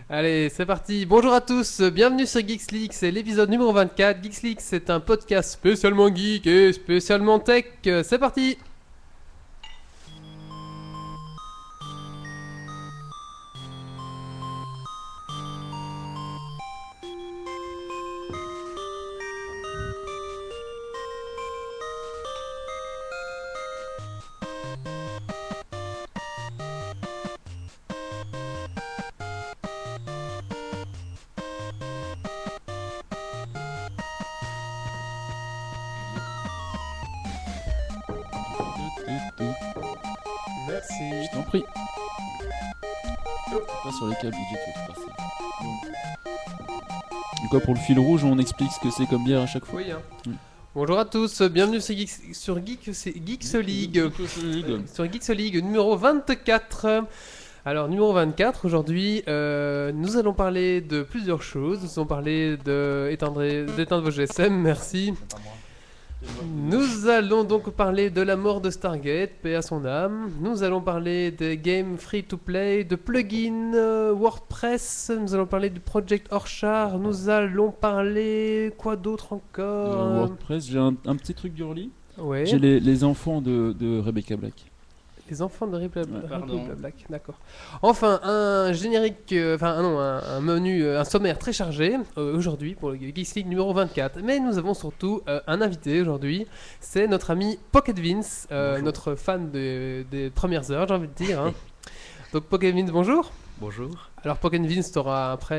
Allez, c'est parti. Bonjour à tous, bienvenue sur Geeks League, c'est l'épisode numéro 24. Geeks League, c'est un podcast spécialement geek et spécialement tech. C'est parti. Merci. Je t'en prie. Pas sur les câbles, DJ, tu vas te passer. Du coup, pour le fil rouge, on explique ce que c'est comme bière à chaque fois. Oui, hein. Oui. Bonjour à tous, bienvenue sur Geeks League. Sur Geeks League numéro 24. Alors, numéro 24, aujourd'hui, nous allons parler de plusieurs choses. Nous allons parler d'éteindre vos GSM, merci. Nous allons donc parler de la mort de Stargate, paix à son âme. Nous allons parler des games free-to-play, de plugins WordPress. Nous allons parler du Project Orchard. Nous allons parler... quoi d'autre encore WordPress, j'ai un petit truc girly. Ouais. J'ai les enfants de Rebecca Black. Les enfants de Ripley Pardon. Black, d'accord. Enfin, un générique, un menu, un sommaire très chargé aujourd'hui pour le Geeks League numéro 24. Mais nous avons surtout un invité aujourd'hui, c'est notre ami Pocket Vince, notre fan des premières heures, j'ai envie de dire. Hein. Donc Pocket Vince, bonjour. Bonjour. Alors Pocket Vince, tu auras après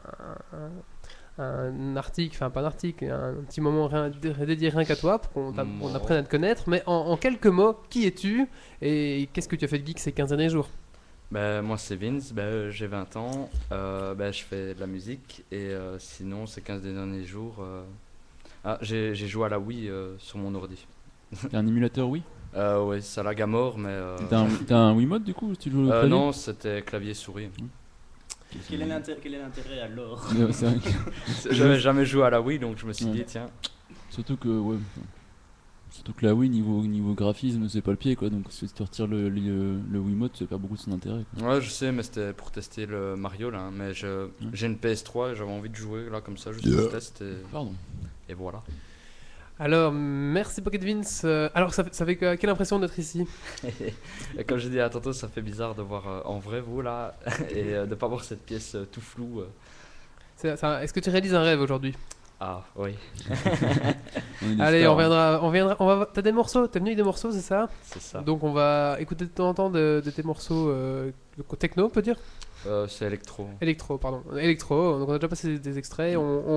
un article, enfin pas un article, un petit moment dédié rien qu'à toi pour qu'on apprenne à te connaître. Mais en quelques mots, qui es-tu et qu'est-ce que tu as fait de geek ces 15 derniers jours? Moi c'est Vince, j'ai 20 ans, je fais de la musique et sinon ces 15 derniers jours, j'ai joué à la Wii sur mon ordi. T'as un émulateur Wii? Ouais, ça lag à mort mais... T'as un Wiimote du coup ou tu joues au clavier? non, c'était clavier souris. Quel est l'intérêt alors? C'est vrai que- J'avais jamais joué à la Wii donc je me suis Ouais. dit tiens, Surtout que la Wii niveau graphisme c'est pas le pied quoi, donc si tu retires le Wiimote c'est pas beaucoup de son intérêt quoi. ouais je sais mais c'était pour tester le Mario là, hein, mais j'ai une PS3 et j'avais envie de jouer là comme ça juste pour test Pardon. et voilà. Alors, merci Pocket Vince. Alors, ça fait quelle impression d'être ici? Et comme j'ai dit à tantôt, ça fait bizarre de voir en vrai vous là et de pas voir cette pièce tout floue. Est-ce que tu réalises un rêve aujourd'hui? Ah oui, On est des Allez, stars, on viendra. T'as des morceaux? T'es venu avec des morceaux, c'est ça? c'est ça. Donc, on va écouter de temps en temps de tes morceaux techno, on peut dire? C'est électro. Électro, pardon. Électro, donc on a déjà passé des extraits.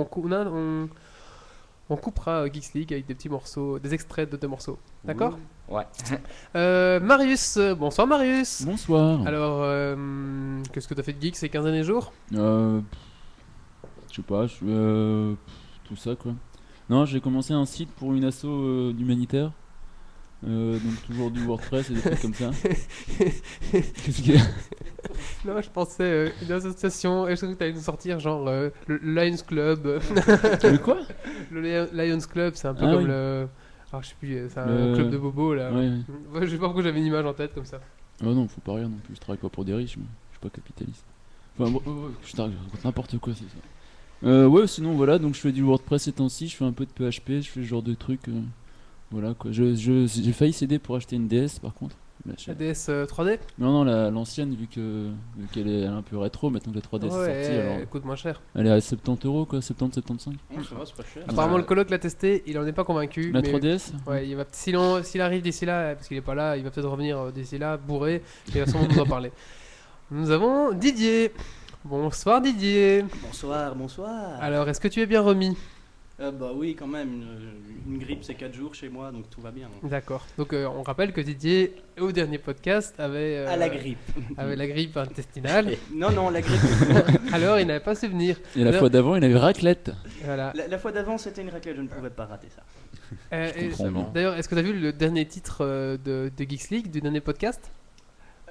On coupera Geeks League avec des petits morceaux, des extraits de deux morceaux. D'accord? Ouais. Marius, bonsoir Marius. Bonsoir. Alors, qu'est-ce que t'as fait de geek ces 15 derniers jours? Je sais pas, tout ça quoi. Non, j'ai commencé un site pour une asso d'humanitaire. Donc toujours du WordPress et des trucs comme ça. Qu'est-ce qu'il y a? Non, je pensais une association, et je crois que t'allais nous sortir genre le Lions Club. Le quoi? Le Lions Club, c'est un peu Ah comme oui. le... Alors, je sais plus, c'est un club de bobos là. Ouais. Ouais, je sais pas pourquoi j'avais une image en tête comme ça. Ah non, faut pas rire non plus, je travaille pas pour des riches, moi. Je suis pas capitaliste. Enfin, je raconte n'importe quoi, c'est ça. Ouais, sinon voilà, donc je fais du WordPress ces temps-ci, je fais un peu de PHP, je fais ce genre de trucs. Voilà quoi. J'ai failli céder pour acheter une DS par contre. La DS 3D? Non, l'ancienne, vu qu'elle est un peu rétro, maintenant que la 3DS est sortie, alors elle coûte moins cher. elle est à 70€ quoi, 70-75. Ça va, c'est pas cher. Apparemment, le coloc l'a testé, il en est pas convaincu. La mais... 3DS? Ouais, s'il arrive d'ici là, parce qu'il est pas là, il va peut-être revenir d'ici là, bourré, et il va sûrement nous en parler. Nous avons Didier. Bonsoir Didier. Bonsoir. Alors, est-ce que tu es bien remis? Bah oui, quand même. Une grippe, c'est 4 jours chez moi, donc tout va bien. D'accord. Donc, on rappelle que Didier, au dernier podcast, avait À la grippe. avait la grippe intestinale. Non, la grippe. Alors, il n'avait pas souvenir. Et la fois d'avant, il avait raclette. Voilà. La fois d'avant, c'était une raclette, je ne pouvais pas rater ça. Et comprends bien. d'ailleurs, est-ce que tu as vu le dernier titre de Geeks League, du dernier podcast?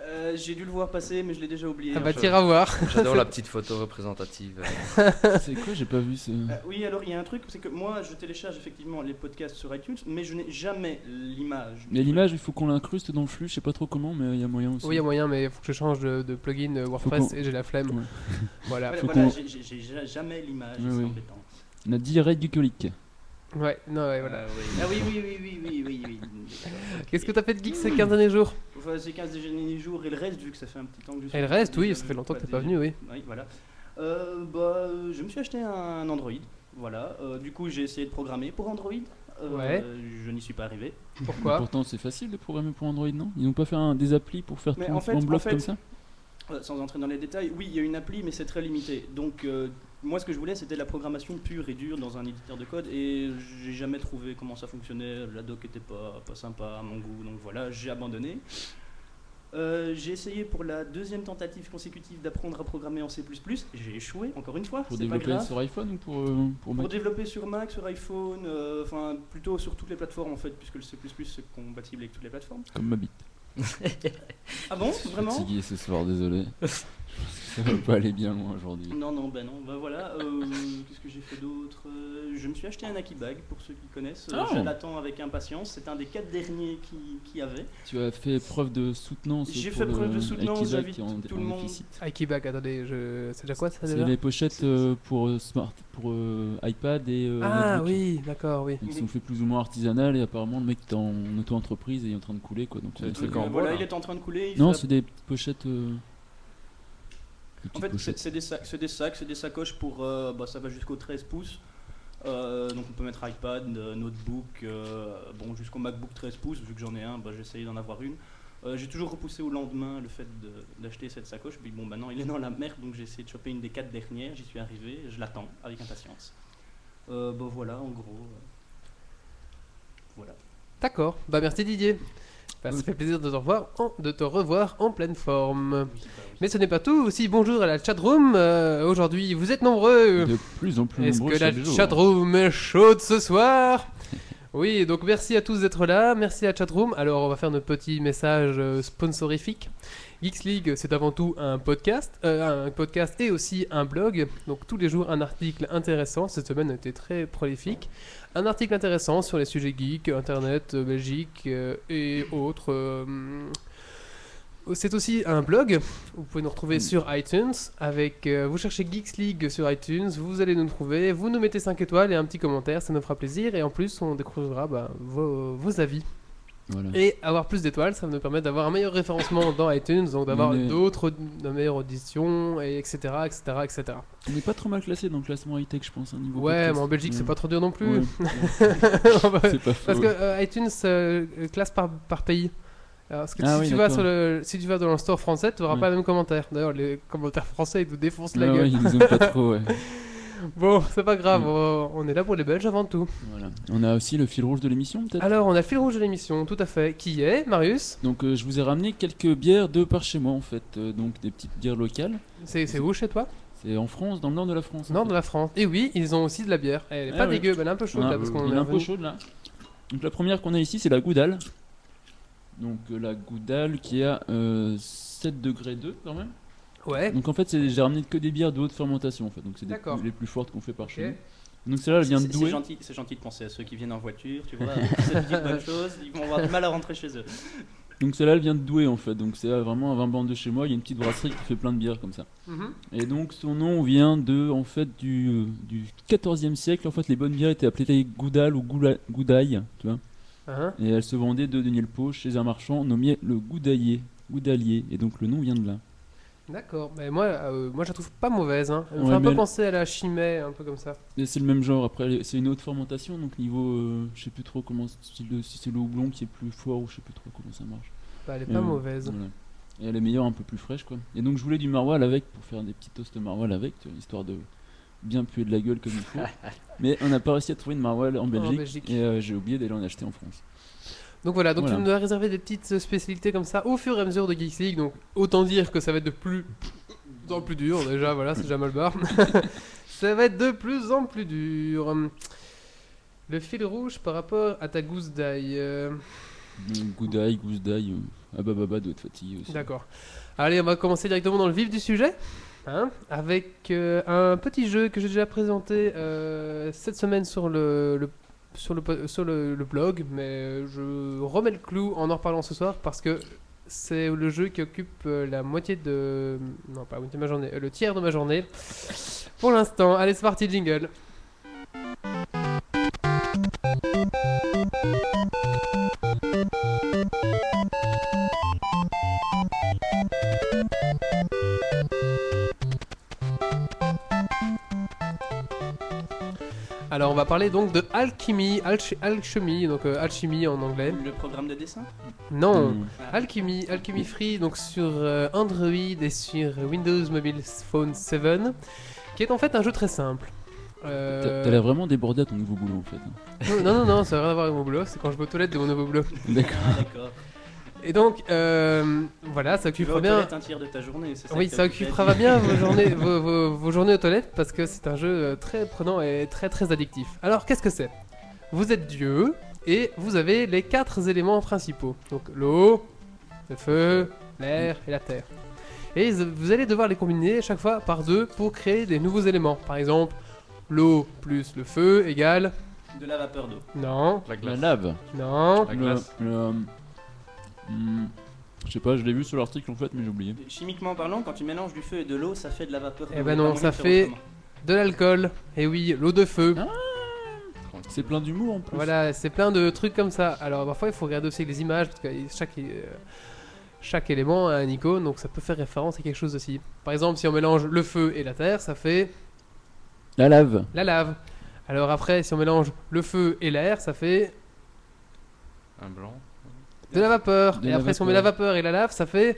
J'ai dû le voir passer, mais je l'ai déjà oublié. Ah bah je- t'iras voir. J'adore la petite photo représentative. C'est quoi? J'ai pas vu ce. Oui, alors il y a un truc, c'est que moi je télécharge effectivement les podcasts sur iTunes, mais je n'ai jamais l'image. Mais l'image, il faut qu'on l'incruste dans le flux, je sais pas trop comment, mais il y a moyen aussi. Oui, il y a moyen, mais il faut que je change de plugin WordPress qu'on- et j'ai la flemme. Ouais. Voilà. Voilà, faut voilà, qu'on- j'ai jamais l'image, Oui, c'est oui. embêtant. On a dit Red Bucolic. Ouais, non, ouais, voilà. Oui. Ah oui. Qu'est-ce que t'as fait de geek ces 15 derniers jours? Enfin, ces 15 derniers jours et le reste, vu que ça fait un petit temps que je suis. Et le reste, oui, ça fait longtemps que t'es pas venu, oui. Oui, voilà. Je me suis acheté un Android. Voilà. Du coup, j'ai essayé de programmer pour Android. Ouais. Je n'y suis pas arrivé. Pourquoi? Pourtant, c'est facile de programmer pour Android, non? Ils n'ont pas fait des applis pour faire Mais tout en fait- en bloc en fait- comme ça? Sans entrer dans les détails, oui, il y a une appli, mais c'est très limité. Donc, moi, ce que je voulais, c'était de la programmation pure et dure dans un éditeur de code, et j'ai jamais trouvé comment ça fonctionnait. La doc était pas sympa à mon goût, donc voilà, j'ai abandonné. J'ai essayé pour la deuxième tentative consécutive d'apprendre à programmer en C++. J'ai échoué, encore une fois, Pour c'est pas développer grave. sur iPhone ou pour Pour Mac? développer sur Mac, sur iPhone, enfin plutôt sur toutes les plateformes en fait, puisque le C++ c'est compatible avec toutes les plateformes. Comme ma bite. Ah bon, Je suis vraiment? fatigué ce soir, désolé. Ça va pas aller bien loin aujourd'hui. Non, ben voilà. Qu'est-ce que j'ai fait d'autre? Je me suis acheté un Akibag pour ceux qui connaissent. Oh. Je l'attends avec impatience. C'est un des 4 derniers qui avait. Tu as fait preuve de soutenance. J'ai pour fait preuve le de soutenance, Aikiba j'invite qui est en tout le monde. déficit. Aikiback, attendez, c'est déjà quoi ça C'est déjà? les pochettes pour pour iPad et Ah notebook. oui, d'accord, oui. Donc, ils sont faits plus ou moins artisanal et apparemment le mec est en auto-entreprise et il est en train de couler quoi. Donc, C'est des on- trucs en bois, Voilà, là. il est en train de couler. Non, c'est des petites pochettes. Des En petites fait, pochettes. c'est des sacs, c'est des sacoches pour. Ça va jusqu'au 13 pouces. Donc on peut mettre iPad, notebook, bon jusqu'au MacBook 13 pouces, vu que j'en ai un, j'ai essayé d'en avoir une. J'ai toujours repoussé au lendemain le fait d'acheter cette sacoche, puis bon maintenant il est dans la merde, donc j'ai essayé de choper une des 4 dernières, j'y suis arrivé, je l'attends avec impatience. Voilà, en gros. Voilà. D'accord, bah merci Didier. Bah, ça fait plaisir de te revoir en pleine forme. Oui. Mais ce n'est pas tout, aussi bonjour à la chatroom. Aujourd'hui, vous êtes nombreux. De plus en plus Est-ce nombreux que la chaque jour. chatroom est chaude ce soir? Oui, donc merci à tous d'être là, merci à la chatroom. Alors on va faire notre petit message sponsorifique. Geeks League, c'est avant tout un podcast et aussi un blog. Donc tous les jours un article intéressant. Cette semaine a été très prolifique. Un article intéressant sur les sujets geeks, internet, Belgique et autres. C'est aussi un blog. Vous pouvez nous retrouver sur iTunes. Vous cherchez Geeks League sur iTunes, vous allez nous trouver. Vous nous mettez 5 étoiles et un petit commentaire, ça nous fera plaisir. Et en plus, on découvrira vos avis. Voilà. Et avoir plus d'étoiles, ça va nous permettre d'avoir un meilleur référencement dans iTunes, donc d'avoir Mais- de meilleures auditions, et etc., etc., etc. On n'est pas trop mal classé dans le classement high-tech, je pense, niveau Ouais, podcast. mais en Belgique, c'est pas trop dur non plus. Ouais. On va- C'est pas faux. Parce que iTunes classe par pays. Alors, parce que Ah si, oui, tu vas d'accord. si tu vas dans le store français, tu n'auras Ouais. pas le même commentaire. D'ailleurs, les commentaires français, ils nous défoncent la Ah ouais, gueule. ils nous aiment pas trop, ouais. Bon, c'est pas grave, Mm. on est là pour les Belges avant tout. Voilà. On a aussi le fil rouge de l'émission, peut-être. Alors, on a le fil rouge de l'émission, tout à fait. Qui est, Marius? Donc, je vous ai ramené quelques bières de par chez moi, en fait. Donc, des petites bières locales. C'est où chez toi? C'est en France, dans le nord de la France. en Nord fait. de la France. Et oui, ils ont aussi de la bière. Elle est Ah pas ouais. dégueu, mais elle est un peu chaude Ah, là, parce qu'on il est est un peu revenu. chaude là. Donc la première qu'on a ici c'est la Goudal. Donc la Goudal qui a 7 degrés 2 quand même. Ouais. Donc en fait j'ai ramené que des bières de haute fermentation en fait. Donc c'est D'accord. les plus fortes qu'on fait par Ok. chez nous. Donc celle-là elle vient de C'est Douai. gentil de penser à ceux qui viennent en voiture, tu vois, avec cette petite bonne chose, ils vont avoir du mal à rentrer chez eux. Donc celle-là elle vient de Douai en fait. Donc c'est vraiment un 20 bandes de chez moi. Il y a une petite brasserie qui fait plein de bières comme ça. Mhm. Et donc son nom vient en fait du 14e siècle. En fait les bonnes bières étaient appelées Goudal ou Goudaille, tu vois. Hein. Et elle se vendait 2 deniers le pot chez un marchand nommé le Goudalier. Et donc le nom vient de là. D'accord. Mais moi, je la trouve pas mauvaise. Hein. Elle me Ouais, fait un mais peu elle- penser à la chimay, un peu comme ça. Et c'est le même genre. Après, c'est une haute fermentation. Donc niveau, je sais plus trop comment, si c'est le houblon qui est plus fort ou je sais plus trop comment ça marche. Bah, elle est pas mauvaise. Voilà. Et elle est meilleure, un peu plus fraîche quoi. Et donc je voulais du maroilles avec pour faire des petits toasts maroilles avec, tu vois, histoire de bien puer de la gueule comme il faut. Mais on n'a pas réussi à trouver une maroilles en Belgique. Belgique. Et j'ai oublié d'aller en acheter en France. Donc voilà, donc Voilà. tu nous as réservé des petites spécialités comme ça au fur et à mesure de Geeks League. Donc autant dire que ça va être de plus en plus dur déjà, voilà, c'est déjà mal barre. Ça va être de plus en plus dur. Le fil rouge par rapport à ta gousse d'ail. Goudaille, gousse d'ail, Ababa doit être fatigué aussi. D'accord. Allez, on va commencer directement dans le vif du sujet. Avec un petit jeu que j'ai déjà présenté cette semaine sur le blog, mais je remets le clou en reparlant ce soir parce que c'est le jeu qui occupe la moitié de... Non, pas la moitié de ma journée, le tiers de ma journée. Pour l'instant, allez, c'est parti, jingle. Alors on va parler donc de Alchemy, Alchemy, donc alchimie en anglais. Le programme de dessin. Non, Hmm. Alchemy Free, donc sur Android et sur Windows Mobile Phone 7, qui est en fait un jeu très simple. T'as l'air vraiment débordé à ton nouveau boulot en fait. Non, ça n'a rien à voir avec mon boulot, c'est quand je vais aux toilettes de mon nouveau boulot. D'accord. Ah, d'accord. Et donc, voilà, ça Tu vas occupera aux bien... toilettes un tiers de ta journée, c'est ça? Oui, que ça t'as occupera bien vos journées aux toilettes parce que c'est un jeu très prenant et très très addictif. Alors, qu'est-ce que c'est? Vous êtes Dieu et vous avez les 4 éléments principaux. Donc l'eau, le feu, l'air et la terre. Et vous allez devoir les combiner chaque fois par 2 pour créer des nouveaux éléments. Par exemple, l'eau plus le feu égale... De la vapeur d'eau. Non, La La glace. lave. non, La glace. Je sais pas, je l'ai vu sur l'article en fait, mais j'ai oublié. Chimiquement parlant, quand tu mélanges du feu et de l'eau, ça fait de la vapeur d'eau. Eh ben Il y a non, pas ça moyen de faire fait- autrement. de l'alcool. Et oui, l'eau de feu. C'est plein d'humour en plus. Voilà, c'est plein de trucs comme ça. Alors parfois il faut regarder aussi les images parce que chaque élément a un icône, donc ça peut faire référence à quelque chose aussi. Par exemple, si on mélange le feu et la terre, ça fait La lave. la lave. Alors après, si on mélange le feu et l'air, ça fait Un blanc. de la vapeur. De Et la après, si on met vapeur. la vapeur et la lave, ça fait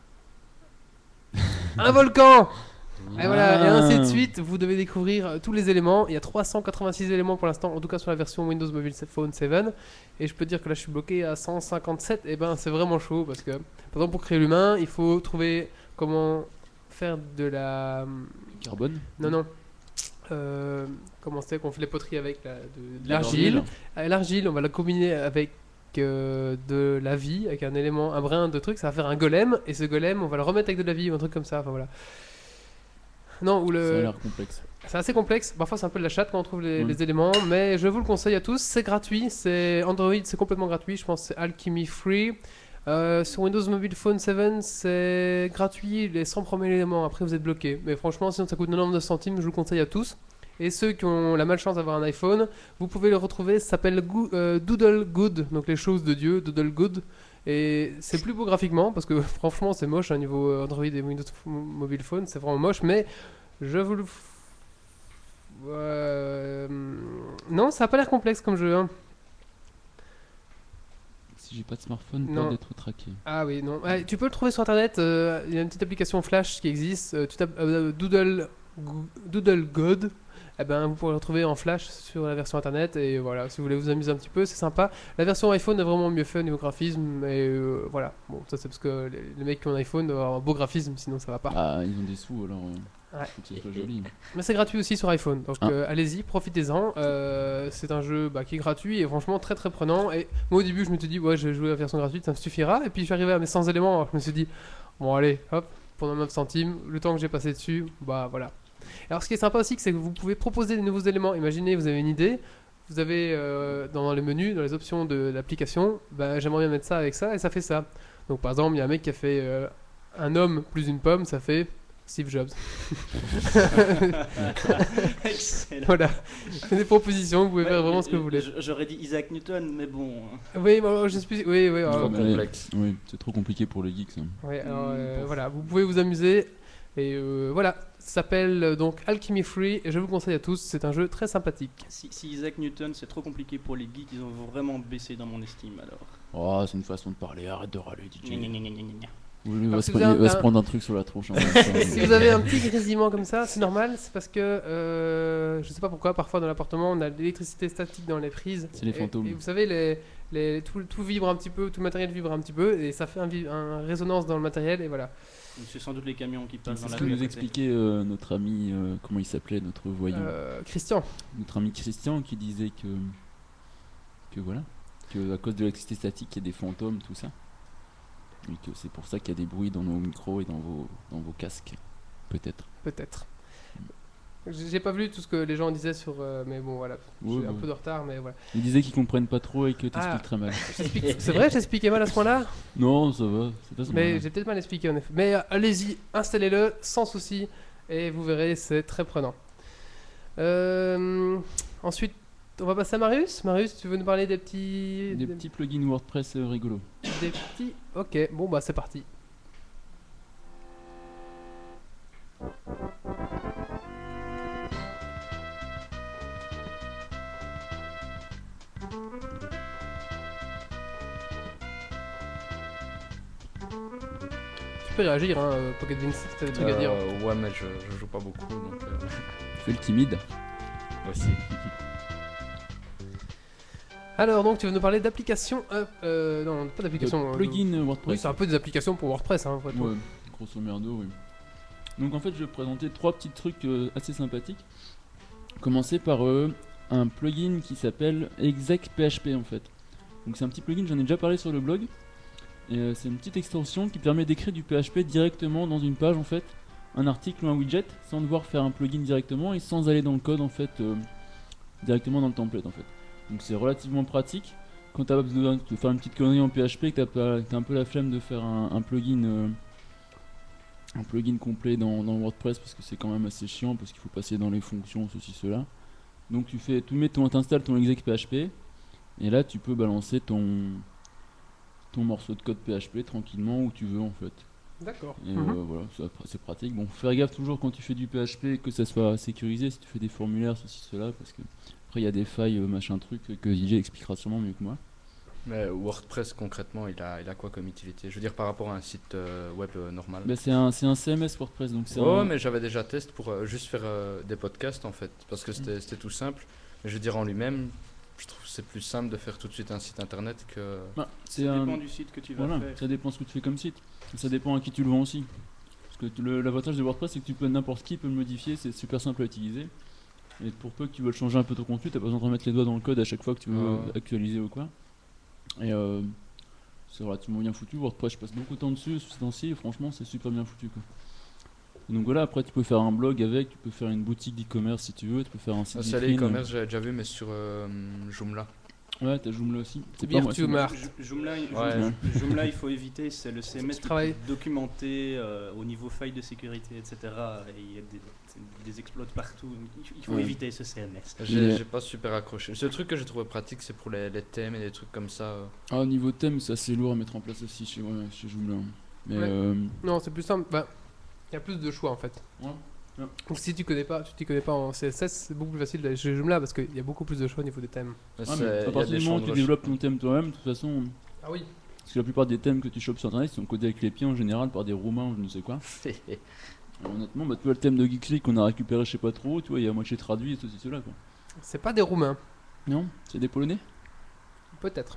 un volcan. Et voilà, et ainsi de suite, vous devez découvrir tous les éléments. Il y a 386 éléments pour l'instant, en tout cas sur la version Windows Mobile Phone 7. Et je peux dire que là je suis bloqué à 157. Et ben c'est vraiment chaud parce que, par exemple, pour créer l'humain, il faut trouver comment faire de la. Carbone. Non. Comment c'est qu'on fait les poteries avec de l'argile. L'argile, on va la combiner avec de la vie, avec un élément, un brin de truc, ça va faire un golem. Et ce golem, on va le remettre avec de la vie ou un truc comme ça. Enfin voilà. Non, ou Ça a le. l'air complexe. C'est assez complexe, parfois c'est un peu de la chatte quand on trouve les, Mm. les éléments, mais je vous le conseille à tous, c'est gratuit, c'est Android, c'est complètement gratuit, je pense que c'est Alchemy Free. Sur Windows Mobile Phone 7, c'est gratuit les 100 premiers éléments, après vous êtes bloqué. Mais franchement, sinon ça coûte 99 centimes, je vous le conseille à tous. Et ceux qui ont la malchance d'avoir un iPhone, vous pouvez le retrouver, ça s'appelle Doodle Good, donc les choses de Dieu, Doodle Good. Et c'est plus beau graphiquement, parce que franchement c'est moche, au niveau Android et Windows Mobile Phone, c'est vraiment moche, mais je vous le... Non, ça a pas l'air complexe comme jeu, hein. Si j'ai pas de smartphone, Non. peur d'être traqué. Ah oui, non. Ah, tu peux le trouver sur internet. Il y a une petite application Flash qui existe. Tu tapes Doodle God. Eh ben, vous pourrez le retrouver en Flash sur la version internet. Et voilà, si vous voulez vous amuser un petit peu, c'est sympa. La version iPhone est vraiment mieux fait au niveau graphisme. Et voilà. Bon, ça c'est parce que les mecs qui ont un iPhone doivent avoir un beau graphisme, sinon ça va pas. Ah, ils ont des sous alors. Ouais. Faut que ça soit joli. Mais c'est gratuit aussi sur iPhone, donc Ah. allez-y, profitez-en. C'est un jeu qui est gratuit et franchement très très prenant. Et moi au début je me suis dit, ouais, je vais jouer la version gratuite, ça me suffira. Et puis je suis arrivé à mes 100 éléments, alors je me suis dit, bon allez, hop, pour 99 centimes, le temps que j'ai passé dessus, bah voilà. Alors ce qui est sympa aussi, c'est que vous pouvez proposer des nouveaux éléments. Imaginez, vous avez une idée, vous avez dans les menus, dans les options de l'application, bah, j'aimerais bien mettre ça avec ça, et ça fait ça. Donc par exemple, il y a un mec qui a fait un homme plus une pomme, ça fait Steve Jobs. Excellent. Voilà, c'est des propositions, vous pouvez faire vraiment ce que vous voulez. J'aurais dit Isaac Newton, mais bon. Oui, bon, je suis. Oui, oui. Trop mais- complexe. Oui, c'est trop compliqué pour les geeks. Ça. Ouais, alors, voilà, vous pouvez vous amuser. Et voilà, ça s'appelle donc Alchemy Free. Et je vous le conseille à tous, c'est un jeu très sympathique. Si Isaac Newton c'est trop compliqué pour les geeks, ils ont vraiment baissé dans mon estime alors. Oh, c'est une façon de parler. Arrête de râler, DJ. Gna, gna, gna, gna, gna, gna. Oui, il Alors, va, si se, vous avez il va un- se prendre un truc sur la tronche. En même temps. Si vous avez un petit grésillement comme ça, c'est normal. C'est parce que je sais pas pourquoi, parfois dans l'appartement, on a de l'électricité statique dans les prises. C'est les Et- fantômes. Et vous savez, tout vibre un petit peu, tout le matériel vibre un petit peu. Et ça fait un résonance dans le matériel. Et voilà. Donc, c'est sans doute les camions qui passent C'est dans ce la que rue. à nous côté. expliquait notre ami, comment il s'appelait, notre voyant, Christian. notre ami Christian, qui disait que voilà, que à cause de l'électricité statique, il y a des fantômes, tout ça. Et que c'est pour ça qu'il y a des bruits dans nos micros et dans vos casques. Peut-être. Peut-être. J'ai pas vu tout ce que les gens disaient sur. Mais bon, voilà. Ouais, J'ai un ouais. peu de retard, mais voilà. Ils disaient qu'ils comprennent pas trop et que t'expliques Ah. très mal. C'est vrai, j'expliquais mal à ce point-là. Non, ça va. C'est pas ça. Mais j'ai peut-être mal expliqué en effet. Mais allez-y, installez-le sans souci. Et vous verrez, c'est très prenant. Ensuite, on va passer à Marius. Marius, tu veux nous parler des petits. Des petits plugins WordPress rigolos. Des petits. Ok, bon, bah c'est parti. Tu peux réagir, hein, Pocket Vince, si t'as des trucs à dire. Ouais, mais je joue pas beaucoup, donc Fais le timide. aussi. Alors, donc, tu veux nous parler d'applications. Non, pas d'applications. Plugin Oui, WordPress. c'est un peu des applications pour WordPress, hein, après tout. Ouais, grosso merdo, oui. Donc en fait, je vais présenter 3 petits trucs assez sympathiques. Commencer par un plugin qui s'appelle execphp en fait. Donc c'est un petit plugin, j'en ai déjà parlé sur le blog. Et c'est une petite extension qui permet d'écrire du PHP directement dans une page en fait, un article ou un widget, sans devoir faire un plugin directement et sans aller dans le code en fait, directement dans le template en fait. Donc c'est relativement pratique. Quand tu as besoin de faire une petite connerie en PHP, que tu as un peu la flemme de faire un plugin complet dans WordPress parce que c'est quand même assez chiant parce qu'il faut passer dans les fonctions, ceci, cela. Donc t'installes ton exec.php et là tu peux balancer ton morceau de code PHP tranquillement où tu veux en fait. D'accord. Et Mhm. voilà, c'est pratique. Bon, faire gaffe toujours quand tu fais du PHP que ça soit sécurisé si tu fais des formulaires, ceci, cela, parce que après il y a des failles, machin truc que DJ expliquera sûrement mieux que moi. Mais WordPress, concrètement, il a quoi comme utilité? Je veux dire, par rapport à un site web normal. Bah, c'est un CMS WordPress donc c'est Ouais, mais j'avais déjà testé pour juste faire des podcasts en fait, parce que c'était tout simple. Mais je veux dire, en lui-même, je trouve que c'est plus simple de faire tout de suite un site internet que. Bah, Ça dépend du site que tu vas Voilà, faire. ça dépend ce que tu fais comme site. Ça dépend à qui tu le vends aussi. Parce que l'avantage de WordPress, c'est que tu peux n'importe qui peut le modifier, c'est super simple à utiliser. Et pour peu que tu veuilles changer un peu ton contenu, t'as pas besoin de remettre les doigts dans le code à chaque fois que tu veux Ouais. actualiser ou quoi. Et c'est relativement bien foutu. WordPress, je passe beaucoup de temps dessus ce temps-ci, et franchement, c'est super bien foutu quoi. Et donc voilà, après tu peux faire un blog avec, tu peux faire une boutique d'e-commerce si tu veux, tu peux faire un site C'est vitrine. l'e-commerce, j'avais déjà vu, mais sur Joomla. Ouais, t'as Joomla aussi. C'est pas moi, c'est- Virtumart. Joomla, Ouais. Joomla, il faut éviter, c'est le CMS Travail. documenté au niveau failles de sécurité, etc. Et il y a des exploits partout. Il faut Ouais. éviter ce CMS. J'ai pas super accroché. Le seul truc que j'ai trouvé pratique, c'est pour les thèmes et des trucs comme ça. Ah, au niveau thème, c'est assez lourd à mettre en place aussi chez Joomla. Mais Ouais. Non, c'est plus simple. Bah, il y a plus de choix en fait. Ouais. Ouais. Donc si tu t'y connais pas en CSS, c'est beaucoup plus facile d'aller chez Joomla parce qu'il y a beaucoup plus de choix au niveau des thèmes. Mais Ah, c'est- mais il y à a partir des du moment champs où tu de développes ton thème toi-même, de toute façon, Ah oui. parce que la plupart des thèmes que tu chopes sur internet ils sont codés avec les pieds en général par des roumains ou je ne sais quoi. recherche. Alors, honnêtement, bah, tu vois le thème de Geeksly qu'on a récupéré, je sais pas trop, tu vois, il y a moitié traduit et ceci, cela quoi. C'est pas des Roumains. Non, c'est des Polonais. Peut-être.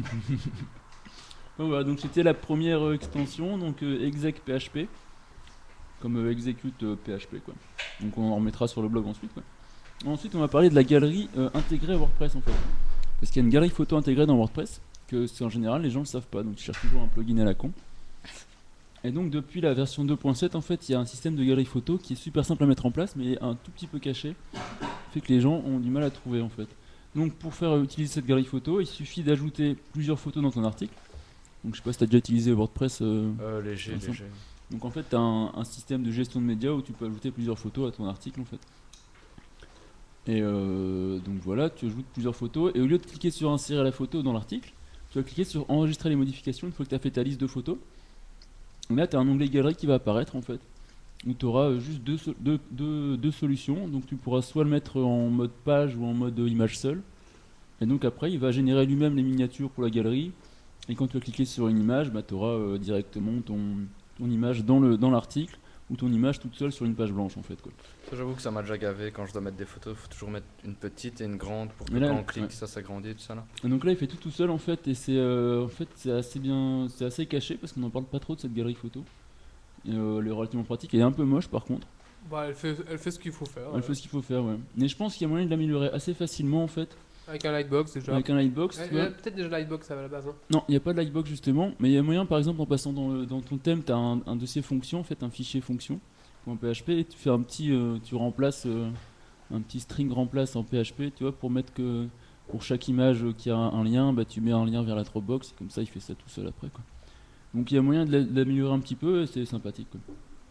Donc voilà, donc c'était la première extension, donc exec.php, comme execute PHP quoi. Donc on en remettra sur le blog ensuite quoi. Ensuite on va parler de la galerie intégrée à WordPress en fait. Parce qu'il y a une galerie photo intégrée dans WordPress, que c'est en général les gens ne le savent pas, donc ils cherchent toujours un plugin à la con. Et donc depuis la version 2.7 en fait il y a un système de galerie photo qui est super simple à mettre en place mais un tout petit peu caché, fait que les gens ont du mal à trouver en fait. Donc pour faire utiliser cette galerie photo, il suffit d'ajouter plusieurs photos dans ton article. Donc je sais pas si tu as déjà utilisé WordPress. Léger, Ensemble. léger. Donc en fait tu as un système de gestion de médias où tu peux ajouter plusieurs photos à ton article en fait. Et donc voilà, tu ajoutes plusieurs photos et au lieu de cliquer sur insérer la photo dans l'article, tu vas cliquer sur enregistrer les modifications une fois que tu as fait ta liste de photos. Et là tu as un onglet galerie qui va apparaître en fait, où tu auras juste deux solutions. Donc tu pourras soit le mettre en mode page ou en mode image seule. Et donc après il va générer lui-même les miniatures pour la galerie. Et quand tu vas cliquer sur une image, bah, tu auras directement ton image dans l'article ou ton image toute seule sur une page blanche en fait quoi. Ça, j'avoue que ça m'a déjà gavé quand je dois mettre des photos. Il faut toujours mettre une petite et une grande pour que Mais là, quand on clique, ouais. ça s'agrandit et tout ça là. Et donc là il fait tout seul en fait et c'est assez bien, c'est assez caché parce qu'on n'en parle pas trop de cette galerie photo. Et, elle est relativement pratique, elle est un peu moche par contre. Bah, elle fait ce qu'il faut faire. Elle fait ce qu'il faut faire ouais. Mais je pense qu'il y a moyen de l'améliorer assez facilement en fait. Avec un lightbox déjà. avec un lightbox. Tu vois. Peut-être déjà lightbox à la base. Hein. Non, il n'y a pas de lightbox justement, mais il y a moyen par exemple en passant dans ton thème, tu as un dossier fonction, en fait un fichier fonction en PHP, et tu fais tu remplaces un petit string remplace en PHP, tu vois, pour mettre que pour chaque image qui a un lien, bah, tu mets un lien vers la Dropbox, et comme ça il fait ça tout seul après, quoi. Donc il y a moyen de l'améliorer un petit peu, et c'est sympathique, quoi.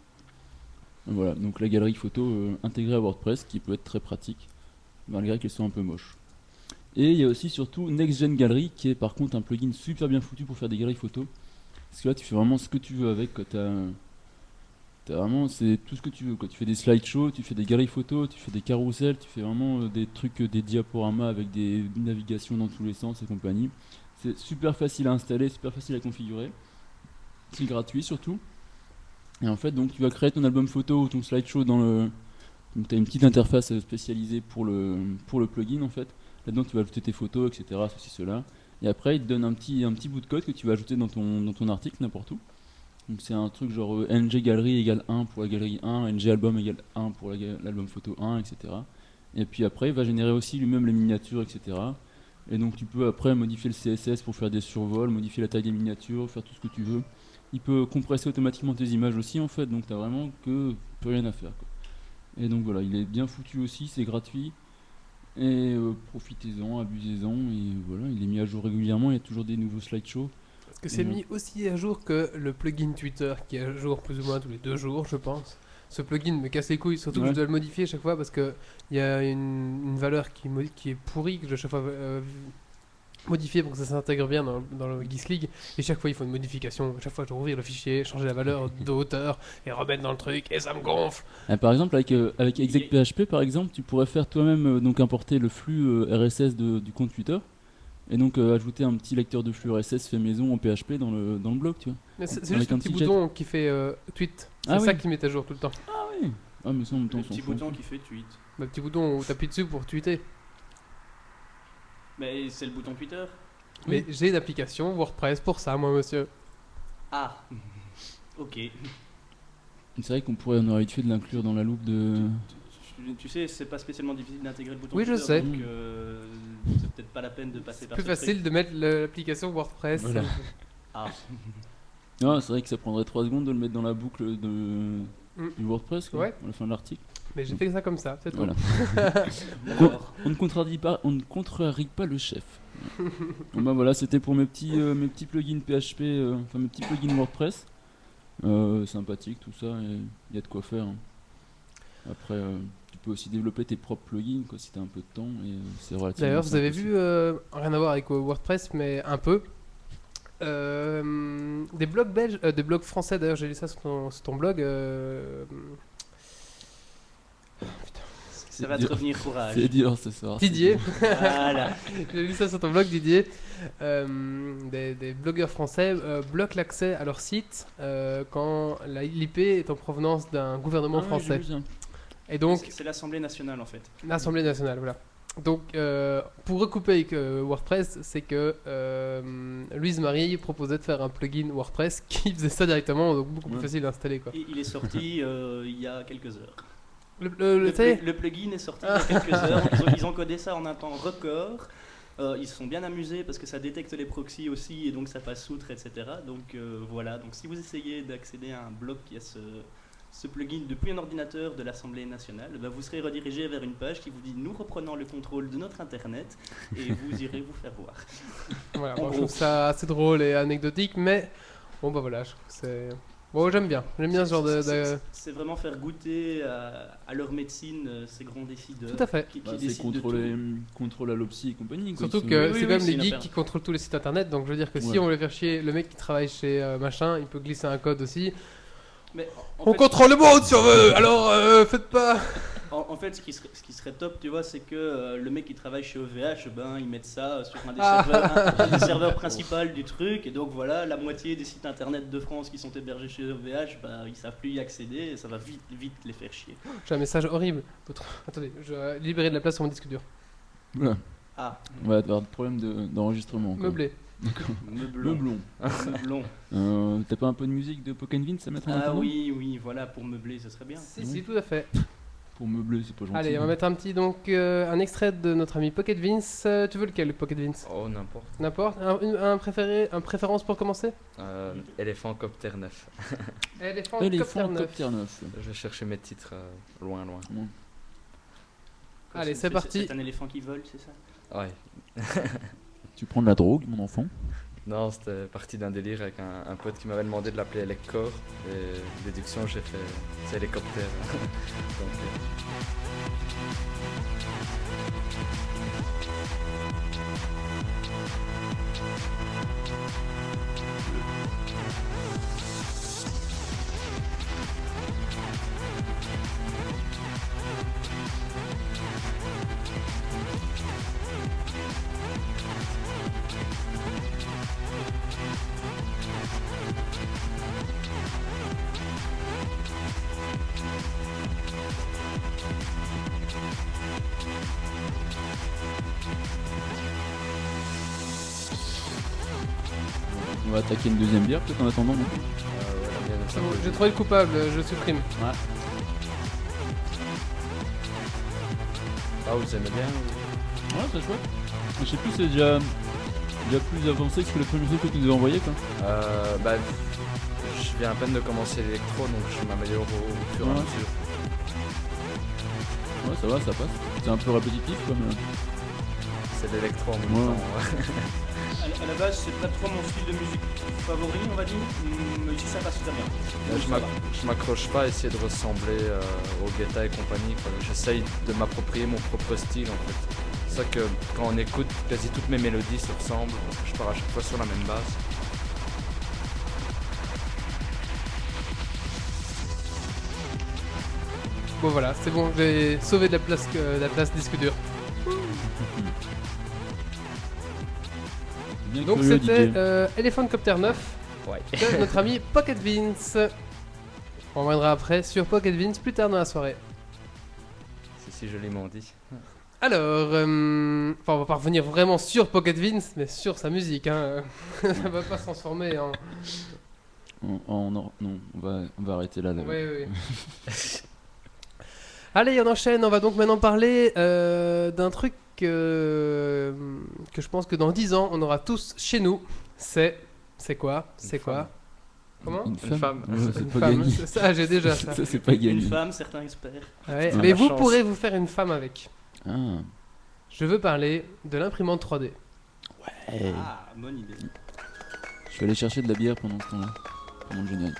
Voilà, donc la galerie photo intégrée à WordPress qui peut être très pratique, malgré qu'elle soit un peu moche. Et il y a aussi surtout Next Gen Gallery qui est par contre un plugin super bien foutu pour faire des galeries photos. Parce que là tu fais vraiment ce que tu veux avec, quoi. T'as vraiment, c'est tout ce que tu veux, quoi. Tu fais des slideshows, tu fais des galeries photos, tu fais des carousels, tu fais vraiment des trucs, des diaporamas avec des navigations dans tous les sens et compagnie. C'est super facile à installer, super facile à configurer. C'est gratuit surtout. Et en fait, donc tu vas créer ton album photo ou ton slideshow donc tu as une petite interface spécialisée pour le plugin en fait. Là-dedans, tu vas ajouter tes photos, etc. Ceci, cela. Et après, il te donne un petit bout de code que tu vas ajouter dans ton article, n'importe où. Donc c'est un truc genre ng galerie égale 1 pour la galerie 1, ng album égale 1 pour l'album photo 1, etc. Et puis après, il va générer aussi lui-même les miniatures, etc. Et donc tu peux après modifier le CSS pour faire des survols, modifier la taille des miniatures, faire tout ce que tu veux. Il peut compresser automatiquement tes images aussi en fait, donc t'as vraiment plus rien à faire, quoi. Et donc voilà, il est bien foutu aussi, c'est gratuit. Et profitez-en, abusez-en, et voilà, il est mis à jour régulièrement, il y a toujours des nouveaux slideshows. Est-ce que c'est mis aussi à jour que le plugin Twitter qui est à jour plus ou moins tous les 2 jours, je pense. Ce plugin me casse les couilles, surtout que je dois le modifier chaque fois parce qu'il y a une valeur qui est pourrie que je dois chaque fois modifier pour que ça s'intègre bien dans le Geeks League. Et chaque fois il faut une modification, chaque fois je dois ouvrir le fichier, changer la valeur de hauteur et remettre dans le truc et ça me gonfle. Par exemple avec exec.php par exemple, tu pourrais faire toi-même donc importer le flux RSS du compte Twitter. Et donc ajouter un petit lecteur de flux RSS fait maison en PHP dans le blog, tu vois. C'est juste un petit bouton qui fait tweet. C'est ça qui met à jour tout le temps. Ah oui. Ah mais ça en même temps. Le petit bouton qui fait tweet. Le petit bouton où t'appuies dessus pour tweeter. Mais c'est le bouton Twitter. Mais j'ai une application WordPress pour ça, moi, monsieur. Ah. Ok. C'est vrai on aurait vite fait de l'inclure dans la loupe de. Tu sais, c'est pas spécialement difficile d'intégrer le bouton. Oui, Twitter, je sais. Donc, c'est peut-être pas la peine de passer par. Plus facile de mettre l'application WordPress. Voilà. Ah. Non, c'est vrai que ça prendrait 3 secondes de le mettre dans la boucle du WordPress, quoi, à la fin de l'article. Mais j'ai fait ça comme ça, c'est tout. Voilà. On ne contrarie pas le chef. Bon, bah voilà, c'était pour mes petits plugins PHP, enfin mes petits plugins WordPress. Sympathique tout ça, il y a de quoi faire. Hein. Après, tu peux aussi développer tes propres plugins quoi, si tu as un peu de temps. Et c'est relativement D'ailleurs, vous avez simple vu, rien à voir avec WordPress, mais un peu. Des blogs belges, des blogs français d'ailleurs, j'ai lu ça sur ton blog. Ça va te revenir courage. C'est dur ce soir. Didier. Voilà. J'ai lu ça sur ton blog, Didier. Des blogueurs français bloquent l'accès à leur site quand l'IP est en provenance d'un gouvernement français. Et donc, c'est l'Assemblée nationale en fait. L'Assemblée nationale, voilà. Donc, pour recouper avec WordPress, c'est que Louise Marie proposait de faire un plugin WordPress qui faisait ça directement, donc beaucoup plus facile d'installer, quoi. Il est sorti il y a quelques heures. Le plugin est sorti il y a quelques heures. Ils ont codé ça en un temps record. Ils se sont bien amusés parce que ça détecte les proxys aussi et donc ça passe outre, etc. Donc voilà. Donc si vous essayez d'accéder à un blog qui a ce plugin depuis un ordinateur de l'Assemblée nationale, bah vous serez redirigé vers une page qui vous dit nous reprenons le contrôle de notre internet et vous irez vous faire voir. Voilà, bon, je trouve ça assez drôle et anecdotique, mais bon bah voilà, je trouve que c'est... Bon, j'aime bien ce genre de... C'est vraiment faire goûter à leur médecine ces grands décideurs. Tout à fait. Qui c'est décident de tout. contrôle à l'OPSI et compagnie. Quoi. Surtout que c'est quand même c'est les geeks une qui contrôlent tous les sites internet, donc je veux dire que si on veut faire chier le mec qui travaille chez machin, il peut glisser un code aussi. Mais on contrôle le monde si on veut, alors faites pas. En fait, ce qui serait top, tu vois, c'est que le mec qui travaille chez OVH, ben, ils mettent ça sur un des serveurs principaux du truc, et donc voilà, la moitié des sites internet de France qui sont hébergés chez OVH, ben, ils savent plus y accéder, et ça va vite les faire chier. J'ai un message horrible. Attendez, je vais libérer de la place sur mon disque dur. Voilà. Ah. On va avoir des problèmes d'enregistrement. Meublé. Meublon. T'as pas un peu de musique de Pokémon Vince à mettre en attendant ? Oui, voilà, pour meubler, ce serait bien. Si, tout à fait. Pour meubler, c'est pas gentil. Allez, on va mettre un petit un extrait de notre ami Pocket Vince. Tu veux lequel, Pocket Vince? Oh, n'importe. N'importe. Un préférence pour commencer? Éléphant Copter 9. Éléphant Éléphant Copter 9. Copter 9. Je vais chercher mes titres loin. Allez, c'est parti. C'est un éléphant qui vole, c'est ça? Ouais. Tu prends de la drogue, mon enfant? Non, c'était parti d'un délire avec un pote qui m'avait demandé de l'appeler Eleccore. Et déduction, j'ai fait. C'est hélicoptère. Donc, On va attaquer une deuxième bière peut-être en attendant, non? ouais, la mienne, C'est bon, j'ai trouvé le coupable, je supprime. Ah, vous aimez bien? Ouais, c'est chouette. Je sais plus, c'est déjà plus avancé que le premier truc que tu nous avais envoyé, quoi. Bah, je viens à peine de commencer l'électro, donc je m'améliore au fur et à Ouais. mesure. Ouais, ça va, ça passe. C'est un peu répétitif, comme. C'est de l'électro en même Ouais. temps. À la base, c'est pas trop mon style de musique favori, on va dire, mais ici ça passe super bien. Je m'accroche pas à essayer de ressembler au Guetta et compagnie, quoi. J'essaye de m'approprier mon propre style en fait. C'est ça que quand on écoute, quasi toutes mes mélodies se ressemblent parce que je pars à chaque fois sur la même base. Bon voilà, c'est bon, j'ai sauvé de la place disque dur. Bien Donc curieux, c'était DJ. Elephant Copter 9 Ouais. de notre ami Pocket Vince. On reviendra après sur Pocket Vince plus tard dans la soirée. C'est si joliment dit. Alors, enfin, on va pas revenir vraiment sur Pocket Vince, mais sur sa musique. Hein. Ça va pas se transformer en. Non, on va arrêter là. Oui, oui. Allez, on enchaîne. On va donc maintenant parler d'un truc que je pense que dans 10 ans, on aura tous chez nous. C'est quoi? C'est quoi? femme. Comment? Une femme. Ouais, c'est Une pas femme. gagné. Ça, j'ai déjà ça. Ça, c'est pas Une gagné. femme, certains espèrent. Ouais, Ah, mais la vous chance. pourrez vous faire une femme avec. Ah. Je veux parler de l'imprimante 3D. Hey. Ah, bonne idée. Je vais aller chercher de la bière pendant ce temps-là. Pendant le générique.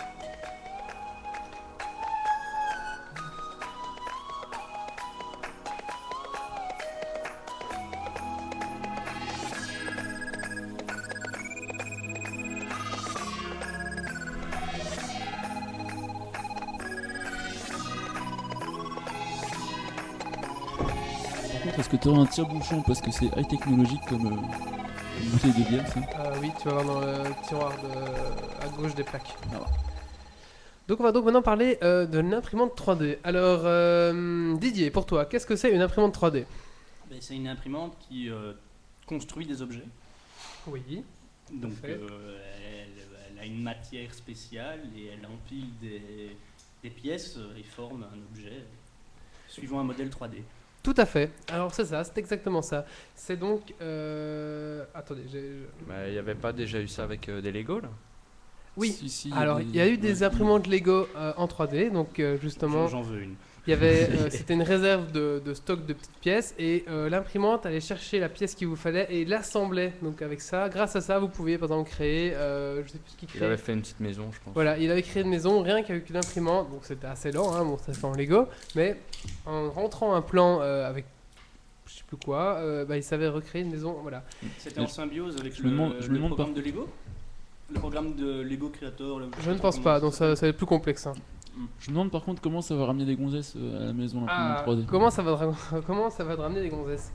Par contre, est-ce que tu auras un tire-bouchon parce que c'est high technologique comme une bouteille de bière, ça? Oui, tu vas voir dans le tiroir à gauche des plaques. Ah ouais. Donc on va donc maintenant parler de l'imprimante 3D. Alors Didier, pour toi, qu'est-ce que c'est une imprimante 3D? Ben, c'est une imprimante qui construit des objets. Oui. Donc fait. elle a une matière spéciale et elle empile des pièces et forme un objet suivant un modèle 3D. Tout à fait. Alors c'est ça, c'est exactement ça. C'est donc... Attendez, Bah, il n'y avait pas déjà eu ça avec des Lego là? Oui. Si, Alors il y a eu des imprimantes Lego en 3D, donc justement... J'en veux une. Il y avait, c'était une réserve de stock de petites pièces et l'imprimante allait chercher la pièce qu'il vous fallait et l'assemblait. Donc avec ça, grâce à ça, vous pouviez par exemple créer, je sais plus ce qu'il Il avait créait. fait une petite maison, je pense. Voilà, il avait créé une maison rien qu'avec une imprimante. Donc c'était assez lent, hein, bon ça se fait en Lego, mais en rentrant un plan avec je sais plus quoi, bah, il savait recréer une maison. Voilà. C'était en symbiose avec je me demande le pas. programme de Lego. Le programme de Lego Creator. Je ne pense pas, donc ça va être plus complexe. Hein. Je me demande par contre comment ça va ramener des gonzesses à la maison, l'imprimante 3D. Comment ça va te ramener des gonzesses?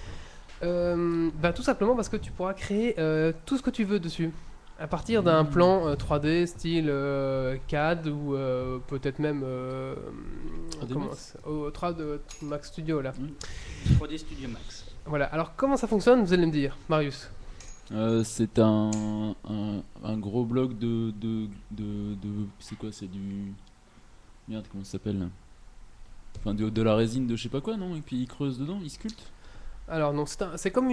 Bah, tout simplement parce que tu pourras créer tout ce que tu veux dessus. À partir d'un plan 3D style CAD ou peut-être même 3D Max. au 3D Max Studio là. 3D Studio Max. Voilà. Alors comment ça fonctionne? Vous allez me dire, Marius. C'est un gros bloc de c'est quoi? C'est du... Merde, comment ça s'appelle là? Enfin, de la résine de je sais pas quoi, non? Et puis ils creusent dedans, ils sculptent. Alors non, c'est comme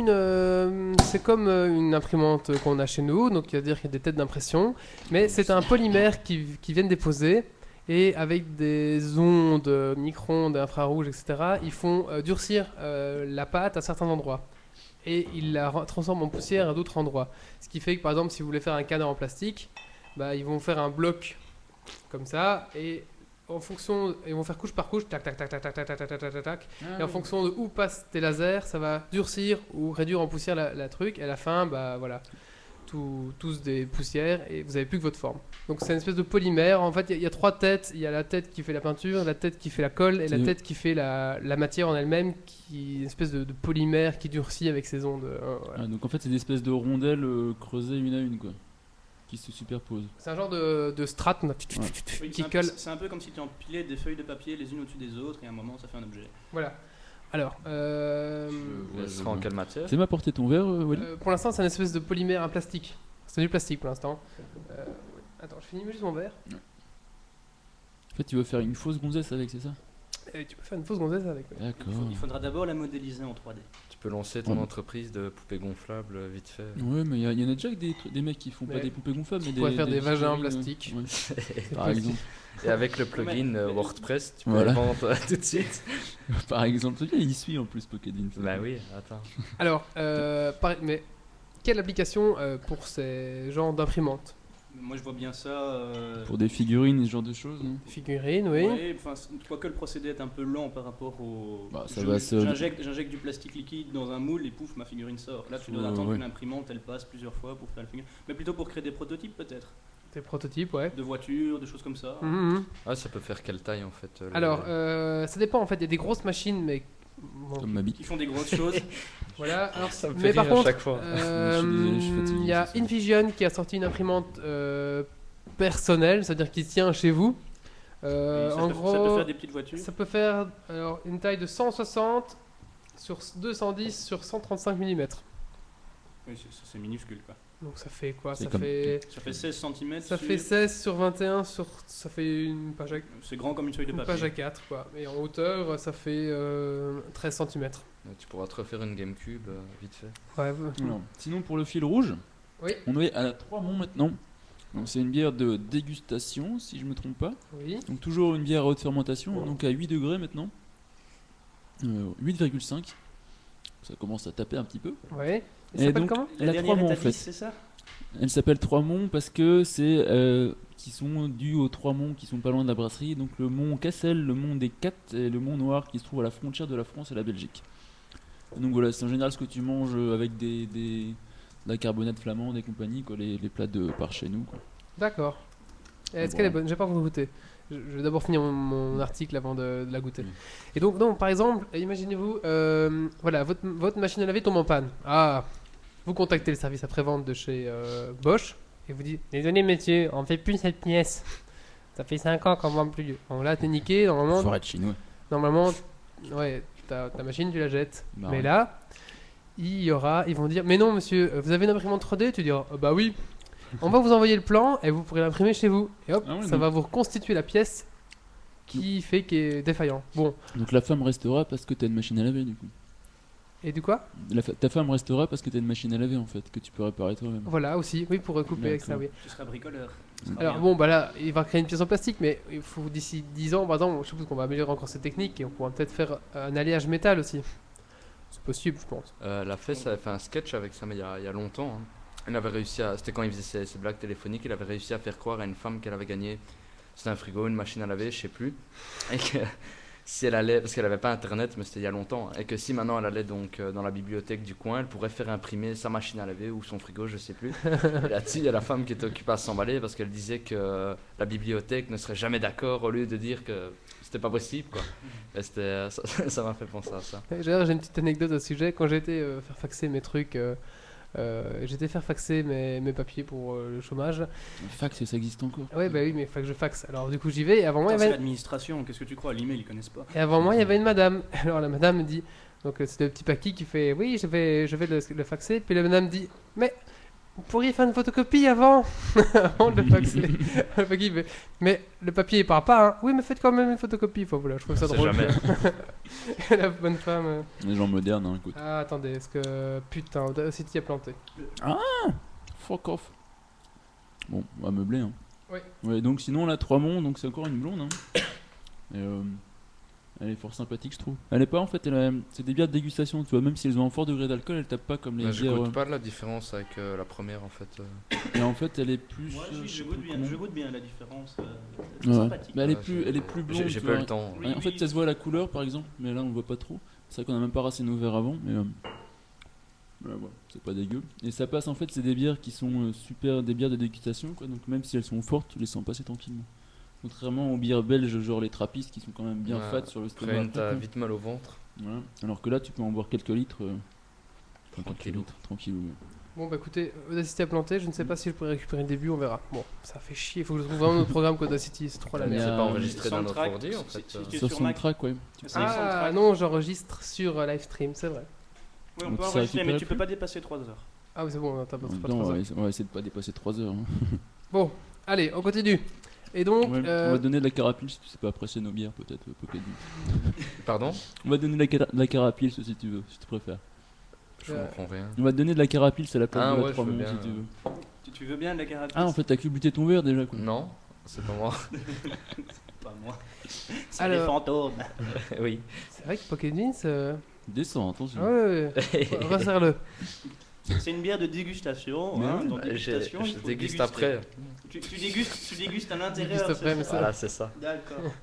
une imprimante qu'on a chez nous, donc c'est-à-dire qu'il y a des têtes d'impression, mais c'est un polymère qui viennent déposer et avec des ondes, micro-ondes, infrarouges, etc. Ils font durcir la pâte à certains endroits et ils la transforment en poussière à d'autres endroits. Ce qui fait que par exemple, si vous voulez faire un cadre en plastique, bah, ils vont faire un bloc comme ça et en fonction, ils vont faire couche par couche, tac tac tac tac tac tac tac tac tac tac tac. Et en fonction de où passent tes lasers, ça va durcir ou réduire en poussière la truc. Et à la fin, bah voilà, tous des poussières et vous avez plus que votre forme. Donc c'est une espèce de polymère. En fait, il y a trois têtes. Il y a la tête qui fait la peinture, la tête qui fait la colle et la tête qui fait la matière en elle-même, qui est une espèce de polymère qui durcit avec ses ondes. Voilà. Ah, donc en fait, c'est des espèces de rondelles creusées une à une, quoi, qui se superposent. C'est un genre de strate Oui, qui colle. c'est un peu comme si tu empilais des feuilles de papier les unes au-dessus des autres et à un moment ça fait un objet. Voilà. Alors, Elle sera en quelle matière? C'est m'apporter ton verre, Wally? pour l'instant, c'est une espèce de polymère, un plastique. C'est du plastique pour l'instant. Attends, je finis juste mon verre. En fait, tu veux faire une fausse gonzesse avec, c'est ça? Et tu peux faire une fausse gonzesse avec. Ouais. D'accord. Il faudra d'abord la modéliser en 3D. Tu peux lancer ton entreprise de poupées gonflables vite fait. Ouais, mais il y en a déjà des mecs qui font pas Mais des poupées gonflables, mais tu pourrais faire des vagins en figurines, plastique. ouais. Par possible. exemple. Et avec le plugin WordPress, tu peux Voilà. le vendre tout de suite. Par exemple, c'est bien, il suit en plus Pokédin. Bah oui, attends. Alors, mais quelle application pour ces genres d'imprimantes? Moi je vois bien ça. Pour des figurines et ce genre de choses, non? Figurines, oui. Ouais, enfin, quoique le procédé est un peu lent par rapport au. Bah, ça va se- J'injecte du plastique liquide dans un moule et pouf, ma figurine sort. Là, tu dois attendre ouais. que l'imprimante elle passe plusieurs fois pour faire la figurine. Mais plutôt pour créer des prototypes peut-être. Des prototypes, ouais. De voitures, des choses comme ça. Mhm. Ah, ça peut faire quelle taille en fait Alors, ça dépend en fait. Il y a des grosses machines, mais. Bon, Comme ma bite. Qui font des grosses choses. voilà. Alors, Ça me fait mais par rire à contre, chaque fois. Je suis désolé, je suis fatigué, il y a c'est ça. Invision qui a sorti une imprimante personnelle, c'est-à-dire qui tient chez vous. Oui, En ça gros, peut faire des petites voitures. ça peut faire alors, une taille de 160 sur 210 sur 135 mm. Oui, c'est minuscule quoi. Donc ça fait quoi? C'est Ça comme- fait, Ça fait 16 cm. ça fait 16 sur 21 sur. Ça fait une page à, C'est grand comme une feuille de une papier. page à 4 quoi. Et en hauteur, ça fait 13 cm. Tu pourras te refaire une GameCube vite fait. Ouais, Alors, sinon, pour le fil rouge, Oui. on est à la 3 monts maintenant. Donc, c'est une bière de dégustation, si je me trompe pas. oui. Donc, toujours une bière à haute fermentation, donc à 8 degrés maintenant. 8,5. Ça commence à taper un petit peu. Ouais. Il Et s'appelle donc, comment? La dernière 3 monts, est en à fait. 10, c'est ça? Elle s'appelle 3 monts parce que c'est qui sont dus aux 3 monts qui sont pas loin de la brasserie. Donc le mont Cassel, le mont des Cattes et le mont Noir qui se trouve à la frontière de la France et la Belgique. Et donc voilà, c'est en général ce que tu manges avec de la carbonate flamande et compagnie, quoi, les plats de par chez nous, quoi. D'accord. Est-ce Bon. qu'elle est bonne? J'ai pas encore goûté. Je vais d'abord finir mon article avant de la goûter. Oui. Et donc, par exemple, imaginez-vous, voilà, votre machine à laver tombe en panne. Ah, vous contactez le service après-vente de chez Bosch et vous dites: désolé monsieur, on fait plus cette pièce. Ça fait 5 ans qu'on vend plus. Bon, là, t'es niqué. Faut être chinois. Normalement, ouais, ta machine, tu la jettes. Bah mais ouais. là, ils vont dire: mais non monsieur, vous avez une imprimante 3D? Tu dis: oh, bah oui. On va vous envoyer le plan et vous pourrez l'imprimer chez vous. Et hop, Ah ouais, ça donc- va vous reconstituer la pièce qui fait qu'elle est défaillant. Bon, Donc la femme restera parce que t'as une machine à laver du coup. et du quoi? Ta femme restera parce que t'as une machine à laver en fait, que tu peux réparer toi-même. Voilà aussi, oui, pour recouper avec ça, D'accord. oui. Tu seras bricoleur. Ça sera Alors bien. bon, bah là, il va créer une pièce en plastique, mais il faut d'ici 10 ans, par exemple, je suppose qu'on va améliorer encore cette technique et on pourra peut-être faire un alliage métal aussi. C'est possible, je pense. La Fesse avait fait un sketch avec ça, mais il y a longtemps. Hein. Elle avait réussi à. C'était quand il faisait ses blagues téléphoniques, il avait réussi à faire croire à une femme qu'elle avait gagné. C'était un frigo, une machine à laver, je sais plus. Et que si elle allait. Parce qu'elle avait pas internet, mais c'était il y a longtemps. Et que si maintenant elle allait donc dans la bibliothèque du coin, elle pourrait faire imprimer sa machine à laver ou son frigo, je sais plus. Et là-dessus, il y a la femme qui était occupée à s'emballer parce qu'elle disait que la bibliothèque ne serait jamais d'accord au lieu de dire que c'était pas possible, quoi. Et ça m'a fait penser à ça. D'ailleurs, j'ai une petite anecdote au sujet. Quand j'étais faire faxer mes trucs, j'étais faire faxer mes papiers pour le chômage. Fax, ça existe encore. Ouais, bah oui, mais il faut que je faxe. Alors du coup, j'y vais. Et avant moi, il y Attends, c'est avait... l'administration, qu'est-ce que tu crois? L'email, ils connaissent pas. Et avant moi, il y avait une madame. Alors la madame me dit, donc c'était le petit paquet qui fait: oui, je vais le faxer. Puis la madame dit: mais vous pourriez faire une photocopie avant, avant de le faxer. Le papier, mais le papier il part pas. Hein. Oui, mais faites quand même une photocopie. Enfin, voilà, je trouve ça C'est drôle. jamais. La bonne femme. Les gens modernes, hein, écoute. Ah, attendez, est-ce que. Putain, Audacity a planté. Fuck off. Bon, on va meubler. Hein. Ouais. Ouais, donc sinon, là, 3 monts, donc c'est encore une blonde. Hein. Et, elle est fort sympathique, je trouve. Elle est pas, en fait, c'est des bières de dégustation, tu vois, même si elles ont un fort degré d'alcool, elle tape pas comme les Je bières. goûte pas de la différence avec la première en fait. Et en fait, elle est plus. Moi, je je sais goûte plus bien, comment. je goûte bien la différence. C'est Ouais. sympathique. Mais elle est Ouais, plus, elle est plus blonde. J'ai tu pas eu vois. le temps. Oui, En fait, ça se voit à la couleur, par exemple, mais là, on le voit pas trop. C'est vrai qu'on a même pas rassé nos verres avant, mais. Voilà, c'est pas dégueu. Et ça passe, en fait, c'est des bières qui sont super, des bières de dégustation, quoi. Donc même si elles sont fortes, tu les sens passer tranquillement. Contrairement aux bières belges, genre les trappistes, qui sont quand même bien Ouais. fat sur le Après, stomac. t'as vite mal au ventre. Voilà. Alors que là, tu peux en boire quelques litres. Tranquillou. Tranquillou. Bon, bah écoutez, Audacity a planté. Je ne sais pas si je pourrais récupérer le début, on verra. Bon, ça fait chier. Il faut que je trouve vraiment notre programme qu'Audacity. C'est trop la Il y a- C'est merde. pas enregistré dans notre Soundtrack, ordi en si- fait. si- si- Sur sur son Mac. track, ouais. C'est Ah Soundtrack. non, j'enregistre sur Livestream, c'est vrai. Oui, on Donc peut ça enregistrer, mais récupère tu plus peux pas dépasser 3 heures. Ah oui, c'est bon, t'as pas En pas même temps, 3 on heures. va essayer de pas dépasser 3 heures. Hein. Bon, allez, on continue. Et donc, Ouais, on va donner de la carapile si tu sais pas apprécier nos bières, peut-être, Pocket Geek. Pardon On va donner de la carapile si tu veux, si tu préfères. Je comprends rien. On va te donner de la carapile, c'est la place Ah de ouais, la 3 je veux monts bien, si tu veux. Tu veux bien de la carapille? Ah, en fait, t'as cru buter ton verre déjà, quoi. Non, c'est pas moi. Pas moi. C'est Alors- les fantômes. Oui. c'est vrai que Pocket Vince. Descends, attention. Ouais, resserre-le. C'est une bière de dégustation. Mais Hein, oui. dans dégustation, il Je faut déguste déguster. après. Tu dégustes à l'intérieur. Dégustes après, c'est mais ça ça- Voilà, c'est ça. D'accord.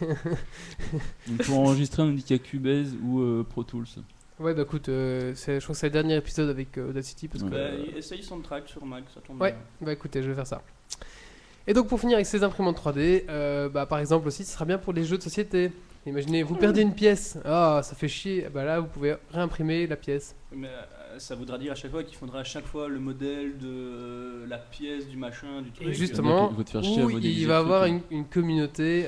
Donc pour enregistrer, on nous dit qu'il y a Cubase ou Pro Tools. Ouais, bah écoute, je crois que c'est le dernier épisode avec Audacity. Parce que, Ouais. Bah, essaye Soundtrack sur Mac, ça tombe Ouais. bien. Bah écoutez, je vais faire ça. Et donc pour finir avec ces imprimantes 3D, bah par exemple aussi, ce sera bien pour les jeux de société. Imaginez, vous perdez une pièce, ah ça fait chier, bah là vous pouvez réimprimer la pièce. Mais ça voudra dire à chaque fois qu'il faudra à chaque fois le modèle de la pièce, du machin, du truc. Et justement, Il va te faire chier à où modéliser il le va truc, avoir hein. une communauté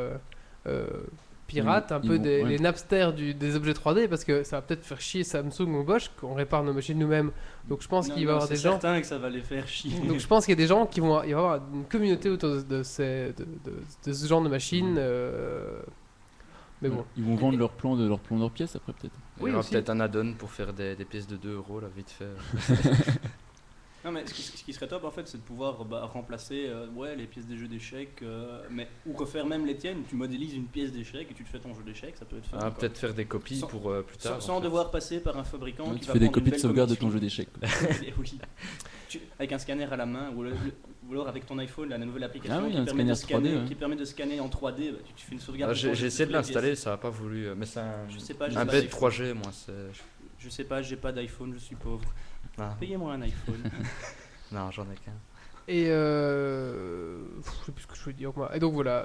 pirate, un Ils peu vont- des, ouais. les Napster des objets 3D, parce que ça va peut-être faire chier Samsung ou Bosch qu'on répare nos machines nous-mêmes. Donc je pense Non, qu'il va y non, avoir des c'est gens. certain que ça va les faire chier. Donc je pense qu'il y a des gens qui vont, il va y avoir une communauté autour de ce genre de machines. Mais bon. Ils vont vendre leur plan de leur pièce après, peut-être. Il Oui, y aura aussi. peut-être un add-on pour faire des pièces de 2 euros là, vite fait. Non, mais ce qui serait top en fait, c'est de pouvoir remplacer ouais, les pièces des jeux d'échecs, mais ou refaire même les tiennes. Tu modélises une pièce d'échecs et tu te fais ton jeu d'échecs, ça peut être fun. Ah, quoi. peut-être faire des copies Sans- pour plus tard. Sans en fait. devoir passer par un fabricant Ouais, qui tu va fais des prendre une copies de belle sauvegarde de ton commission. jeu d'échecs. quoi. Et oui. Avec un scanner à la main ou alors avec ton iPhone, la nouvelle application Ah oui, qui, un permet de scanner 3D, scanner, ouais. qui permet de scanner en 3D, bah, tu fais une sauvegarde. Ah, de j'ai ton jeu j'ai essayé de sur les l'installer, pièces. ça a pas voulu. Mais c'est Je sais pas, j'ai un pas bête d'iPhone. 3G, moi. Je sais pas, j'ai pas d'iPhone, je suis pauvre. Ah. Payez-moi un iPhone. Non, j'en ai qu'un. Et je sais plus ce que je veux dire moi. Et donc voilà.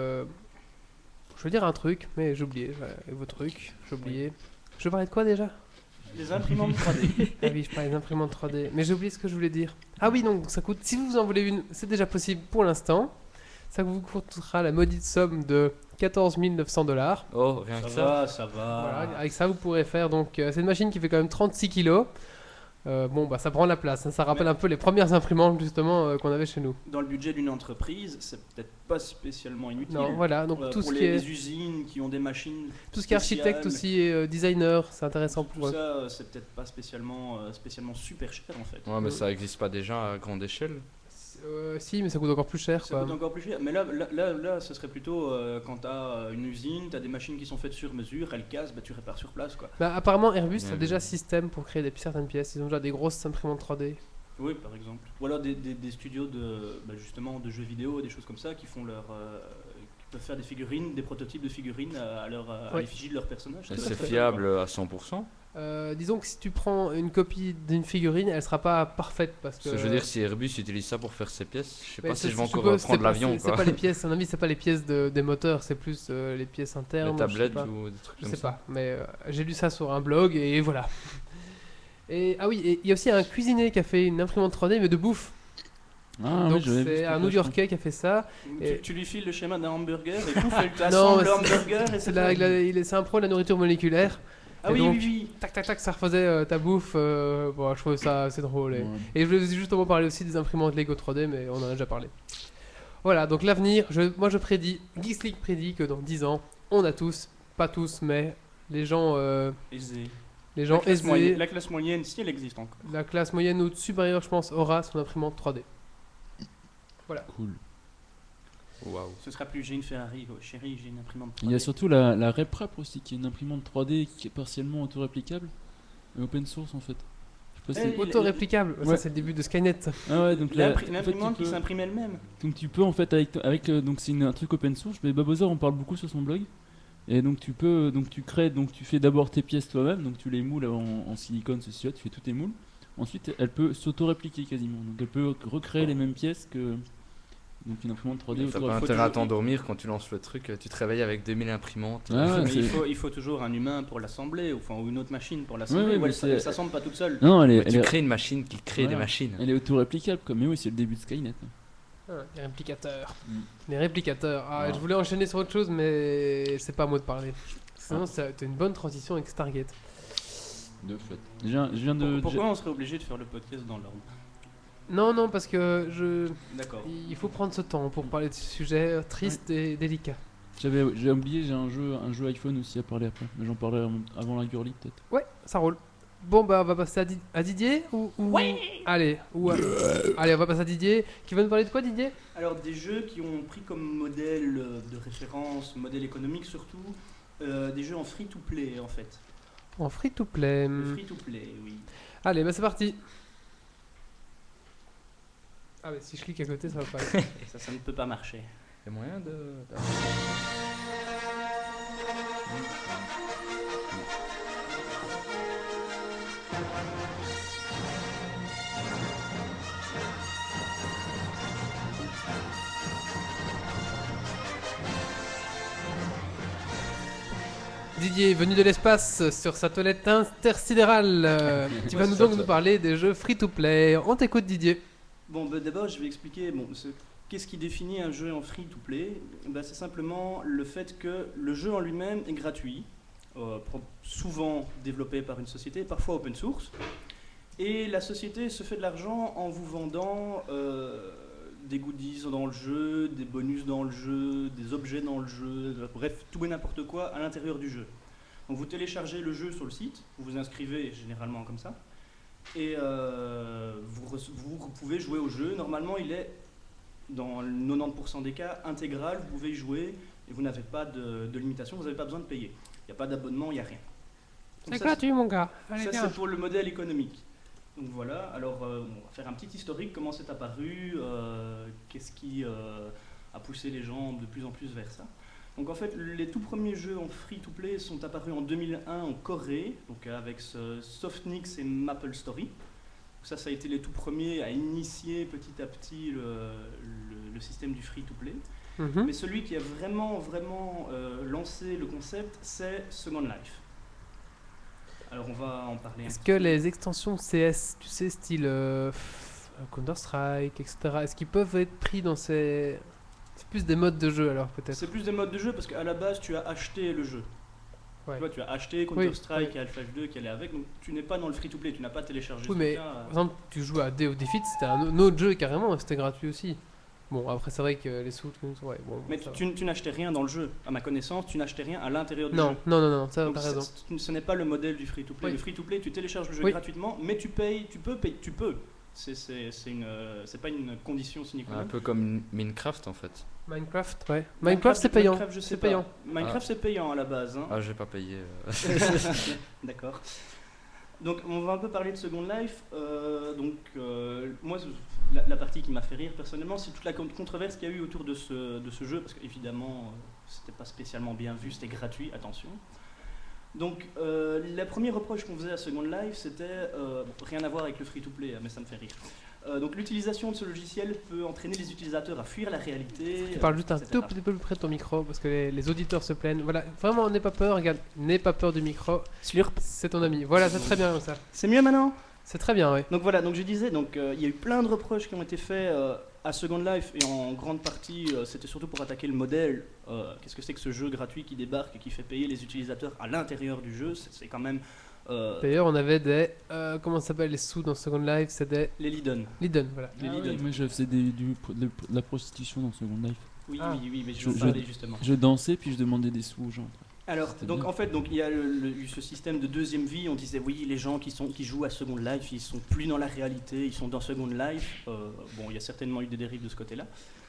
Je veux dire un truc, mais j'ai oublié. Vos trucs, j'ai oublié. Je parlais de quoi déjà? Les imprimantes 3D. Ah oui, je parlais d'imprimantes 3D. Mais j'ai oublié ce que je voulais dire. Ah oui, donc ça coûte. Si vous en voulez une, c'est déjà possible pour l'instant. Ça vous coûtera la maudite somme de 14 900 $. Oh, rien que ça. Ça va. Voilà, avec ça, vous pourrez faire. Donc, c'est une machine qui fait quand même 36 kilos. Bon, bah ça prend la place. Hein. Ça rappelle Mais- un peu les premières imprimantes justement qu'on avait chez nous. Dans le budget d'une entreprise, c'est peut-être pas spécialement inutile. Non, voilà. Donc tout pour ce qui les est usines qui ont des machines, tout ce qui est architecte spéciales, aussi et designer, c'est intéressant tout pour eux. ça, c'est peut-être pas spécialement super cher en fait. Ouais, mais ça existe pas déjà à grande échelle. Si, mais ça coûte encore plus cher. Ça Quoi. coûte encore plus cher. Mais là, ce serait plutôt quand tu as une usine, tu as des machines qui sont faites sur mesure, elles cassent, bah, tu répares sur place. Quoi. Bah, apparemment, Airbus Ouais, a déjà système pour créer certaines pièces. Ils ont déjà des grosses imprimantes 3D. Oui, par exemple. Ou alors des studios justement de jeux vidéo, des choses comme ça, qui font qui peuvent faire des figurines, des prototypes de figurines à Ouais. l'effigie de leur personnage. Et à c'est fait. fiable à 100%. Disons que si tu prends une copie d'une figurine, elle sera pas parfaite parce que. Je veux dire, si Airbus utilise ça pour faire ses pièces, je sais Mais pas si ça, je vais suppose, encore c'est prendre pas- l'avion. C'est pas les pièces, à mon avis, c'est pas les pièces des moteurs, c'est plus les pièces internes. Les je sais tablettes pas. ou des trucs Je comme sais ça. pas, mais j'ai lu ça sur un blog et voilà. Et ah oui, et il y a aussi un cuisinier qui a fait une imprimante 3D mais de bouffe. Ah, Donc oui, j'avais vu c'est ce un truc-là, New-Yorkais qui a fait ça. Et- Tu lui files le schéma d'un hamburger et pouf, elle Non, t'assemble le c'est- hamburger et C'est c'est fait. c'est un pro de la nourriture moléculaire. Ah Et oui, donc, oui, oui. Tac, tac, tac, ça refaisait ta bouffe. Bon, je trouvais ça assez drôle. Ouais. Et je voulais justement parler aussi des imprimantes Lego 3D, mais on en a déjà parlé. Voilà, donc l'avenir, moi je prédis, Geeks League prédit que dans 10 ans, on a tous, pas tous, mais les gens, Aisé. les gens aisés, La classe moyenne, si elle existe encore. la classe moyenne ou supérieure, je pense, aura son imprimante 3D. Cool. Waouh. Ce sera plus j'ai une Ferrari, oh, chérie, j'ai une imprimante 3D. Il y a surtout la RepRap aussi, qui est une imprimante 3D qui est partiellement autoréplicable et open source en fait. Je sais pas si- Eh, Auto-réplicable, ça Ouais. c'est le début de Skynet. Ah ouais, donc là, en fait, L'imprimante tu qui peux- s'imprime elle-même. donc tu peux en fait avec donc c'est un truc open source. Mais Babozor en parle beaucoup sur son blog. Et donc tu peux donc tu crées donc tu fais d'abord tes pièces toi-même, donc tu les moules en silicone, ceci là, tu fais tous tes moules. Ensuite, elle peut s'auto-répliquer quasiment. Donc elle peut recréer les mêmes pièces que donc une imprimante 3D T'as pas auto-répliquée. intérêt à t'endormir quand tu lances le truc, tu te réveilles avec 2000 imprimantes. Ah ouais, Mais c'est- il faut toujours un humain pour l'assembler, ou une autre machine pour l'assembler. Ouais, ouais, ou mais elle c'est- s'assemble pas toute seule. Non, elle Mais est, tu elle est, crées une machine qui crée Voilà. des machines. elle est auto-réplicable quoi. Mais oui, c'est le début de Skynet. Les réplicateurs. Mm. Les réplicateurs. Ah, Ouais. je voulais enchaîner sur autre chose, mais c'est pas à moi de parler. Sinon, ça a une bonne transition avec Stargate. De fait. Je viens de. Pourquoi on serait obligé de faire le podcast dans l'ordre? Non, parce que D'accord. il faut prendre ce temps pour parler de ce sujet triste et délicat. J'ai oublié, j'ai un jeu iPhone aussi à parler après. Mais j'en parlerai avant la girly peut-être. Ouais, ça roule. Bon, bah, on va passer à Didier ou... Allez, allez, on va passer à Didier. Qui va nous parler de quoi, Didier? Alors, des jeux qui ont pris comme modèle de référence, modèle économique surtout, des jeux en free-to-play en fait. En free-to-play. Le free-to-play, oui. Allez, bah c'est parti. Ah, mais si je clique à côté, ça va pas aller. Ça ne peut pas marcher. Il y a moyen de. Didier, venu de l'espace sur sa toilette intersidérale, tu vas donc nous parler des jeux free-to-play. On t'écoute, Didier. Bon, bah, d'abord, je vais expliquer qu'est-ce qui définit un jeu en free-to-play. Bah, c'est simplement le fait que le jeu en lui-même est gratuit, souvent développé par une société, parfois open source. Et la société se fait de l'argent en vous vendant des goodies dans le jeu, des bonus dans le jeu, des objets dans le jeu, bref, tout et n'importe quoi à l'intérieur du jeu. Donc vous téléchargez le jeu sur le site, vous vous inscrivez généralement comme ça, et vous pouvez jouer au jeu. Normalement, il est, dans 90% des cas, intégral, vous pouvez y jouer, et vous n'avez pas de limitation, vous n'avez pas besoin de payer. Il n'y a pas d'abonnement, il n'y a rien. Donc C'est ça, gratuit, mon gars. Allez, ça, viens. c'est pour le modèle économique. Donc voilà, alors on va faire un petit historique, comment c'est apparu, qu'est-ce qui a poussé les gens de plus en plus vers ça. Donc en fait, les tout premiers jeux en free-to-play sont apparus en 2001 en Corée, donc avec Softnix et MapleStory. Ça a été les tout premiers à initier petit à petit le système du free-to-play. Mhm. Mais celui qui a vraiment lancé le concept, c'est Second Life. Alors on va en parler un Est-ce petit que peu. les extensions CS, tu sais, style Counter-Strike, etc., est-ce qu'ils peuvent être pris dans ces... C'est plus des modes de jeu alors peut-être. C'est plus des modes de jeu parce qu'à la base tu as acheté le jeu. Ouais. Tu vois, tu as acheté Counter-Strike oui. et Half-Life 2 qui allait avec, donc tu n'es pas dans le free-to-play, tu n'as pas téléchargé Oui, ce mais truc-là. par exemple, tu joues à Day of Defeat, c'était un autre jeu carrément, c'était gratuit aussi. Bon, après c'est vrai que les sous, ouais, bon, Mais ça va. tu n'achetais rien dans le jeu. À ma connaissance, tu n'achetais rien à l'intérieur du Non, jeu. non, ça Donc t'as raison. ce n'est pas le modèle du free-to-play. Oui. Le free-to-play, tu télécharges le jeu Oui. gratuitement, mais tu payes, tu peux. C'est pas une condition sine qua Un non. peu comme Minecraft en fait. Minecraft, ouais. Minecraft c'est payant. Minecraft, je sais C'est pas. payant. Minecraft c'est payant à la base. Hein. Ah, j'ai pas payé. D'accord. Donc on va un peu parler de Second Life. Moi, la partie qui m'a fait rire personnellement, c'est toute la controverse qu'il y a eu autour de ce jeu, parce qu'évidemment, c'était pas spécialement bien vu, c'était gratuit, attention. Donc la première reproche qu'on faisait à Second Life, c'était rien à voir avec le free-to-play, mais ça me fait rire. Donc l'utilisation de ce logiciel peut entraîner les utilisateurs à fuir la réalité. Tu parles juste un etc. tout petit peu plus près de ton micro parce que les auditeurs se plaignent. Voilà, vraiment, n'aie pas peur, regarde, n'aie pas peur du micro. Slurp. C'est ton ami. Voilà, c'est très bien comme ça. C'est mieux maintenant? C'est très bien, oui. Donc voilà, donc je disais, il y a eu plein de reproches qui ont été faits à Second Life et en grande partie c'était surtout pour attaquer le modèle. Qu'est-ce que c'est que ce jeu gratuit qui débarque et qui fait payer les utilisateurs à l'intérieur du jeu? C'est quand même D'ailleurs, on avait des. Comment ça s'appelle les sous dans Second Life? C'était les Liden. Liden, voilà. Les Ah Liden. ouais, moi je faisais de la prostitution dans Second Life. Oui, Ah. oui, mais je Je- veux parler justement. Je dansais puis je demandais des sous aux gens. Alors, C'était donc bien. en fait, donc il y a eu ce système de deuxième vie. On disait oui, les gens qui jouent à Second Life, ils sont plus dans la réalité, ils sont dans Second Life. Bon, il y a certainement eu des dérives de ce côté-là.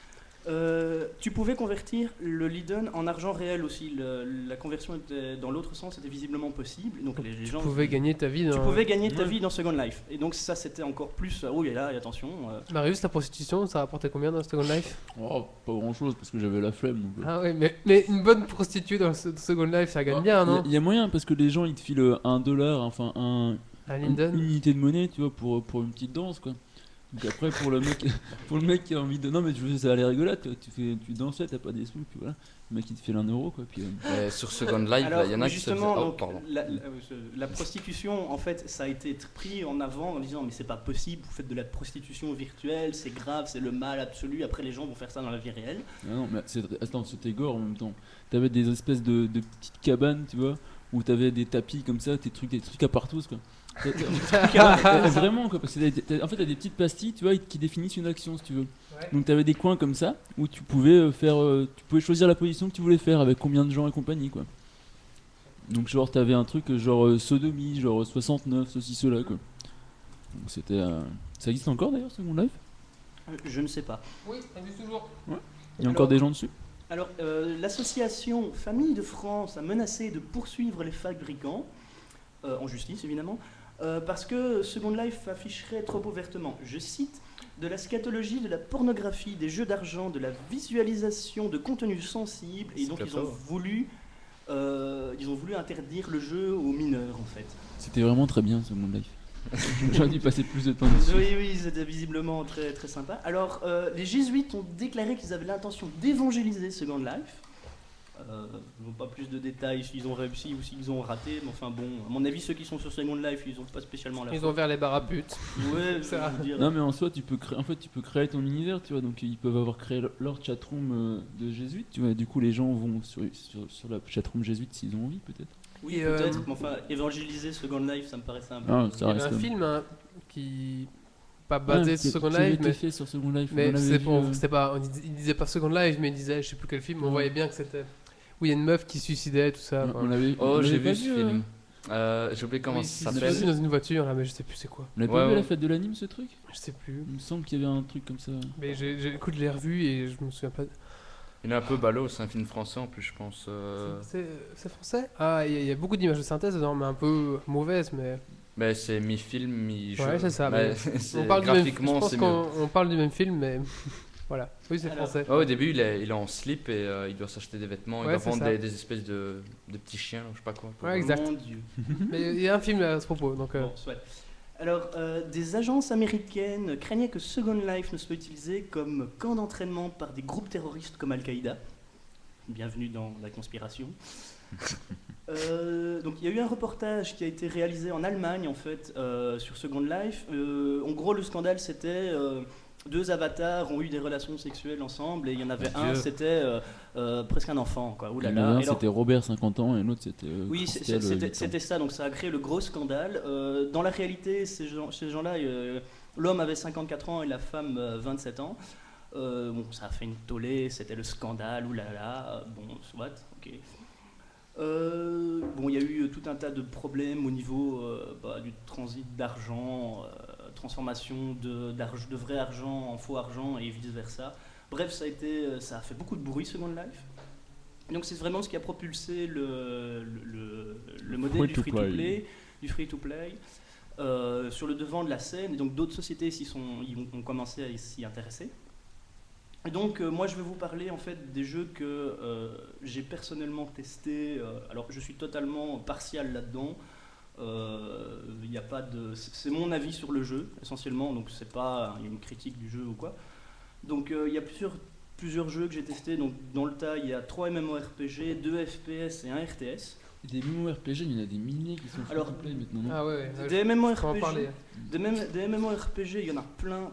Tu pouvais convertir le Liden en argent réel aussi. La conversion était dans l'autre sens, était visiblement possible. Donc les gens Tu pouvais gagner ta vie dans. tu pouvais gagner ta Ouais. vie dans Second Life. Et donc ça, c'était encore plus. Oh, et là, et attention. Marius, la prostitution, ça rapportait combien dans Second Life? Oh, pas grand chose parce que j'avais la flemme. Donc, Ah ouais, mais une bonne prostituée dans Second Life, ça gagne bien, non? Il y a moyen parce que les gens ils te filent $1, enfin À une Linden. unité de monnaie, tu vois, pour une petite danse quoi. Donc après pour le mec, pour le mec qui a envie de, non mais tu veux, ça a l'air rigolote, tu danses, t'as pas des sous, puis voilà, le mec il te file $1 quoi, puis. Et sur Second Life, Alors, il y en a qui se faisaient. justement, Oh, donc, pardon. la prostitution, en fait, ça a été pris en avant en disant mais c'est pas possible, vous faites de la prostitution virtuelle, c'est grave, c'est le mal absolu. Après, les gens vont faire ça dans la vie réelle. Ah non, mais attends, c'était gore en même temps. T'avais des espèces de petites cabanes, tu vois, où t'avais des tapis comme ça, des trucs à partous quoi. Vraiment quoi, parce que en fait t'as des petites pastilles, tu vois, qui définissent une action si tu veux. Ouais. Donc t'avais des coins comme ça où tu pouvais tu pouvais choisir la position que tu voulais faire avec combien de gens et compagnie quoi. Donc genre t'avais un truc genre sodomie, genre 69, ceci cela quoi. Donc c'était ça existe encore d'ailleurs Second Life. Je ne sais pas. Oui, ça existe toujours. Il y a Alors- encore des gens dessus. Alors, l'association Famille de France a menacé de poursuivre les fabricants, en justice évidemment, parce que Second Life afficherait trop ouvertement, je cite, de la scatologie, de la pornographie, des jeux d'argent, de la visualisation de contenus sensibles, et C'est donc pas ils ont voulu interdire le jeu aux mineurs en fait. C'était vraiment très bien Second Life. J'aurais dû passer plus de temps dessus. Oui, c'était visiblement très, très sympa. Alors, les jésuites ont déclaré qu'ils avaient l'intention d'évangéliser Second Life. Ils n'ont pas plus de détails s'ils ont réussi ou s'ils ont raté, mais enfin bon, à mon avis, ceux qui sont sur Second Life, ils n'ont pas spécialement la Ils ont ouvert les bars à putes. Ouais, Ça. je veux dire. Non mais en soi tu peux créer ton univers tu vois, donc ils peuvent avoir créé leur chatroom de jésuites tu vois, et du coup les gens vont sur la chatroom jésuite s'ils ont envie peut-être. Oui, Et, peut-être, mais enfin, évangéliser Second Life, ça me paraissait un peu. Ah, Il ça y avait reste un comme- film hein, qui. Pas basé sur Second qui avait Life, été mais. fait sur Second Life. Mais on l'avait c'est vu, bon, c'était pas, il disait pas Second Life, mais il disait, je sais plus quel film, on Ouais. voyait bien que c'était. Où il y a une meuf qui se suicidait, tout ça. on l'avait on Oh, l'avait j'ai pas vu ce film. J'ai oublié comment Oui, ça si, s'appelle. je suis dans une voiture là, mais je sais plus c'est quoi. On l'avait Ouais, pas vu à ouais. la fête de l'anime ce truc. Je sais plus. Il me semble qu'il y avait un truc comme ça. Mais écoute, je l'ai revu et je me souviens pas. Il est un peu ballot, c'est un film français en plus, je pense. C'est français? Ah, il y a beaucoup d'images de synthèse dedans, mais un peu mauvaises, mais. Mais c'est mi-film, mi-jeu. Ouais, c'est ça, Mais mais c'est- On parle du même, je graphiquement, pense c'est mieux. qu'on parle du même film, mais. Voilà. Oui, c'est Alors, français. Ouais, au début, il est en slip et il doit s'acheter des vêtements. Il Ouais, doit c'est vendre ça. des espèces de petits chiens, je sais pas quoi. Ouais, exact. Mon Dieu. Mais il y a un film à ce propos, donc. Bon, soit. Alors, des agences américaines craignaient que Second Life ne soit utilisé comme camp d'entraînement par des groupes terroristes comme Al-Qaïda. Bienvenue dans la conspiration. Donc, il y a eu un reportage qui a été réalisé en Allemagne, en fait, sur Second Life. En gros, le scandale, c'était deux avatars ont eu des relations sexuelles ensemble, et il y en avait Mon un, Dieu. c'était presque un enfant, quoi. Ouh là Il y en là. avait un, Et alors- c'était Robert 50 ans et l'autre c'était oui, Christelle, 8 ans. c'était ça, donc ça a créé le gros scandale. Dans la réalité, ces gens-là, l'homme avait 54 ans et la femme 27 ans. Bon, ça a fait une tollée, c'était le scandale, oulala, bon, soit, ok. Bon, il y a eu tout un tas de problèmes au niveau du transit d'argent, transformation de vrai argent en faux argent et vice-versa. Bref, ça a fait beaucoup de bruit, Second Life. Donc c'est vraiment ce qui a propulsé le modèle du free-to-play, sur le devant de la scène, et donc d'autres sociétés ont commencé à s'y intéresser. Et donc moi je vais vous parler en fait des jeux que j'ai personnellement testés. Alors je suis totalement partial là-dedans. Il y a pas de, c'est mon avis sur le jeu essentiellement, donc c'est pas une critique du jeu ou quoi. Donc il y a plusieurs jeux que j'ai testés. Donc dans le tas il y a 3 MMORPG, 2 FPS et 1 RTS. Des MMORPG, il y en a des milliers qui sont Alors, free-to-play maintenant, non? Ah ouais, Des faut en MMORPG, parler. des MMORPG, il y en a plein.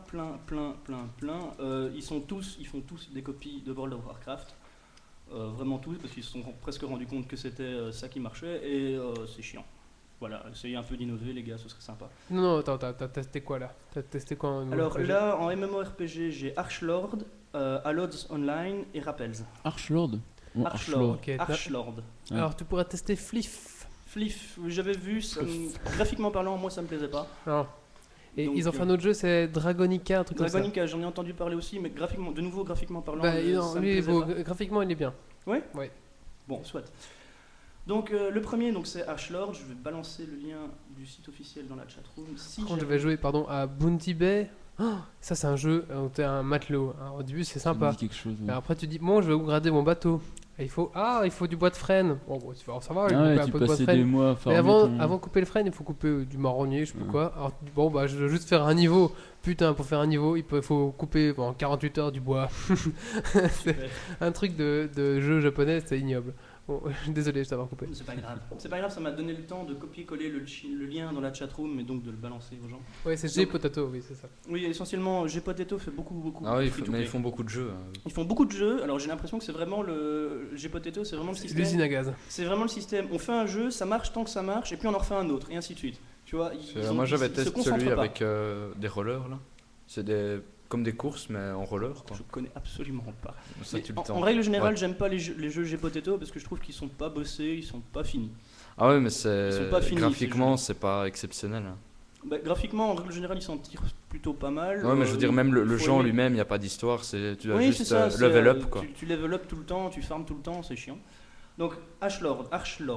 Ils font tous des copies de World of Warcraft. Vraiment tous, parce qu'ils se sont presque rendus compte que c'était ça qui marchait, et c'est chiant. Voilà, essayez un peu d'innover, les gars, ce serait sympa. Non, attends, t'as testé quoi là? T'as testé quoi en Alors MMORPG? là, en MMORPG, j'ai Archlord, Allods Online et Rappels. Archlord? Oh, Archlord. Ok, Archlord. Ouais. Alors tu pourras tester Fliff. Fliff, j'avais vu, graphiquement parlant, moi ça me plaisait pas. Non. Et Donc, ils ont fait un autre jeu, c'est Dragonica, un truc comme ça. Dragonica, j'en ai entendu parler aussi, mais graphiquement parlant, Bah, non, ça me lui, plaisait bon, pas. graphiquement il est bien. Bon, soit. Donc le premier, donc c'est Archlord. Je vais balancer le lien du site officiel dans la chatroom. Si Par contre, je jamais- vais jouer à Bounty Bay. Oh, ça c'est un jeu où t'es un matelot. Alors, au début c'est Ça me sympa. dit quelque chose. Mais après tu dis bon je vais upgrader mon bateau. Et il faut du bois de frêne. Bon ça va, il faut Ah ouais, un tu peu de bois de passais frêne. des mois à Mais farmer avant ton- de couper le frêne, il faut couper du marronnier, je sais plus Ouais. quoi. Alors, bon, bah, je dois juste faire un niveau. Putain, pour faire un niveau, il faut couper en 48 heures du bois. C'est Super. un truc de jeu japonais, c'est ignoble. Bon, désolé, je t'avoir coupé. C'est pas grave. C'est pas grave, ça m'a donné le temps de copier-coller le lien dans la chatroom et donc de le balancer aux gens. Ouais, c'est G-Potato, oui, c'est ça. Oui, essentiellement, Gpotato fait beaucoup. Ah oui, de free-to-play. mais ils font beaucoup de jeux. Hein. Ils font beaucoup de jeux. Alors j'ai l'impression que c'est vraiment le Gpotato, c'est vraiment le C'est système. l'usine à gaz. C'est vraiment le système. On fait un jeu, ça marche tant que ça marche, et puis on en refait un autre, et ainsi de suite. Tu vois, Moi j'avais se testé concentrent celui pas. avec des rollers là. C'est comme des courses mais en roller quoi. Je connais absolument pas. Ça Mais tue le en temps. règle générale, Ouais. j'aime pas les jeux Gpotato parce que je trouve qu'ils sont pas bossés, ils sont pas finis. Ah ouais mais Ils sont c'est pas finis, graphiquement ces c'est pas exceptionnel. Hein. Bah, graphiquement, en règle générale, ils s'en tirent plutôt pas mal. Ouais mais je veux dire même il le faut jeu en aimer. lui-même il y a pas d'histoire, tu dois Oui, juste c'est ça. level up quoi. Tu level up tout le temps, tu farmes tout le temps, c'est chiant. Donc, Archlord.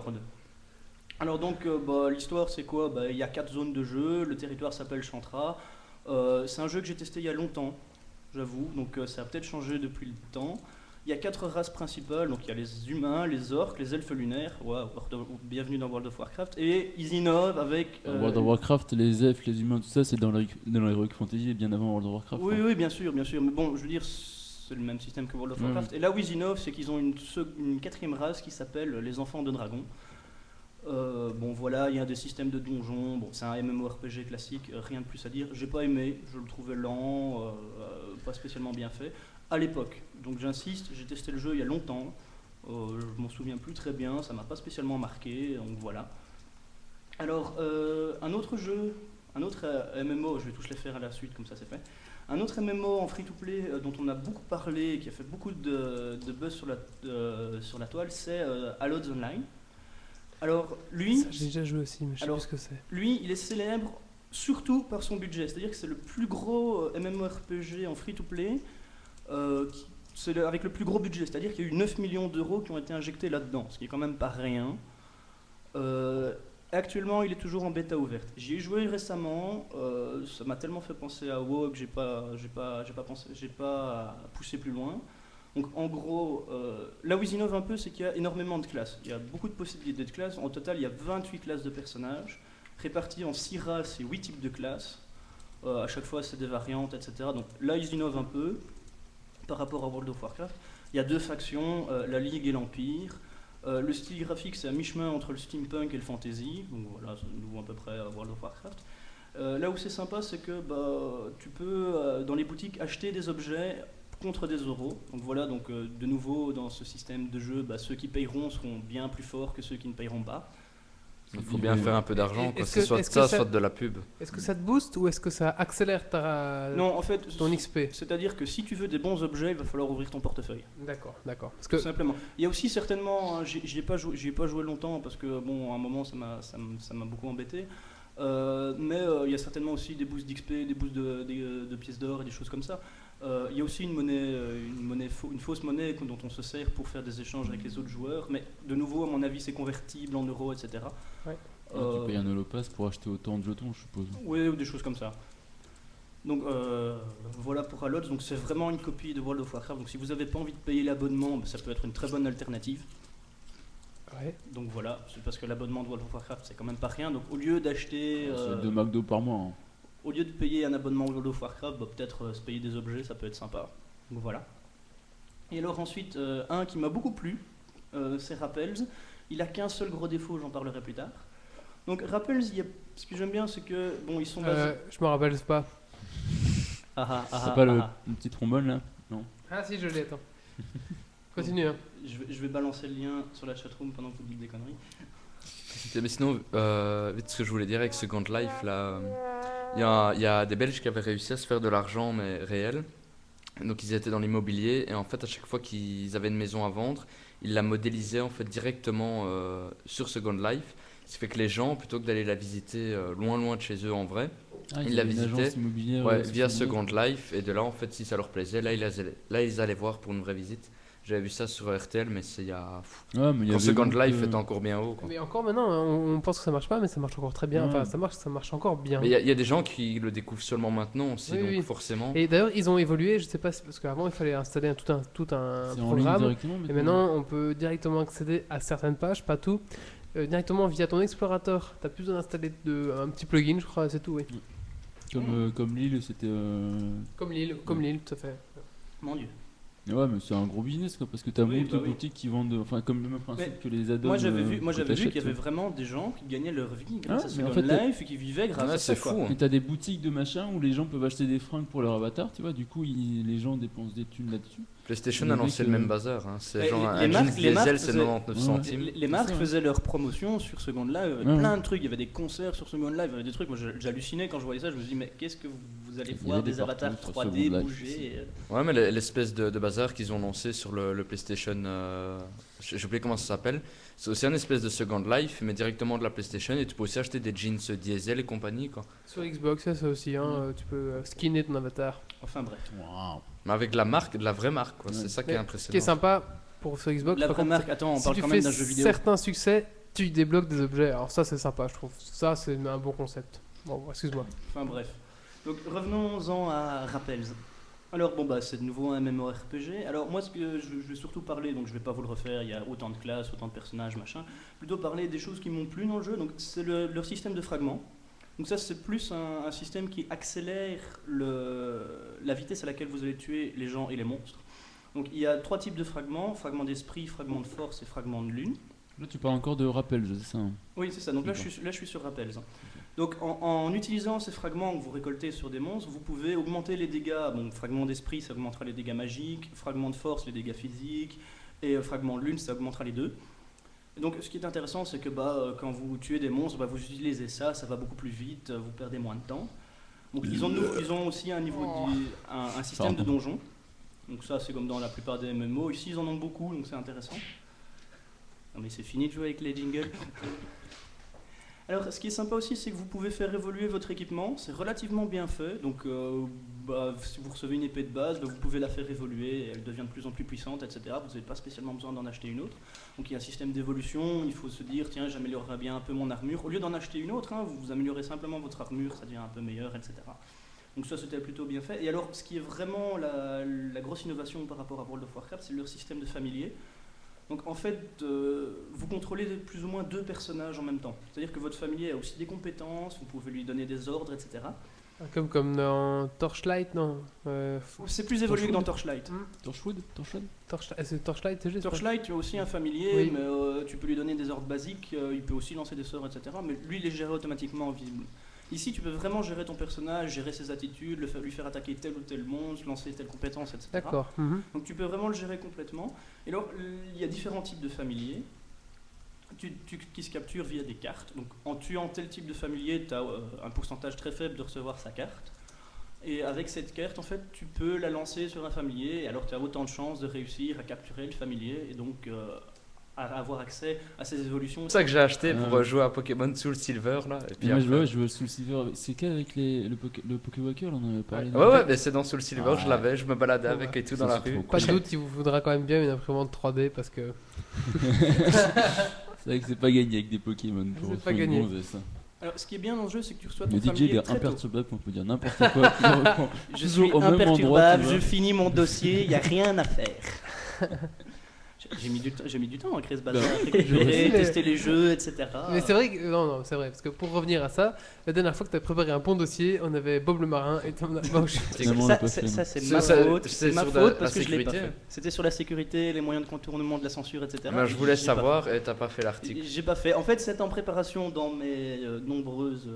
Alors donc, l'histoire c'est quoi? Il y a 4 zones de jeu, le territoire s'appelle Chantra. C'est un jeu que j'ai testé il y a longtemps, j'avoue, donc ça a peut-être changé depuis le temps. Il y a 4 races principales, donc il y a les humains, les orques, les elfes lunaires, bienvenue dans World of Warcraft, et ils innovent avec... Dans World of Warcraft, les elfes, les humains, tout ça, c'est dans l'Heroic Fantasy et bien avant World of Warcraft. Oui, hein. oui, bien sûr, mais bon, je veux dire, c'est le même système que World of Warcraft. Et là où ils innovent, c'est qu'ils ont une quatrième race qui s'appelle les enfants de dragon. Bon voilà, il y a des systèmes de donjons, bon, c'est un MMORPG classique, rien de plus à dire. J'ai pas aimé, je le trouvais lent, pas spécialement bien fait, à l'époque. Donc j'insiste, j'ai testé le jeu il y a longtemps, je m'en souviens plus très bien, ça m'a pas spécialement marqué, donc voilà. Alors, un autre jeu, un autre MMO, je vais tous les faire à la suite, comme ça c'est fait. Un autre MMO en free-to-play dont on a beaucoup parlé et qui a fait beaucoup de buzz sur la toile, c'est Allods Online. Alors, lui, Ça, j'ai déjà joué aussi, mais je sais Alors, plus ce que c'est. lui, il est célèbre surtout par son budget. C'est-à-dire que c'est le plus gros MMORPG en free-to-play, c'est avec le plus gros budget. C'est-à-dire qu'il y a eu 9 millions d'euros qui ont été injectés là-dedans, ce qui est quand même pas rien. Actuellement, il est toujours en bêta ouverte. J'y ai joué récemment, ça m'a tellement fait penser à WoW que j'ai pas poussé plus loin. Donc en gros, là où ils innovent un peu, c'est qu'il y a énormément de classes. Il y a beaucoup de possibilités de classes. En total, il y a 28 classes de personnages, réparties en 6 races et 8 types de classes. À chaque fois, c'est des variantes, etc. Donc là, ils innovent un peu par rapport à World of Warcraft. Il y a 2 factions, la Ligue et l'Empire. Le style graphique, c'est à mi-chemin entre le steampunk et le fantasy. Donc voilà, ça nous vaut à peu près à World of Warcraft. Là où c'est sympa, c'est que tu peux, dans les boutiques, acheter des objets contre des euros. Donc voilà, de nouveau dans ce système de jeu, ceux qui payeront seront bien plus forts que ceux qui ne payeront pas. Il faut bien faire un peu d'argent, quoi. Est-ce C'est que- soit est-ce que ça, ça- soit de la pub. Est-ce que ça te booste ou est-ce que ça accélère Non, en fait, ton XP? c'est-à-dire que si tu veux des bons objets, il va falloir ouvrir ton portefeuille. D'accord. Parce Tout que simplement. Il y a aussi certainement, hein, j'y ai pas joué longtemps parce que bon, à un moment ça m'a beaucoup embêté. Mais il y a certainement aussi des boosts d'XP, des boosts de pièces d'or et des choses comme ça. Il y a aussi une fausse monnaie dont on se sert pour faire des échanges avec les autres joueurs. Mais de nouveau, à mon avis, c'est convertible en euros, etc. Ouais. Tu payes un holopass pour acheter autant de jetons, je suppose. Oui, ou des choses comme ça. Donc voilà pour Allods, donc c'est vraiment une copie de World of Warcraft. Donc si vous n'avez pas envie de payer l'abonnement, ça peut être une très bonne alternative. ouais. Donc voilà, c'est parce que l'abonnement de World of Warcraft c'est quand même pas rien. Donc au lieu d'acheter, C'est 2 McDo par mois. hein. au lieu de payer un abonnement World of Warcraft, peut-être se payer des objets, ça peut être sympa. Donc voilà. Et alors ensuite, un qui m'a beaucoup plu, c'est Rappels. Il a qu'un seul gros défaut, j'en parlerai plus tard. Donc Rappels, ce que j'aime bien, c'est que bon, ils sont basés. Je me rappelle pas. C'est pas le petit trombone là? Non. Ah si, je l'ai, attends. Continue. Hein. Je vais balancer le lien sur la chatroom pendant que vous dites des conneries. Mais sinon, vite ce que je voulais dire avec Second Life, là, il y a des Belges qui avaient réussi à se faire de l'argent, mais réel. Donc ils étaient dans l'immobilier et en fait à chaque fois qu'ils avaient une maison à vendre, ils la modélisaient en fait directement sur Second Life. Ce qui fait que les gens, plutôt que d'aller la visiter loin de chez eux en vrai, ils la visitaient via Second Life et de là en fait si ça leur plaisait, là ils allaient voir pour une vraie visite. J'avais vu ça sur RTL, mais c'est il y a. Quand Second Life était encore bien haut. Quoi. Mais encore maintenant, on pense que ça marche pas, mais ça marche encore très bien. Enfin, ça marche encore bien. Mais il y a des gens qui le découvrent seulement maintenant aussi, donc forcément. Et d'ailleurs, ils ont évolué. Je sais pas, parce qu'avant, il fallait installer tout un programme. Et maintenant, on peut directement accéder à certaines pages, pas tout, directement via ton explorateur. T'as plus besoin d'installer un petit plugin, je crois, c'est tout, oui. Comme Lille, c'était. Comme Lille, tout à fait. Mon Dieu. Ouais, mais c'est un gros business quoi, parce que t'as beaucoup de boutiques qui vendent, enfin comme le même principe que les add-ons. Moi j'avais vu qu'il y avait vraiment des gens qui gagnaient leur vie grâce à Second Life et qui vivaient grâce à ça. C'est fou. Et t'as des boutiques de machin où les gens peuvent acheter des fringues pour leur avatar, tu vois, du coup les gens dépensent des thunes là-dessus. PlayStation a lancé le même bazar, hein. C'est genre un jeans diesel, c'est 99 centimes. Les marques faisaient leur promotion sur Second Life, plein de trucs, il y avait des concerts sur Second Life, il y avait des trucs, moi j'hallucinais quand je voyais ça, je me dis mais qu'est-ce que vous allez voir des avatars 3D bouger. Ouais, mais l'espèce de bazar qu'ils ont lancé sur le PlayStation, j'ai oublié comment ça s'appelle, c'est aussi un espèce de Second Life, mais directement de la PlayStation, et tu peux aussi acheter des jeans diesel et compagnie quoi. Sur Xbox, ça aussi, hein, tu peux skinner ton avatar. Enfin bref. Wow. Mais avec de la vraie marque quoi, c'est ça qui est impressionnant. Ce qui est sympa sur Xbox, la vraie marque, attends, on parle quand même d'un jeu vidéo. Si tu fais certains succès, tu débloques des objets, alors ça c'est sympa je trouve, ça c'est un bon concept. Bon, excuse-moi. Enfin bref. Donc revenons-en à Rappels. Alors bon bah c'est de nouveau un MMORPG. Alors moi ce que je vais surtout parler, donc je vais pas vous le refaire, il y a autant de classes, autant de personnages, machin. Plutôt parler des choses qui m'ont plu dans le jeu, donc c'est leur système de fragments. Donc ça c'est plus un système qui accélère la vitesse à laquelle vous allez tuer les gens et les monstres. Donc il y a 3 types de fragments, fragments d'esprit, fragments de force et fragments de lune. Là tu parles encore de Rappels, c'est ça hein? Oui c'est ça, donc là je suis sur Rappels. Donc en utilisant ces fragments que vous récoltez sur des monstres, vous pouvez augmenter les dégâts. Bon, fragment d'esprit ça augmentera les dégâts magiques, fragment de force les dégâts physiques, et fragment de lune ça augmentera les deux. Donc ce qui est intéressant c'est que quand vous tuez des monstres, vous utilisez ça va beaucoup plus vite, vous perdez moins de temps. Donc ils ont aussi un système de donjons. Donc ça c'est comme dans la plupart des MMO, ici ils en ont beaucoup donc c'est intéressant. Non mais c'est fini de jouer avec les jingles. Alors ce qui est sympa aussi c'est que vous pouvez faire évoluer votre équipement, c'est relativement bien fait, donc si vous recevez une épée de base, vous pouvez la faire évoluer, elle devient de plus en plus puissante, etc. Vous n'avez pas spécialement besoin d'en acheter une autre, donc il y a un système d'évolution, il faut se dire tiens j'améliorerai bien un peu mon armure, au lieu d'en acheter une autre, hein, vous améliorez simplement votre armure, ça devient un peu meilleur, etc. Donc ça c'était plutôt bien fait, et alors ce qui est vraiment la grosse innovation par rapport à World of Warcraft, c'est leur système de familier. Donc en fait, vous contrôlez plus ou moins 2 personnages en même temps. C'est-à-dire que votre familier a aussi des compétences, vous pouvez lui donner des ordres, etc. Comme dans Torchlight, non C'est plus évolué que dans Torchlight. Torchwood C'est Torchlight, c'est juste. Torchlight, tu as aussi un familier, mais tu peux lui donner des ordres basiques, il peut aussi lancer des sorts, etc. Mais lui, il les gère automatiquement visible. Ici, tu peux vraiment gérer ton personnage, gérer ses attitudes, lui faire attaquer tel ou tel monstre, lancer telle compétence, etc. D'accord. Donc tu peux vraiment le gérer complètement. Et alors, il y a différents types de familiers qui se capturent via des cartes. Donc en tuant tel type de familier, tu as un pourcentage très faible de recevoir sa carte. Et avec cette carte, en fait, tu peux la lancer sur un familier, et alors tu as autant de chances de réussir à capturer le familier, et donc à avoir accès à ces évolutions. C'est ça que j'ai acheté pour jouer à Pokémon Soul Silver là. Et puis moi je joue Soul Silver. C'est qu'avec le Pokéwalker, on en avait parlé. Ouais, mais c'est dans Soul Silver, je l'avais, je me baladais avec et tout dans la rue. Pas de doute, il vous faudra quand même bien une imprimante 3D parce que. C'est vrai que c'est pas gagné avec des Pokémon. C'est pas gagné. Alors, ce qui est bien dans le jeu, c'est que tu reçois ton le DJ familier il est très tôt. imperturbable, on peut dire n'importe quoi. Je suis imperturbable, je finis mon dossier, il n'y a rien à faire. J'ai mis du temps à créer ce bazar, Bah, récupérer, mais- tester les jeux, etc. Mais c'est vrai que. Non, c'est vrai, parce que pour revenir à ça, la dernière fois que tu as préparé un bon dossier, on avait Bob le marin et Tom Lambauche. Finalement, on l'a Ça, pas c'est fait, non. ça, c'est C'est ma ça, faute. c'est C'est ma sur faute la parce que je l'ai pas sécurité. fait. C'était sur la sécurité, les moyens de contournement de la censure, etc. Ben, je voulais J'ai pas savoir et t'as pas fait fait. l'article. J'ai pas fait. En fait, c'est en préparation dans mes nombreuses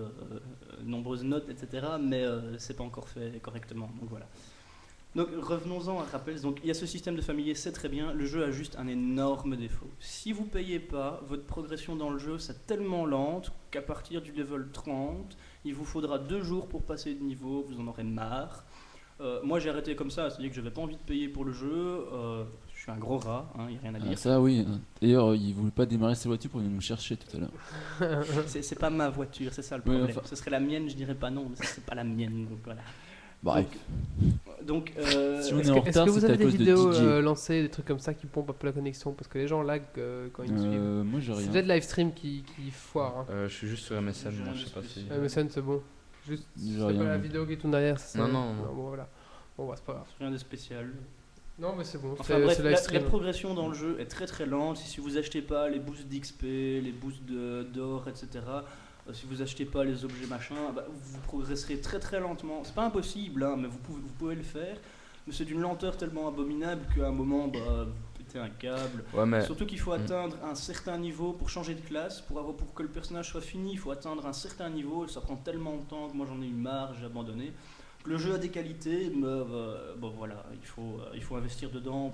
notes, etc. Mais c'est pas encore fait correctement. Donc voilà. Donc revenons-en à Rappels. Donc il y a ce système de familier, c'est très bien. Le jeu a juste un énorme défaut. Si vous payez pas, votre progression dans le jeu c'est tellement lente qu'à partir du level 30, il vous faudra 2 jours pour passer de niveau. Vous en aurez marre. Moi j'ai arrêté comme ça, c'est-à-dire que j'avais pas envie de payer pour le jeu. Je suis un gros rat, il n'y a rien à Ah, dire. ça, oui. D'ailleurs, il voulait pas démarrer sa voiture pour venir nous chercher tout à l'heure. C'est pas ma voiture, c'est ça le Ouais, problème. enfin- Ce serait la mienne, je dirais pas non, mais c'est pas la mienne. Donc voilà. Bref. Donc, Si on est Est-ce en que, retard, vous c'est avez à des cause de vidéos DJ. lancées, des trucs comme ça qui pompent un peu la connexion parce que les gens lag quand ils nous suivent. Moi, j'ai C'est rien. peut-être le live stream qui foire. Hein. Je suis juste sur MSN, moi, je sais pas si. MSN c'est bon. Juste, J'ai c'est rien. pas la vidéo qui tourne derrière. c'est ça Non. Bon voilà. Bon bah c'est pas grave. rien de spécial. Non mais c'est bon. Enfin bref, c'est la live stream. progression dans le jeu est très très lente. Si vous achetez pas les boosts d'XP, les boosts d'or, etc., si vous achetez pas les objets machin, bah, vous progresserez très très lentement. C'est pas impossible, hein, mais vous pouvez le faire. Mais c'est d'une lenteur tellement abominable qu'à un moment, bah, vous pétez un câble. Ouais, mais. Surtout qu'il faut atteindre un certain niveau pour changer de classe, pour que le personnage soit fini, il faut atteindre un certain niveau. Ça prend tellement de temps que moi j'en ai eu marre, j'ai abandonné. Le jeu a des qualités, mais bon, voilà, il faut investir dedans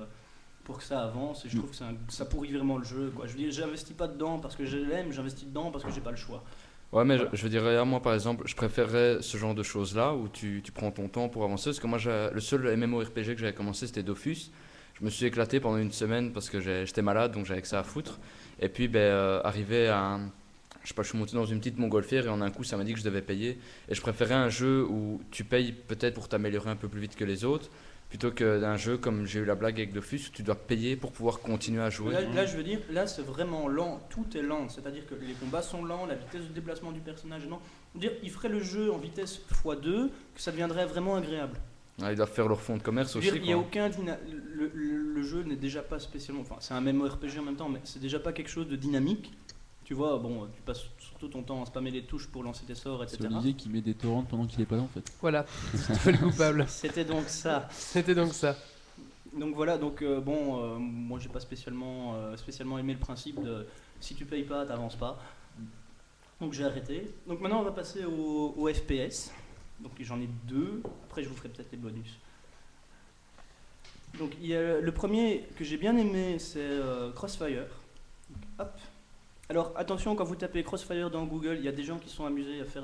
pour que ça avance. Et je trouve que ça pourrit vraiment le jeu, quoi. Je veux dire, j'investis pas dedans parce que je l'aime, j'investis dedans parce que j'ai pas le choix. Ouais, mais Voilà. je veux dire, moi par exemple, je préférerais ce genre de choses-là où tu prends ton temps pour avancer. Parce que moi, le seul MMORPG que j'avais commencé, c'était Dofus. Je me suis éclaté pendant une semaine parce que j'étais malade, donc j'avais que ça à foutre. Et puis, arrivé à. Je sais pas, je suis monté dans une petite montgolfière et en un coup, ça m'a dit que je devais payer. Et je préférais un jeu où tu payes peut-être pour t'améliorer un peu plus vite que les autres, plutôt que d'un jeu comme j'ai eu la blague avec Dofus où tu dois payer pour pouvoir continuer à jouer. Là, je veux dire, là c'est vraiment lent, tout est lent, c'est-à-dire que les combats sont lents, la vitesse de déplacement du personnage est lente. Je veux dire, ils feraient le jeu en vitesse x2, que ça deviendrait vraiment agréable. Ils doivent faire leur fonds de commerce Je veux aussi. dire, il y a quoi. aucun le jeu n'est déjà pas spécialement, enfin c'est un MMORPG en même temps, mais c'est déjà pas quelque chose de dynamique. Tu vois, bon, tu passes surtout ton temps à spammer les touches pour lancer tes sorts, C'est etc. Olivier qui met des torrents pendant qu'il est pas là en fait. Voilà. Tu fais le coupable. C'était donc ça. C'était donc ça. Donc voilà, donc moi j'ai pas spécialement aimé le principe de si tu payes pas, t'avances pas. Donc j'ai arrêté. Donc maintenant on va passer au FPS. Donc j'en ai 2. Après je vous ferai peut-être les bonus. Donc il y a le premier que j'ai bien aimé, c'est Crossfire. Donc, hop. Alors attention, quand vous tapez Crossfire dans Google, il y a des gens qui sont amusés à faire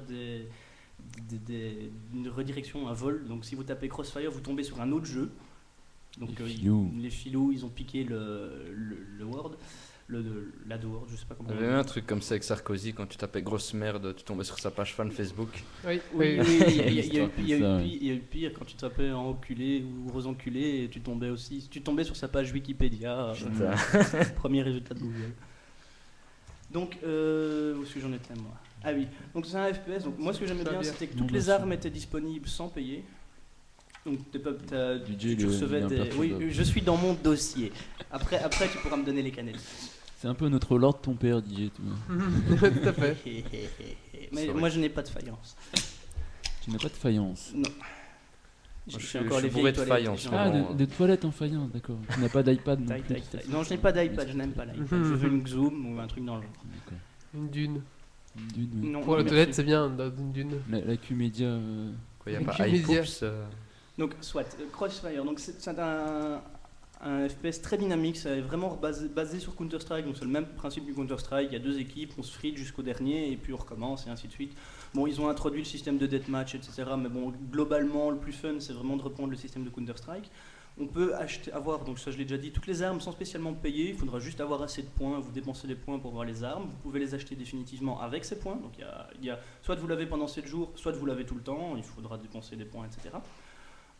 une redirection à vol. Donc si vous tapez Crossfire, vous tombez sur un autre jeu. Donc Les filous. les filous, ils ont piqué le Word, l'AdWord, je sais pas comment. Il y avait même un truc comme ça avec Sarkozy, quand tu tapais grosse merde, tu tombais sur sa page fan Facebook. Oui. Oui, oui. oui, il y a eu pire quand tu tapais en enculé ou resenculé et tu tombais sur sa page Wikipédia, Putain. premier résultat de Google. Donc, où est-ce que j'en étais moi? Ah oui, donc c'est un FPS. Donc moi ce que j'aimais Ça va bien bien. c'était que Non, toutes les merci. armes étaient disponibles sans payer. Donc DJ, tu recevais il est des... Oui, imperturbable. je suis dans mon dossier. Après tu pourras me donner les canettes. C'est un peu notre Lord ton père, DJ. Tu vois. Tout à fait. Mais C'est vrai. moi je n'ai pas de faïence. Tu n'as pas de faïence. Non. je J'ai suis encore les bourré vieilles de toilettes, faïence, genre. Ah, vraiment. de toilettes en faïence, d'accord. Tu n'as pas d'iPad non Taille, plus. taille, ça, taille. c'est- Non, je n'ai pas d'iPad, je n'aime pas l'iPad. Je veux une Zoom ou un truc dans le genre. D'accord. Une dune. Une dune, oui. Non, Pour la merci. toilette, c'est bien, une dune. La Q-Média. Quoi, y a Une pas Q-Media. iPoops Donc, soit, Crossfire, donc c'est un FPS très dynamique, c'est vraiment basé sur Counter-Strike, donc c'est le même principe du Counter-Strike, il y a 2 équipes, on se frite jusqu'au dernier et puis on recommence et ainsi de suite. Bon, ils ont introduit le système de deathmatch, etc., mais bon, globalement, le plus fun, c'est vraiment de reprendre le système de Counter-Strike. On peut avoir, donc ça je l'ai déjà dit, toutes les armes sans spécialement payer, il faudra juste avoir assez de points, vous dépensez des points pour avoir les armes, vous pouvez les acheter définitivement avec ces points, donc il y a soit vous l'avez pendant 7 jours, soit vous l'avez tout le temps, il faudra dépenser des points, etc.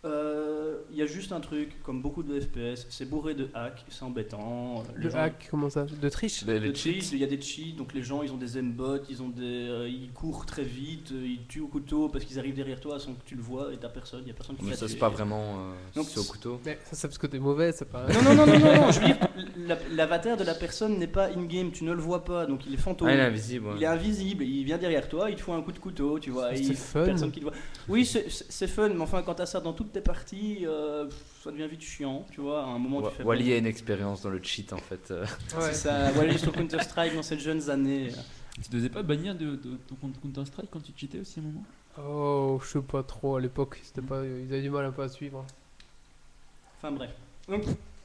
Il y a juste un truc, comme beaucoup de FPS, c'est bourré de hacks, c'est embêtant. Les Le gens- hack, comment ça? De triche? Les de cheats. cheats, il y a des cheats, donc les gens ils ont des aimbots, ils courent très vite, ils tuent au couteau parce qu'ils arrivent derrière toi sans que tu le vois et t'as personne, il y a personne qui Mais va ça, c'est tuer. pas vraiment. Donc, C'est au couteau. Mais ça, c'est parce que t'es mauvais, c'est pas. Non, je veux dire, l'avatar de la personne n'est pas in-game, tu ne le vois pas, donc il est fantôme. Ah, il est invisible. Il est invisible, il vient derrière toi, il te fout un coup de couteau, tu vois. C'est et il- fun. Personne qui te voit. Oui, c'est fun, mais enfin, quand t'as ça dans toutes tes parties, ça devient vite chiant, tu vois. À un moment, tu fais. Wally a une expérience dans le cheat en fait. Ouais. C'est ça, Wally sur Counter-Strike dans ces jeunes années. Tu te faisais pas bannir de ton compte Counter-Strike quand tu cheatais aussi à un moment? Oh, je sais pas trop, à l'époque, c'était pas... ils avaient du mal un peu à suivre. Enfin bref. Donc,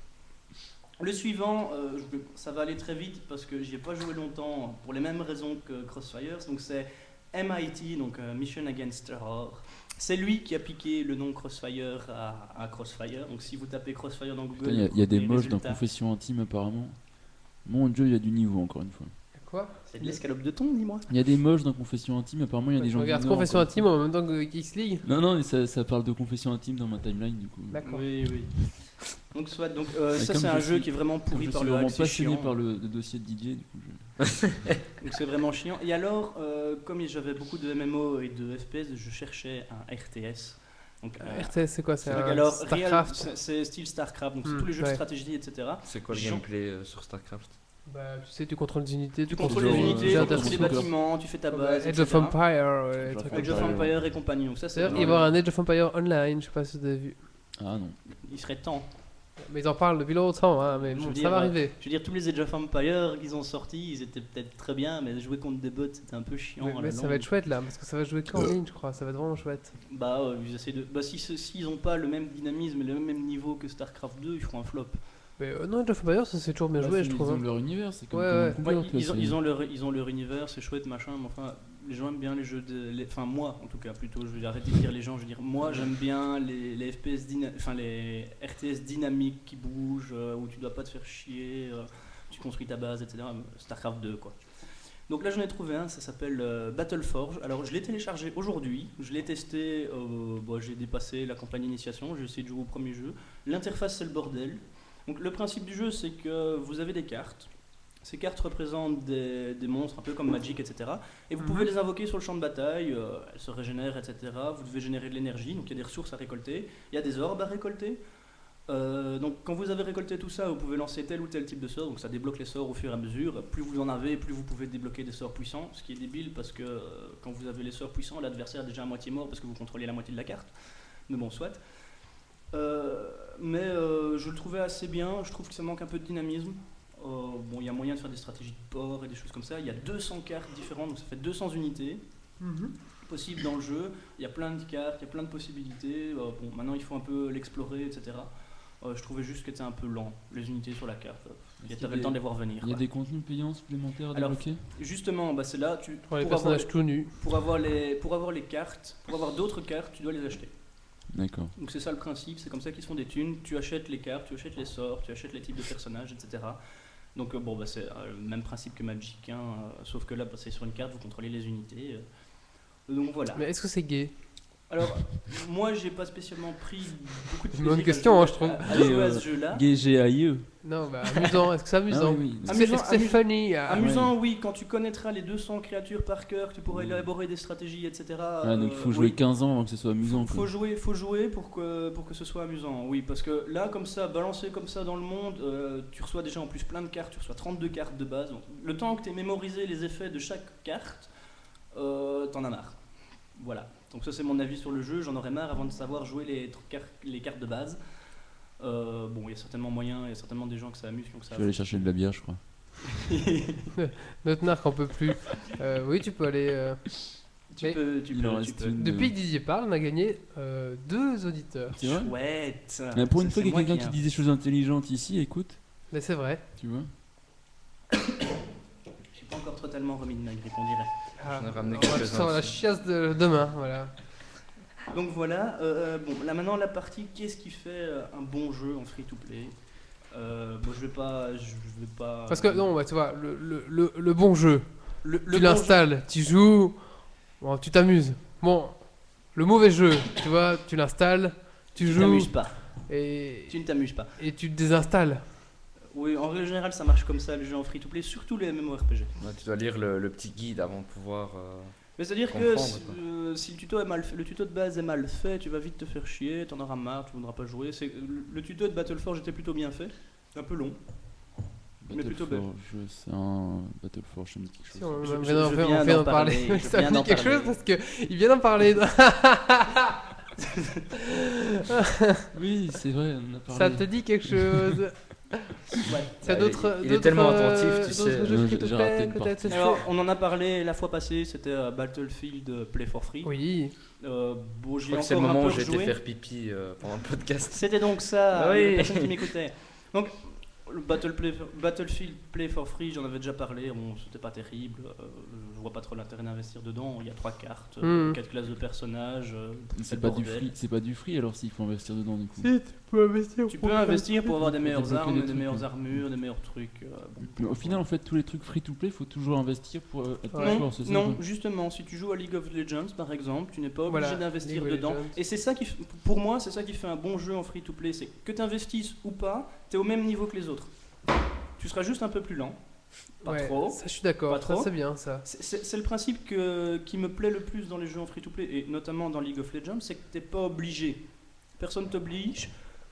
le suivant, ça va aller très vite parce que j'y ai pas joué longtemps pour les mêmes raisons que Crossfire. Donc c'est MIT, donc Mission Against Terror. C'est lui qui a piqué le nom Crossfire à Crossfire. Donc si vous tapez Crossfire dans Google, Il y a des les moches dans résultats. Confession Intime apparemment. Mon dieu, il y a du niveau encore une fois. Quoi? C'est de l'escalope de ton, dis-moi. Il y a des moches dans Confession Intime, apparemment il y a des Je gens regarde du Nord, Confession encore Intime en même temps que Geeks League. une fois. Non, mais ça parle de Confession Intime dans ma timeline du coup. D'accord. Oui. Donc soit, donc ça comme c'est je un jeu suis- qui est vraiment Comme pourri je par suis le hack, vraiment c'est passionné chiant. par le dossier de DJ, du coup Donc c'est vraiment chiant. Et alors, comme j'avais beaucoup de MMO et de FPS, je cherchais un RTS. Donc, RTS, c'est quoi? C'est un alors, Starcraft? c'est style Starcraft, donc c'est Hmm, tous les jeux de ouais. stratégie, etc. C'est quoi le Jean- gameplay sur StarCraft? Bah, tu sais, tu contrôles des unités, Tu contrôles contrôles les genre, unités, des tu Age of construis des Empire. bâtiments, tu fais ta Bah, base, Age etc. of Empire, ouais, Age of trucs Age comme of ça. Empire et compagnie. Donc ça, c'est D'ailleurs, il va y vraiment- avoir un Age of Empire Online, je sais pas si vous avez vu. Ah non. il serait temps. Mais ils en parlent depuis longtemps, hein, mais Je bon, veux ça dire, va arriver. Je veux dire, tous les Age of Empire qu'ils ont sortis, ils étaient peut-être très bien, mais jouer contre des bots, c'était un peu chiant. Mais, à la mais ça longue. va être chouette là, parce que ça va jouer qu'en ligne, je crois, ça va être vraiment chouette. Bah, ils essaient de. Bah, s'ils ont pas le même dynamisme et le même niveau que StarCraft 2, ils feront un flop. Mais non, Age of Empire, ça c'est toujours bien joué, je trouve. Ils ont hein. leur univers, c'est comme Ouais, comme ouais. Conquer, Ouais, quoi, c'est- ils ont leur univers, c'est chouette, machin, mais enfin, les gens aiment bien les jeux enfin, moi, en tout cas, plutôt, je vais arrêter de dire les gens, je veux dire, moi, j'aime bien les FPS, enfin, les RTS dynamiques qui bougent, où tu dois pas te faire chier, tu construis ta base, etc. StarCraft 2, quoi. Donc là, j'en ai trouvé un, ça s'appelle Battleforge. Alors, je l'ai téléchargé aujourd'hui, je l'ai testé, j'ai dépassé la campagne d'initiation, j'ai essayé de jouer au premier jeu. L'interface, c'est le bordel. Donc le principe du jeu, c'est que vous avez des cartes. Ces cartes représentent des monstres un peu comme Magic, etc. Et vous pouvez les invoquer sur le champ de bataille, elles se régénèrent, etc. Vous devez générer de l'énergie, donc il y a des ressources à récolter. Il y a des orbes à récolter. Donc quand vous avez récolté tout ça, vous pouvez lancer tel ou tel type de sort, donc ça débloque les sorts au fur et à mesure. Plus vous en avez, plus vous pouvez débloquer des sorts puissants, ce qui est débile parce que quand vous avez les sorts puissants, l'adversaire est déjà à moitié mort parce que vous contrôlez la moitié de la carte. Mais bon, soit. Je le trouvais assez bien, je trouve que ça manque un peu de dynamisme. Il y a moyen de faire des stratégies de port et des choses comme ça. Il y a 200 cartes différentes, donc ça fait 200 unités possibles dans le jeu. Il y a plein de cartes, il y a plein de possibilités. Maintenant il faut un peu l'explorer, etc. Je trouvais juste que c'était un peu lent, les unités sur la carte. Est-ce Tu avais le temps de les voir venir. Il y a quoi. des contenus payants supplémentaires à Alors, débloquer? Justement, c'est là, Pour les pour avoir personnages tout nus. pour avoir les cartes, pour avoir d'autres cartes, tu dois les acheter. D'accord. Donc c'est ça le principe, c'est comme ça qu'ils se font des thunes. Tu achètes les cartes, tu achètes les sorts, tu achètes les types de personnages, etc. Donc c'est le même principe que Magic, hein, sauf que là c'est sur une carte, vous contrôlez les unités. Donc voilà. Mais est-ce que c'est gay? Alors moi j'ai pas spécialement pris beaucoup de C'est une bonne plaisir question, à hein, jouer je trouve. à jouer à ce jeu-là. GGAIE. Non, bah amusant, est-ce que c'est amusant? Ah oui, oui. Est-ce que c'est funny? Amusant, oui, quand tu connaîtras les 200 créatures par cœur, tu pourras élaborer des stratégies, etc. Ah, donc il faut jouer oui. 15 ans avant que ce soit amusant. Faut jouer pour que ce soit amusant, oui, parce que là, comme ça, balancé comme ça dans le monde, tu reçois déjà en plus plein de cartes, tu reçois 32 cartes de base. Donc, le temps que tu aies mémorisé les effets de chaque carte, t'en as marre. Voilà, donc ça c'est mon avis sur le jeu, j'en aurais marre avant de savoir jouer les cartes de base. Il y a certainement moyen, il y a certainement des gens que ça amuse, qui ont que ça Je vais aller chercher de la bière, je crois. Notre narc en peut plus. Oui, tu peux aller. Mais il en reste une. Depuis que Didier parle, on a gagné 2 auditeurs. C'est vrai? Chouette. Mais pour une Ça, fois qu'il y c'est a quelqu'un moi qui dit des choses intelligentes ici, écoute, Mais c'est vrai. tu vois. J'ai pas encore totalement remis de ma grippe, on dirait. Ah, J'en ai ramené on va quelques-uns sortir la aussi. chiasse de demain, voilà. Donc voilà, là maintenant la partie qu'est-ce qui fait un bon jeu en free-to-play. Je vais pas. Parce que non, bah, tu vois, le bon jeu, le tu bon l'installes, tu joues, bon, tu t'amuses. Bon, le mauvais jeu, tu vois, tu l'installes, tu Tu joues t'amuses pas. et Tu ne t'amuses pas. et tu te désinstalles. Oui, en règle générale, ça marche comme ça, les jeux en free-to-play, surtout les MMORPG. Ouais, tu dois lire le petit guide avant de pouvoir. Mais c'est-à-dire que Comprendre, si le tuto est mal fait, le tuto de base est mal fait, tu vas vite te faire chier, t'en auras marre, tu voudras pas jouer. Le tuto de Battleforge était plutôt bien fait, un peu long. Mais plutôt belle. Battleforge, c'est un Battleforge, ça me dit quelque Si, chose. on Je vient viens d'en d'en parler. parler, je Ça me viens dit d'en quelque chose parler. parce que il vient d'en parler. Oui, c'est vrai, on a parlé. Ça te dit quelque chose. Ouais. C'est Ouais, d'autres. il est tellement attentif, tu d'autres sais. jeux Non, free-to-play j'ai raté une que t'as partie. testé. Alors, on en a parlé la fois passée, c'était Battlefield Play for Free. Oui. Bon, Je j'y ai crois que c'est le encore un moment où peu j'ai été rejoué. faire pipi pendant le podcast. C'était donc ça, Ah oui. les personnes qui m'écoutaient. Donc, le Battlefield Play for Free, j'en avais déjà parlé, bon, c'était pas terrible, je vois pas trop l'intérêt d'investir dedans, il y a 3 cartes, 4 classes de personnages, C'est pas du free, c'est pas du free alors s'il faut investir dedans du coup. Si, tu peux investir. Tu peux investir pour avoir des meilleures débloquer armes, des des trucs, meilleures ouais. armures, des meilleurs trucs. Mais au final en fait tous les trucs free to play faut toujours investir pour être Ouais. plus Non, fort, c'est ça non, quoi justement, si tu joues à League of Legends par exemple, tu n'es pas obligé Voilà, d'investir League of dedans. Legends. Et c'est ça pour moi, c'est ça qui fait un bon jeu en free to play, c'est que tu investisses ou pas, tu es au même niveau que les autres. Tu seras juste un peu plus lent, pas Ouais, trop. ça je suis d'accord. Pas Ça trop. c'est bien ça. C'est le principe qui me plaît le plus dans les jeux en free to play, et notamment dans League of Legends, c'est que tu n'es pas obligé. Personne t'oblige.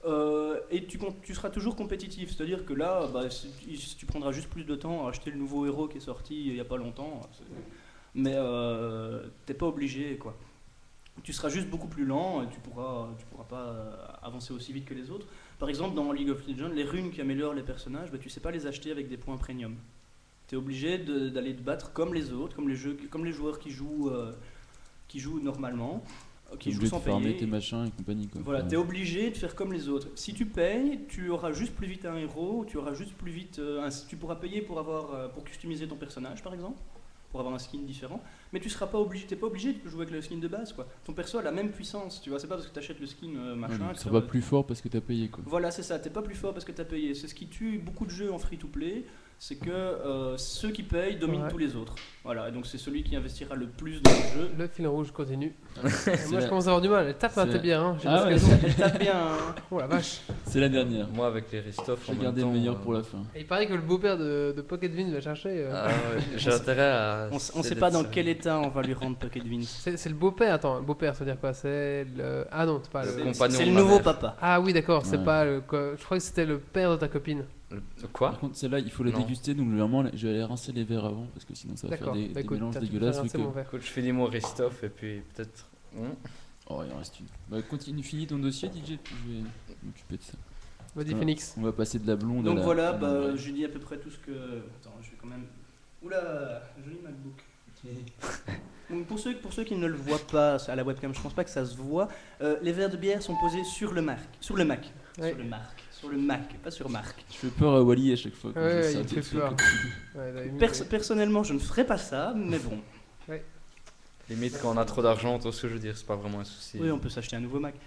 Et tu seras toujours compétitif, c'est-à-dire que là, si tu prendras juste plus de temps à acheter le nouveau héros qui est sorti il n'y a pas longtemps, mais t'es pas obligé, quoi. Tu seras juste beaucoup plus lent et tu pourras pas avancer aussi vite que les autres. Par exemple, dans League of Legends, les runes qui améliorent les personnages, tu sais pas les acheter avec des points premium. Tu es obligé d'aller te battre comme les autres, comme les joueurs qui jouent normalement, qui jouent sans farmer payer. tes machins et compagnie quoi. Voilà, Enfin, tu es obligé de faire comme les autres. Si tu payes, tu auras juste plus vite un héros, tu auras juste plus vite tu pourras payer pour customiser ton personnage par exemple, pour avoir un skin différent, mais tu seras pas obligé, t'es pas obligé de jouer avec le skin de base quoi. Ton perso a la même puissance, tu vois, c'est pas parce que tu achètes le skin machin. ouais, que ça ça va plus fort parce que t'as payé quoi. Voilà, c'est ça, t'es pas plus fort parce que t'as payé. C'est ce qui tue beaucoup de jeux en free to play, c'est que ceux qui payent dominent Ouais. tous les autres. Voilà, et donc c'est celui qui investira le plus dans le jeu. Le fil rouge continue. Moi la- je commence à avoir du mal. Elle tape un c'est peu la- bien. Hein. J'ai Ah pas ouais, ce qu'elle- Elle tape bien. Hein. Oh la vache. C'est la dernière. Moi, avec les Ristoff, J'ai gardé le meilleur pour la fin. Et il paraît que le beau-père de Pocket Vince va chercher. Ah ouais, j'ai intérêt à. On sait pas dans quel état on va lui rendre Pocket Vince. C'est le beau-père. Attends, beau-père, ça veut dire quoi? C'est le. Ah non, c'est pas Le le. compagnon C'est de le ma nouveau mère. papa. Ah oui, d'accord, c'est Ouais. pas le. Je crois que c'était le père de ta copine. Quoi? Par contre celle-là il faut la Non. déguster donc vraiment je vais aller rincer les verres avant parce que sinon ça va faire D'accord. des Bah écoute, mélanges t'as tout fait dégueulasses vu rincer que... mon verre. Écoute, je fais des mots Ristoff et puis peut-être. Oh il en reste une. Bah continue, finis ton dossier DJ puis je vais m'occuper de ça. Vas-y, Ouais. Phoenix. On va passer de la blonde à Donc la... voilà, à la vraie. j'ai dit à peu près tout ce que. Attends, je vais quand même. Oula, joli MacBook. Donc pour ceux qui ne le voient pas à la webcam, je pense pas que ça se voit. Les verres de bière sont posés sur le Mac. Sur le Mac. Ouais. Sur le Mac, pas sur Marc. Je fais peur à Wally à chaque fois quand Ouais, je il sors te des fait trucs. peur. Ouais, là, il- Personnellement, je ne ferai pas ça, mais bon. Limite, quand on a trop d'argent, tu vois ce que je veux dire, c'est pas vraiment un souci. Oui, on peut s'acheter un nouveau Mac.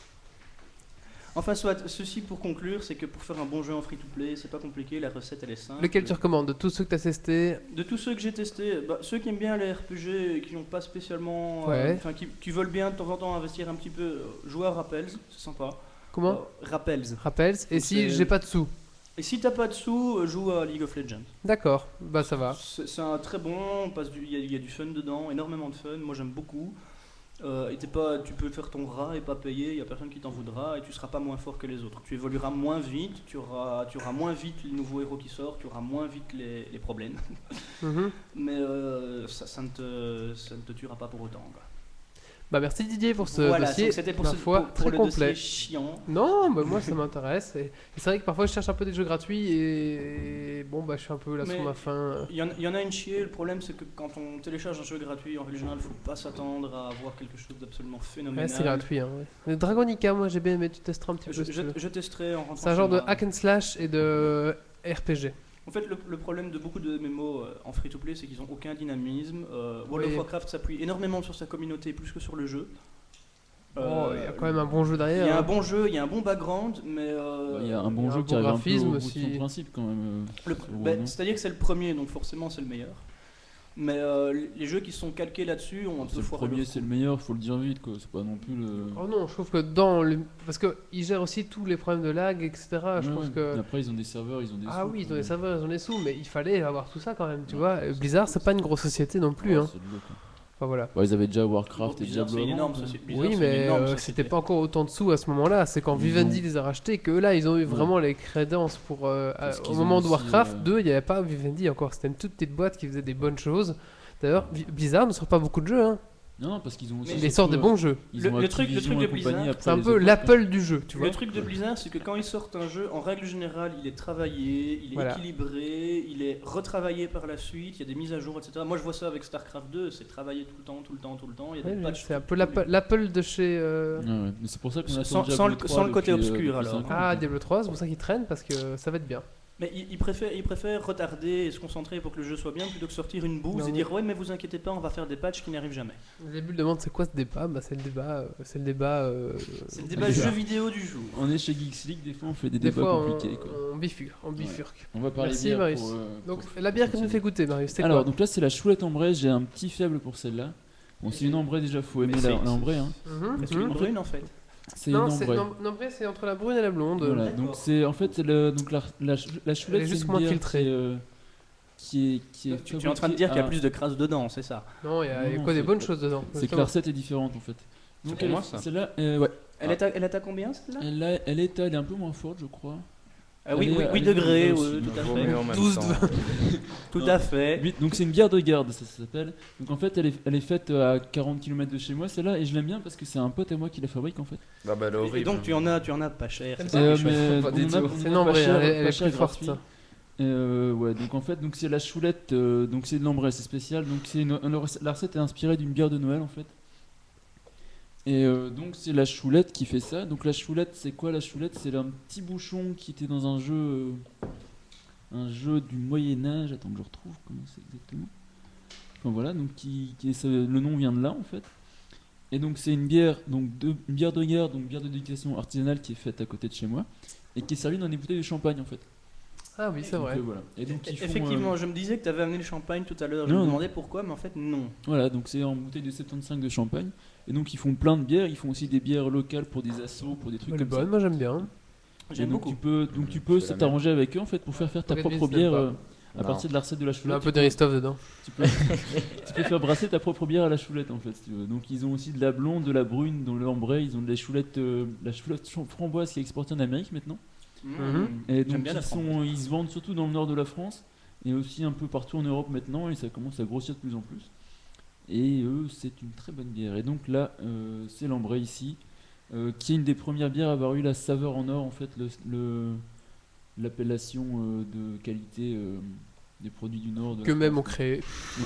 Enfin, soit, ceci pour conclure, c'est que pour faire un bon jeu en free-to-play, c'est pas compliqué, la recette elle est simple. Lequel tu recommandes de tous ceux que tu as testés? De tous ceux que j'ai testés, ceux qui aiment bien les RPG et qui n'ont pas spécialement. Ouais. Enfin, qui veulent bien de temps en temps investir un petit peu, jouer à Rappels, c'est sympa. Comment? Rappels. Rappels. Et Donc si c'est- j'ai pas de sous? Et si t'as pas de sous, joue à League of Legends. D'accord, bah ça va. C'est un très bon, il y a du fun dedans, énormément de fun, moi j'aime beaucoup. Et tu peux faire ton rat et pas payer, il n'y a personne qui t'en voudra et tu seras pas moins fort que les autres. Tu évolueras moins vite, tu auras moins vite les nouveaux héros qui sortent, tu auras moins vite les problèmes. Mhm. Mais ça ne te tuera pas pour autant. Quoi. Bah merci Didier pour ce Voilà, dossier. donc c'était pour, ma ce, foi, pour très le complet. dossier chiant. Non, bah moi ça m'intéresse. Et c'est vrai que parfois je cherche un peu des jeux gratuits et bon bah je suis un peu là Mais sur ma fin. Il y en a une chier, le problème c'est que quand on télécharge un jeu gratuit, en règle générale, il ne faut pas s'attendre à avoir quelque chose d'absolument phénoménal. Ouais, c'est gratuit. Hein, ouais. Le Dragonica, moi j'ai bien aimé, tu testeras un petit peu. si tu veux. Je testerai en rentrant. C'est un chez genre de moi. hack and slash et de RPG. En fait, le problème de beaucoup de MMO en free-to-play, c'est qu'ils n'ont aucun dynamisme. World Oui. of Warcraft s'appuie énormément sur sa communauté, plus que sur le jeu. Oh, il y a quand même un bon jeu derrière. Il y a un hein. bon jeu, il y a un bon background, mais... Il y a un bon il y a jeu un qui bon arrive un peu graphisme au bout de aussi. son principe quand même. le- sur bah, WoW, non c'est-à-dire que c'est le premier, donc forcément c'est le meilleur. Mais les jeux qui sont calqués là-dessus ont un C'est peu le foiré premier, leur c'est coup. le meilleur, faut le dire vite quoi. C'est pas non plus le. Oh non, je trouve que parce qu'ils gèrent aussi tous les problèmes de lag, etc. Je Ouais, pense ouais. que. Et après, ils ont des serveurs, ils ont des. Ah sous, oui, ils quoi. ont des serveurs, ils ont des sous, mais il fallait avoir tout ça quand même, tu Ouais. vois. Blizzard, c'est pas une grosse société non plus, Ouais, hein. c'est de l'eau, quoi. Enfin voilà. Bon, ils avaient déjà Warcraft et Blizzard, Diablo. c'est une avant, énorme quoi. société. Blizzard, Oui, c'est une mais énorme c'était société. pas encore autant de sous à ce moment-là. C'est quand Ils Vivendi ont- les a rachetés que là, ils ont eu vraiment les crédences pour. Parce Au qu'ils moment ont de aussi, Warcraft 2, il n'y avait pas Vivendi encore. C'était une toute petite boîte qui faisait des bonnes choses. D'ailleurs, Blizzard ne sort pas beaucoup de jeux, hein. Non, parce qu'ils ont aussi. Mais Ils sortent des bons jeux. Ils ont Le truc Activision de et compagnie Blizzard, après C'est un les peu autres, quoi. l'Apple du jeu, tu vois. Le truc de Blizzard, c'est que quand ils sortent un jeu, en règle générale, il est travaillé, il est Voilà. équilibré, il est retravaillé par la suite, il y a des mises à jour, etc. Moi, je vois ça avec StarCraft 2, c'est travaillé tout le temps, tout le temps, tout le temps. Il y a Ouais, des patchs. c'est un peu l'Apple de chez. Ouais, ouais. Mais c'est pour ça qu'on attend Sans- Diablo sans le- 3 sans le côté depuis, obscur, depuis alors. 5 ans, Ah, quoi. Diablo 3, c'est pour ça qu'il traîne parce que ça va être bien. Mais ils préfèrent retarder et se concentrer pour que le jeu soit bien plutôt que sortir une bouse Non, et mais- dire ouais, mais vous inquiétez pas, on va faire des patchs qui n'arrivent jamais. Les bulles demandent c'est quoi ce débat, bah, c'est le débat. C'est le débat. C'est le débat Blizzard. jeu vidéo du jour. On est chez Geeks League, des fois on fait des Des débats fois, compliqués. Quoi. on bifurque. On bifurque. On va parler Merci, bière Marius. pour, Donc, pour- la bière que pour tu nous fais goûter, Marius, c'est Alors, quoi donc là c'est la Choulette Ambrée, j'ai un petit faible pour celle-là. Bon, c'est une ambrée déjà, faut aimer Mais c'est- l'ambrée. Hein. Mhm, Presque mhm. une brune en fait. C'est Non, une c'est ambrée. c'est entre la brune et la blonde. Voilà, donc c'est en fait donc la Elle Choulette est juste c'est une moins bière filtrée. qui est Tu es en train de dire qu'il y a fabriquée plus de crasse dedans, c'est ça. Non, il y a Non, quoi des c'est- bonnes choses dedans. C'est que justement. la recette est différente en fait. Donc pour moi, ça. celle-là, ouais. Elle est à combien celle-là Elle est un peu moins forte, je crois. Oui, Elle est- 8 elle est degrés, aussi, oui, donc tout à Vaut fait. mieux en même 12 temps. Tout à fait. Donc c'est une bière de garde, ça s'appelle. Donc en fait, elle est faite à 40 km de chez moi, celle-là, et je l'aime bien parce que c'est un pote à moi qui la fabrique en fait. Ah bah, elle est Et horrible. donc tu en as pas cher. Comme c'est ça, ça Euh, qui est chouette. mais Pas on du en a- tout. on en C'est a une ambrée, pas cher, elle pas est cher plus forte. gratuit. Ouais, donc en fait, donc c'est la Choulette, donc c'est de l'ambrée, c'est spécial. Donc la recette est inspirée d'une bière de Noël en fait. Et donc c'est la Choulette qui fait ça. Donc la Choulette, c'est quoi la Choulette? C'est un petit bouchon qui était dans un jeu du Moyen Âge. Attends que je retrouve comment c'est exactement. Enfin voilà, donc le nom vient de là en fait. Et donc c'est une bière, une bière de garde, donc bière de dégustation artisanale qui est faite à côté de chez moi et qui est servie dans des bouteilles de champagne en fait. Ah oui, c'est Donc, vrai. voilà. Et donc ils font, Effectivement, je me disais que tu avais amené le champagne tout à l'heure. Je Non, me non. demandais pourquoi, mais en fait, non. voilà, donc c'est en bouteille de 75 de champagne. Et donc ils font plein de bières, ils font aussi des bières locales pour des assos, pour des trucs Elle est comme ça. bonne, moi j'aime bien. Et J'aime donc beaucoup. tu peux C'est la t'arranger avec eux en fait pour faire ta Pour propre Edwin, bière c'est à Non. partir de la recette de la Il y a Choulette. un peu de Ristov dedans. Tu peux, tu peux faire brasser ta propre bière à la Choulette en fait si tu veux. Donc ils ont aussi de la blonde, de la brune, dans l'ambrée, ils ont de la Choulette framboise qui est exportée en Amérique maintenant. Mhm. Et J'aime donc bien la ils se vendent surtout dans le nord de la France et aussi un peu partout en Europe maintenant et ça commence à grossir de plus en plus. Et c'est une très bonne bière. Et donc là, c'est l'ambrée ici, qui est une des premières bières à avoir eu la saveur en or en fait, l'appellation de qualité des produits du nord. Qu'eux-mêmes ont créé.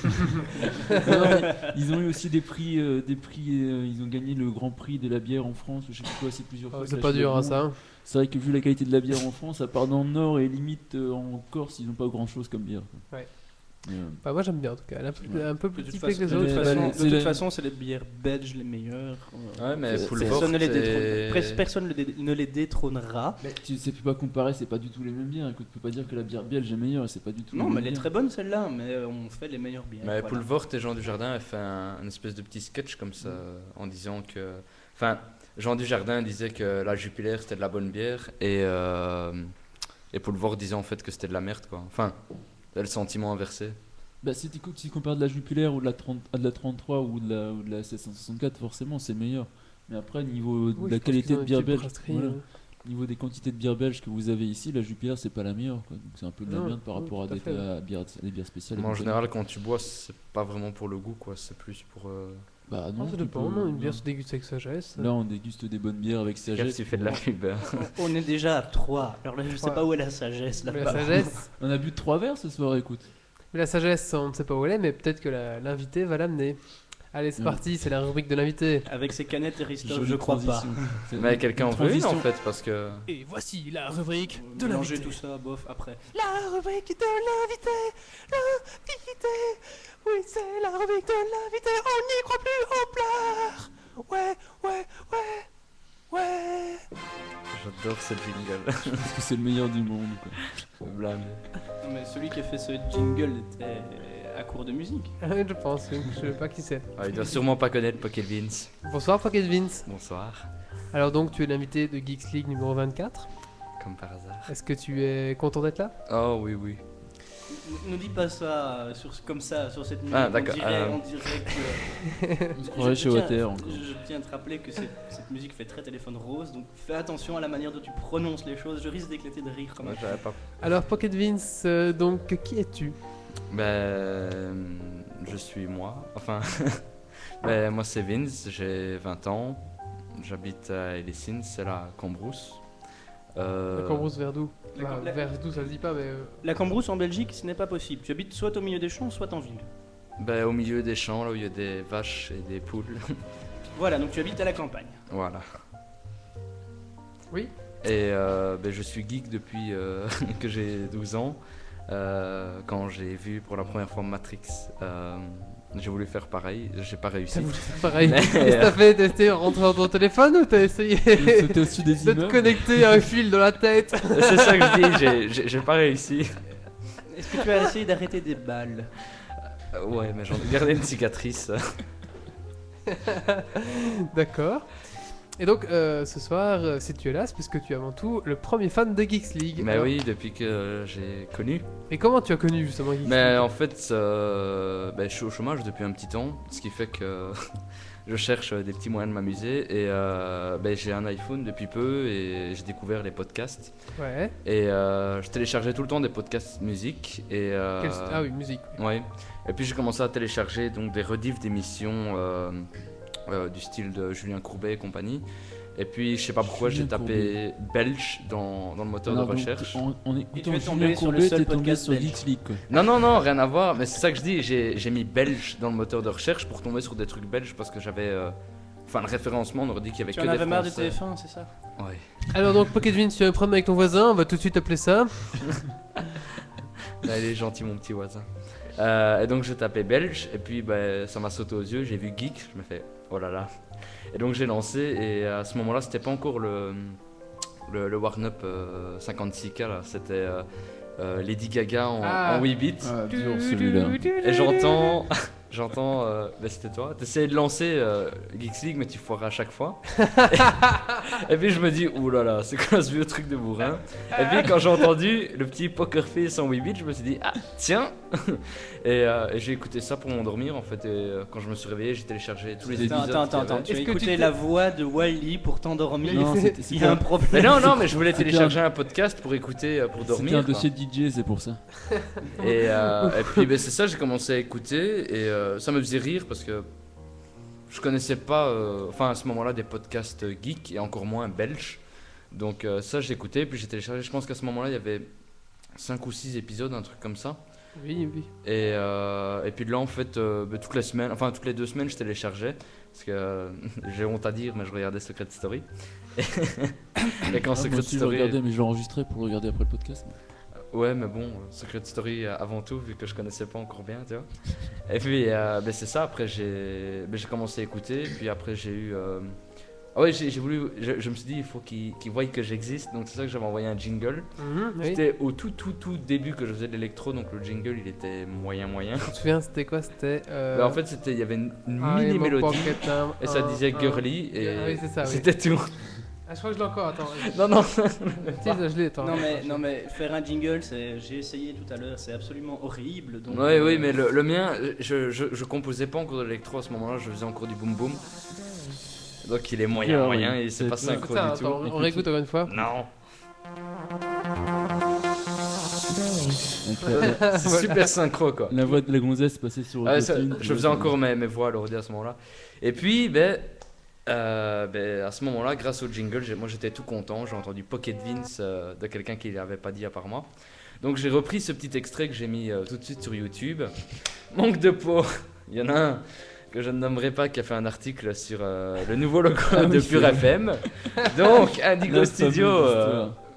Ils ont eu aussi des prix, ils ont gagné le grand prix de la bière en France, je sais plus quoi, c'est plusieurs fois. C'est pas dur à ça. Hein. C'est vrai que vu la qualité de la bière en France, à part dans le Nord et limite en Corse, ils n'ont pas grand chose comme bière. Quoi. Ouais. Et, Bah, moi j'aime bien en tout cas. Elle est un peu plus De toute typée que les façon, autres. c'est la- de toute façon, c'est les bières belges les meilleures. Ouais, mais C'est- Poulvord, Personne ne les c'est- détrônera. Personne ne les détrônera. tu sais plus pas comparer, c'est pas du tout les mêmes bières. Écoute, tu peux pas dire que la bière belge est meilleure, c'est pas du tout. Non, les mais mêmes elle est bières. très bonne celle-là, mais on fait les meilleures bières. Mais voilà. Poulvord et Jean Dujardin a fait un espèce de petit sketch comme ça en disant que. Enfin, Jean Dujardin disait que la Jupiler c'était de la bonne bière et Poulvord disait en fait que c'était de la merde quoi. Enfin, le sentiment inversé. Bah, si tu compares de la Jupiler ou de la, 30, à de la 33 ou de la 764, forcément c'est meilleur. Mais après, niveau de Oui, la je pense qualité qu'ils ont de un bière petit belge, brasserie, voilà. Niveau des quantités de bière belge que vous avez ici, la Jupiler c'est pas la meilleure. Quoi. Donc c'est un peu de la Non, merde par oui, rapport à tout à des, fait. des bières spéciales. Mais en Donc, général, quand tu bois, c'est pas vraiment pour le goût quoi, c'est plus pour. bah Ah, non, ça tu dépend, peux- non, une bière se déguste avec sagesse. Là, on déguste des bonnes bières avec sagesse. tu fais de la pub. On est déjà à 3. Alors là, je sais Ouais. pas où est la sagesse Mais là-bas. la sagesse, On a bu 3 verres ce soir, écoute. mais la sagesse, on ne sait pas où elle est, mais peut-être que l'invité va l'amener. Allez, c'est Ouais. parti, c'est la rubrique de l'invité. Avec ses canettes et Ristoff, Jolie je crois pas. transition. C'est Mais quelqu'un en veut une en transition. fait parce que. Et voici la rubrique de Mélanger l'invité. tout ça, bof, après. La rubrique de l'invité, l'invité. Oui, c'est la rubrique de l'invité. On n'y croit plus, on pleure. Ouais, ouais, ouais, ouais. J'adore ce jingle. Parce que c'est le meilleur du monde. Quoi. Blâme. Non, mais celui qui a fait ce jingle était à court de musique. Je pense, oui. Je sais pas qui c'est. Ah, il doit sûrement pas connaître Pocket Vince. Bonsoir Pocket Vince. Bonsoir, Alors donc tu es l'invité de Geeks League numéro 24. comme par hasard. Est-ce que tu es content d'être là? Oh oui, oui. Ne dis pas ça comme ça sur cette musique. Ah, d'accord, On dirait que. On se croirait chez Water encore. Je tiens à te rappeler que cette musique fait très téléphone rose, donc fais attention à la manière dont tu prononces les choses. Je risque d'éclater de rire comme Moi, un. j'avais pas. Alors Pocket Vince, donc qui es-tu? Je suis moi. Enfin, moi c'est Vince, j'ai 20 ans. J'habite à Hellessines, c'est la Cambrousse. La Cambrousse vers d'où? La- Vers d'où ça se dit pas, mais. La Cambrousse en Belgique, ce n'est pas possible. Tu habites soit au milieu des champs, soit en ville. Au milieu des champs, là où il y a des vaches et des poules. Voilà, donc tu habites à la campagne. Voilà. Oui. Et je suis geek depuis que j'ai 12 ans. Quand j'ai vu pour la première fois Matrix, j'ai voulu faire pareil, j'ai pas réussi. Pareil. Mais, Qu'est-ce que t'as fait? T'as essayé de rentrer dans ton téléphone ou t'as essayé Sauter au-dessus des de te immeubles. connecter à un fil dans la tête? C'est ça que je dis, j'ai pas réussi. Est-ce que tu as essayé d'arrêter des balles? Ouais, mais j'en ai gardé une cicatrice. D'accord. Et donc ce soir, si tu es là, c'est parce que tu es avant tout le premier fan de Geeks League. Mais Alors, oui, depuis que j'ai connu. Et comment tu as connu justement Geeks Mais League? en fait, je suis au chômage depuis un petit temps, ce qui fait que je cherche des petits moyens de m'amuser. Et j'ai un iPhone depuis peu et j'ai découvert les podcasts. Ouais. Et je téléchargeais tout le temps des podcasts musique. Et, Ah oui, musique. Oui. ouais. Et puis j'ai commencé à télécharger donc, des rediffs d'émissions du style de Julien Courbet et compagnie. Et puis je sais pas pourquoi j'ai Julien tapé belge dans le moteur Alors, de donc, recherche. en Et tu écoutant es tombé Julien sur le Courbet, seul t'es tombé podcast sur belge. Geeks League, quoi. Non, rien à voir, mais c'est ça que je dis, j'ai mis belge dans le moteur de recherche pour tomber sur des trucs belges parce que j'avais... Enfin, le référencement, on aurait dit qu'il y avait Tu que en des avais marre du Français. TF1, c'est ça? Ouais. Alors donc Pocket Vince, tu as un problème avec ton voisin, on va tout de suite appeler ça. Là, il est gentil, mon petit voisin. Et donc, j'ai tapé belge, et puis ça m'a sauté aux yeux, j'ai vu geek, je me fais, oh là là. Et donc, j'ai lancé, et à ce moment-là, c'était pas encore le Warn-Up 56K, là, c'était Lady Gaga en 8 bits. Ah, dur celui-là. Et j'entends, c'était toi, t'essayais de lancer Geeks League, mais tu foirais à chaque fois. Et puis je me dis, ouh là là, c'est quoi ce vieux truc de bourrin? Et puis quand j'ai entendu le petit Poker Face en 8 bits, je me suis dit, ah tiens. Et j'ai écouté ça pour m'endormir en fait. Et quand je me suis réveillé, j'ai téléchargé tous les épisodes. Attends, tu as Est-ce que tu écouté t'es- la voix de Wally pour t'endormir? Non, Il c'était Il y a un problème. Mais non, mais je voulais C'était télécharger un podcast pour écouter, pour c'était dormir. un quoi. dossier DJ, c'est pour ça. Et puis c'est ça, j'ai commencé à écouter et ça me faisait rire parce que je connaissais pas, à ce moment-là, des podcasts geeks et encore moins belges. Donc ça, j'ai écouté, puis j'ai téléchargé. Je pense qu'à ce moment-là, il y avait 5 ou 6 épisodes, un truc comme ça. Oui, oui. Et puis de là, en fait, toutes les semaines, enfin toutes les 2 semaines, je téléchargeais. Parce que j'ai honte à dire, mais je regardais Secret Story. Et quand Ah, moi Secret aussi, je Story. regardais, mais je l'enregistrais pour le regarder après le podcast. Ouais, mais bon, Secret Story avant tout, vu que je connaissais pas encore bien, tu vois. Et puis, c'est ça, après j'ai commencé à écouter, puis après j'ai eu... Ah ouais, j'ai voulu... Je me suis dit, il faut qu'ils voient que j'existe, donc c'est ça que j'avais envoyé un jingle. Oui. C'était au tout début que je faisais de l'électro, donc le jingle, il était moyen. Tu te souviens, c'était quoi? C'était. En fait, il y avait une I am a mini-mélodie, pocket arm, et ça un- disait un- girly, et Ah oui, c'est ça, oui. c'était tout. Ah, je crois que je l'ai encore, attends. Non. Si, je l'ai, attends. Non mais faire un jingle, j'ai essayé tout à l'heure, c'est absolument horrible. Donc, Oui, mais le mien, je composais pas encore de l'électro à ce moment-là, je faisais encore du boom boom. Donc il est moyen, Ah oui, et c'est pas c'est- synchro Putain, du tout. attends, on réécoute encore une fois. Non, Donc, c'est super synchro quoi. la voix de la gonzesse passait sur Ah, ça, Autotune. je faisais encore mes voix à l'ordi à ce moment-là. Et puis, à ce moment-là, grâce au jingle, moi j'étais tout content. J'ai entendu Pocket Vince de quelqu'un qui ne l'avait pas dit à part moi. Donc j'ai repris ce petit extrait que j'ai mis tout de suite sur YouTube. Manque de peau. Il y en a un que je ne nommerai pas qui a fait un article sur le nouveau logo Ah de oui, Pure c'est- FM. Donc Indigo La Studio fameuse histoire.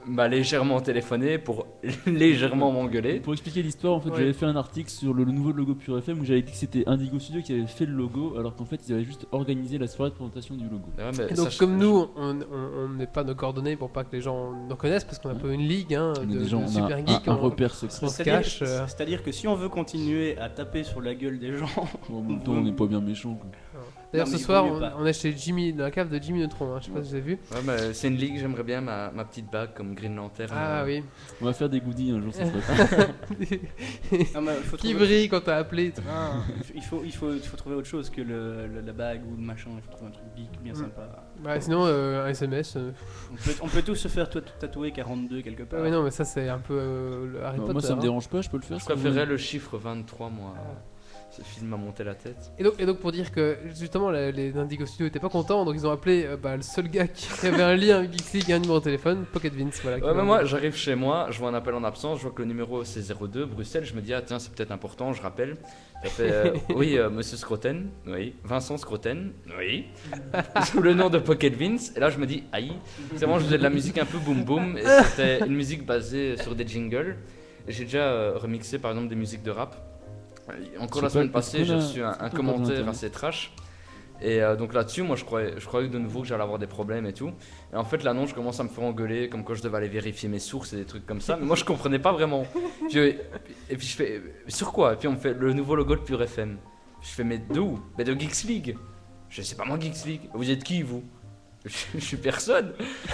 m'a légèrement téléphoné pour légèrement m'engueuler. Pour expliquer l'histoire, en fait, Ouais. j'avais fait un article sur le nouveau logo Pure FM où j'avais dit que c'était Indigo Studio qui avait fait le logo, alors qu'en fait, ils avaient juste organisé la soirée de présentation du logo. Ouais, mais Et ça, donc, comme nous, on n'est pas nos coordonnées pour pas que les gens nous reconnaissent, parce qu'on a un peu une ligue hein, On est de, des gens, de on a super geeks. un on- repère secret. on se cache. C'est-à-dire que si on veut continuer à taper sur la gueule des gens, En même temps, on n'est pas bien méchant. D'ailleurs, Non, mais ce il soir, vaut mieux on, pas. on est chez Jimmy, dans la cave de Jimmy Neutron. Hein, je sais pas si vous avez vu. Ouais, mais c'est une ligue, j'aimerais bien ma petite bague comme Green Lantern. Ah oui. On va faire des goodies un jour, ça serait non, mais il faut Qui trouver- brille quand t'as appelé. il faut trouver autre chose que la bague ou le machin. Il faut trouver un truc geek bien sympa. Bah, sinon, un SMS. On peut tous se faire tatouer 42 quelque part. Ouais, non, mais ça, c'est un peu le Harry Potter. Moi, ça me hein. dérange pas, je peux le faire. Je si vous préférais voulez. le chiffre 23, moi. Ce film m'a monté la tête. Et donc, pour dire que justement les Indigo Studio étaient pas contents, donc ils ont appelé le seul gars qui avait un lien avec Geeks League et un numéro de téléphone, Pocket Vince. Voilà, qui Ouais, m'a mais moi, envoyé. j'arrive chez moi, je vois un appel en absence, je vois que le numéro c'est 02, Bruxelles, je me dis, ah tiens, c'est peut-être important, je rappelle. Ça fait, oui, monsieur Scroten, oui, Vincent Scroten, oui, sous le nom de Pocket Vince. Et là, je me dis, aïe, c'est vraiment, je faisais de la musique un peu boom boom, et c'était une musique basée sur des jingles. Et j'ai déjà remixé par exemple des musiques de rap. Encore la Je sais semaine pas, passée, est-ce j'ai qu'on a- reçu un est-ce qu'on a commentaire Internet assez trash. Et donc là-dessus, moi je croyais de nouveau que j'allais avoir des problèmes et tout. Et en fait, là non, je commence à me faire engueuler, comme quoi je devais aller vérifier mes sources et des trucs comme ça. Mais moi je comprenais pas vraiment. Et puis je fais, sur quoi? Et puis on me fait le nouveau logo de Pure FM. Je fais, mais d'où? Mais de Geeks League. Je sais pas moi, Geeks League. Vous êtes qui vous? Je suis personne.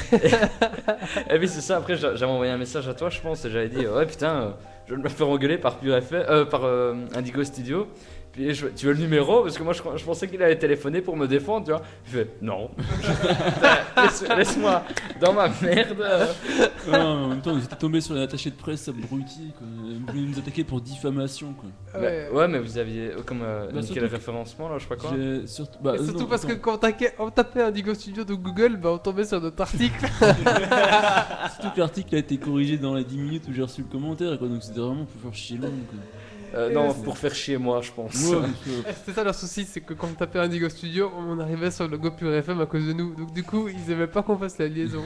Et puis c'est ça, après j'avais envoyé un message à toi, je pense, et j'avais dit, ouais putain, je vais me faire engueuler par Pure FM, par Indigo Studio. Puis tu veux le numéro? Parce que moi je pensais qu'il allait téléphoner pour me défendre, tu vois. Je fais, non. Laisse-moi dans ma merde. Non, en même temps, ils étaient tombés sur les attachés de presse abrutis, quoi. Ils voulaient nous attaquer pour diffamation, quoi. Ouais. Mais vous aviez comme niqué surtout le que- référencement là, je sais pas quoi. J'ai surtout, bah, Et surtout non, parce que attends. quand on tapait Indigo Studio de Google, bah, on tombait sur notre article. Surtout que l'article a été corrigé dans les 10 minutes où j'ai reçu le commentaire, quoi. Donc c'était vraiment pour faire chier l'homme, quoi. Non, pour faire chier moi, je pense. Ouais, parce que- C'était ça leur souci, c'est que quand on tapait Indigo Studio, on arrivait sur le logo Pure FM à cause de nous. Donc du coup, ils aimaient pas qu'on fasse la liaison.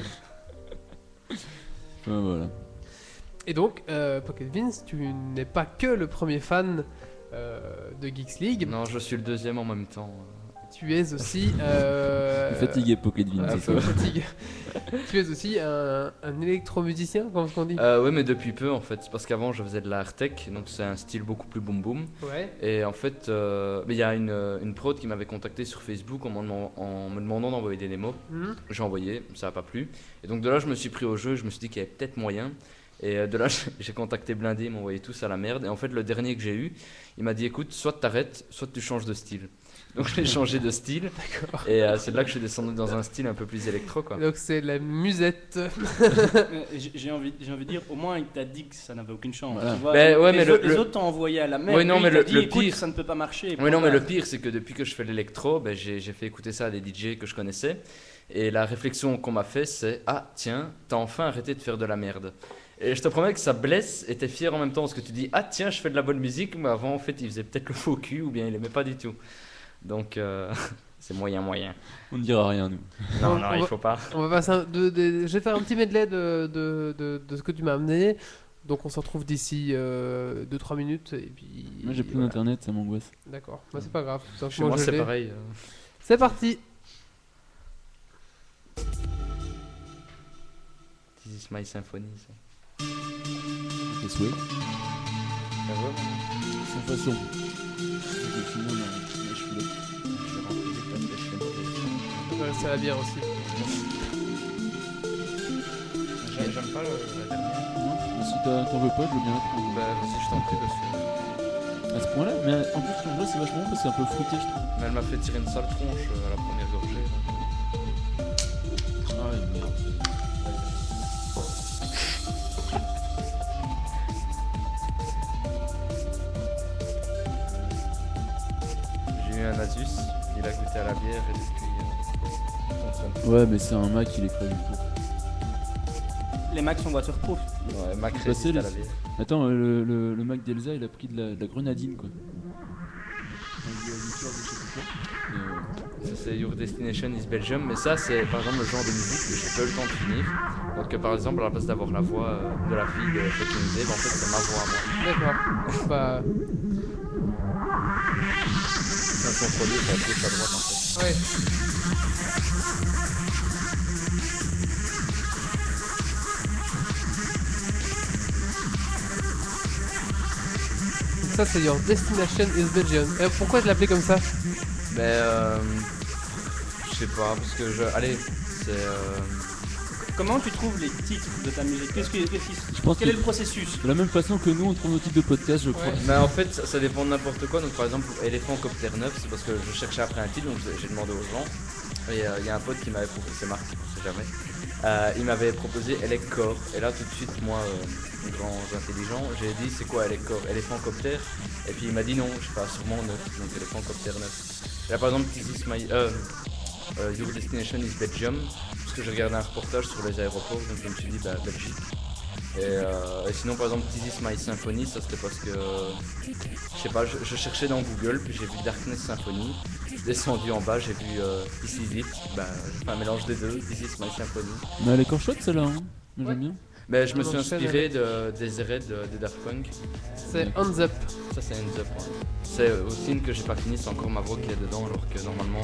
voilà. Et donc, Pocket Vince, tu n'es pas que le premier fan de Geeks League. Non, je suis le deuxième en même temps. Tu es aussi. Fatigué Pocket Vince, un c'est peu ça. fatigué. Tu es aussi un électromusicien, comme on dit. Oui, mais depuis peu en fait. Parce qu'avant je faisais de la hard-tech, donc c'est un style beaucoup plus boom boom. Ouais. Et en fait, mais il y a une prod qui m'avait contacté sur Facebook en me demandant d'envoyer des démos. Mhm. J'ai envoyé, ça n'a pas plu. Et donc de là, je me suis pris au jeu, je me suis dit qu'il y avait peut-être moyen. Et de là, j'ai contacté Blindé, ils m'ont envoyé tous à la merde. Et en fait, le dernier que j'ai eu, il m'a dit écoute, soit t'arrêtes, soit tu changes de style. Donc j'ai changé de style. Et c'est de là que je suis descendu dans un style un peu plus électro, quoi. Donc c'est la musette. J'ai envie de dire, au moins il t'a dit que ça n'avait aucune chance. Voilà. Tu vois. Ben, ouais, mais les autres t'ont envoyé à la mer. Oui, non, lui, mais il t'a le dit, écoute, pire- ça ne peut pas marcher. Oui, non, mais Voilà. le pire, c'est que depuis que je fais l'électro, ben, j'ai fait écouter ça à des DJ que je connaissais. Et la réflexion qu'on m'a fait, c'est ah, tiens, t'as enfin arrêté de faire de la merde. Et je te promets que ça blesse et t'es fier en même temps parce que tu dis ah, tiens, je fais de la bonne musique, mais avant, en fait, il faisait peut-être le faux cul ou bien il aimait pas du tout. Donc, c'est moyen. On ne dira rien, nous. Non, On non, il va- faut pas. On va passer je vais faire un petit medley de ce que tu m'as amené. Donc on se retrouve d'ici 2-3 minutes. Et puis, Moi j'ai plus voilà. d'internet, ça m'angoisse. D'accord, bah, c'est pas grave. Tant que Chez moi, je c'est l'ai. pareil. C'est parti. This is my symphony. Ça. C'est souhait. Ah ouais, Sans façon. Je vais finir ma cheveux. je vais rentrer des places de chez moi. Ouais, c'est la bière aussi. J'aime pas la dernière. Non, mais si t'en veux pas, je veux bien la prendre. Bah, vas-y, je t'en prie, parce que. À ce point-là, mais en plus, en vrai, c'est vachement bon parce que c'est un peu fruité, je trouve. Mais elle m'a fait tirer une sale tronche à la première gorgée. Ah ouais, merde. J'ai eu un Asus, il a goûté à la bière et depuis, il fonctionne plus. Ouais, mais c'est un Mac, il est prévu pour. Les Macs sont waterproof. Ouais, Mac Passer résiste les- à la bière. Attends, le Mac d'Elsa, il a pris de la grenadine, quoi. Ça c'est Your Destination is Belgium, mais ça c'est par exemple le genre de musique que j'ai pas eu le temps de finir. Donc par exemple à la place d'avoir la voix de la fille de Fucking Day, en fait c'est ma voix à moi. D'accord. Bah, C'est un contrôlé, c'est à gauche à droite en fait. ouais. Ça, c'est Your Destination is Belgium. Pourquoi de l'appeler comme ça? Mais je sais pas, parce que allez, c'est Comment tu trouves les titres de ta musique? Je pense Quel que est le processus? de la même façon que nous on trouve nos titres de podcast, je crois. Ouais. Mais en fait, ça dépend de n'importe quoi. Donc, par exemple, Elephant Copter 9, c'est parce que je cherchais après un titre, donc j'ai demandé aux gens. Et il y a un pote qui m'avait proposé, c'est Marc, on sait jamais. Il m'avait proposé Elec Core. Et là, tout de suite, moi, grand intelligent, j'ai dit c'est quoi Elec Core? Elephant Copter. Et puis il m'a dit non, je sais pas, sûrement 9. Donc, Elephant Copter 9. Et là, par exemple, Your Destination is Belgium. Parce que j'ai regardé un reportage sur les aéroports, donc je me suis dit, bah, Belgique. Et sinon par exemple This Is My Symphony, ça c'était parce que je sais pas, je cherchais dans Google, puis j'ai vu Darkness Symphony, je suis descendu en bas, j'ai vu This Is It, bah, j'ai fait un mélange des deux, This Is My Symphony. Mais elle est encore chouette celle-là, hein. Moi, j'aime bien. Mais je me On suis enchaîne inspiré des Red de Daft Punk, C'est Hands Up. ça c'est Hands Up. Ouais. C'est aussi une que j'ai pas fini, c'est encore ma voix qui est dedans, alors que normalement...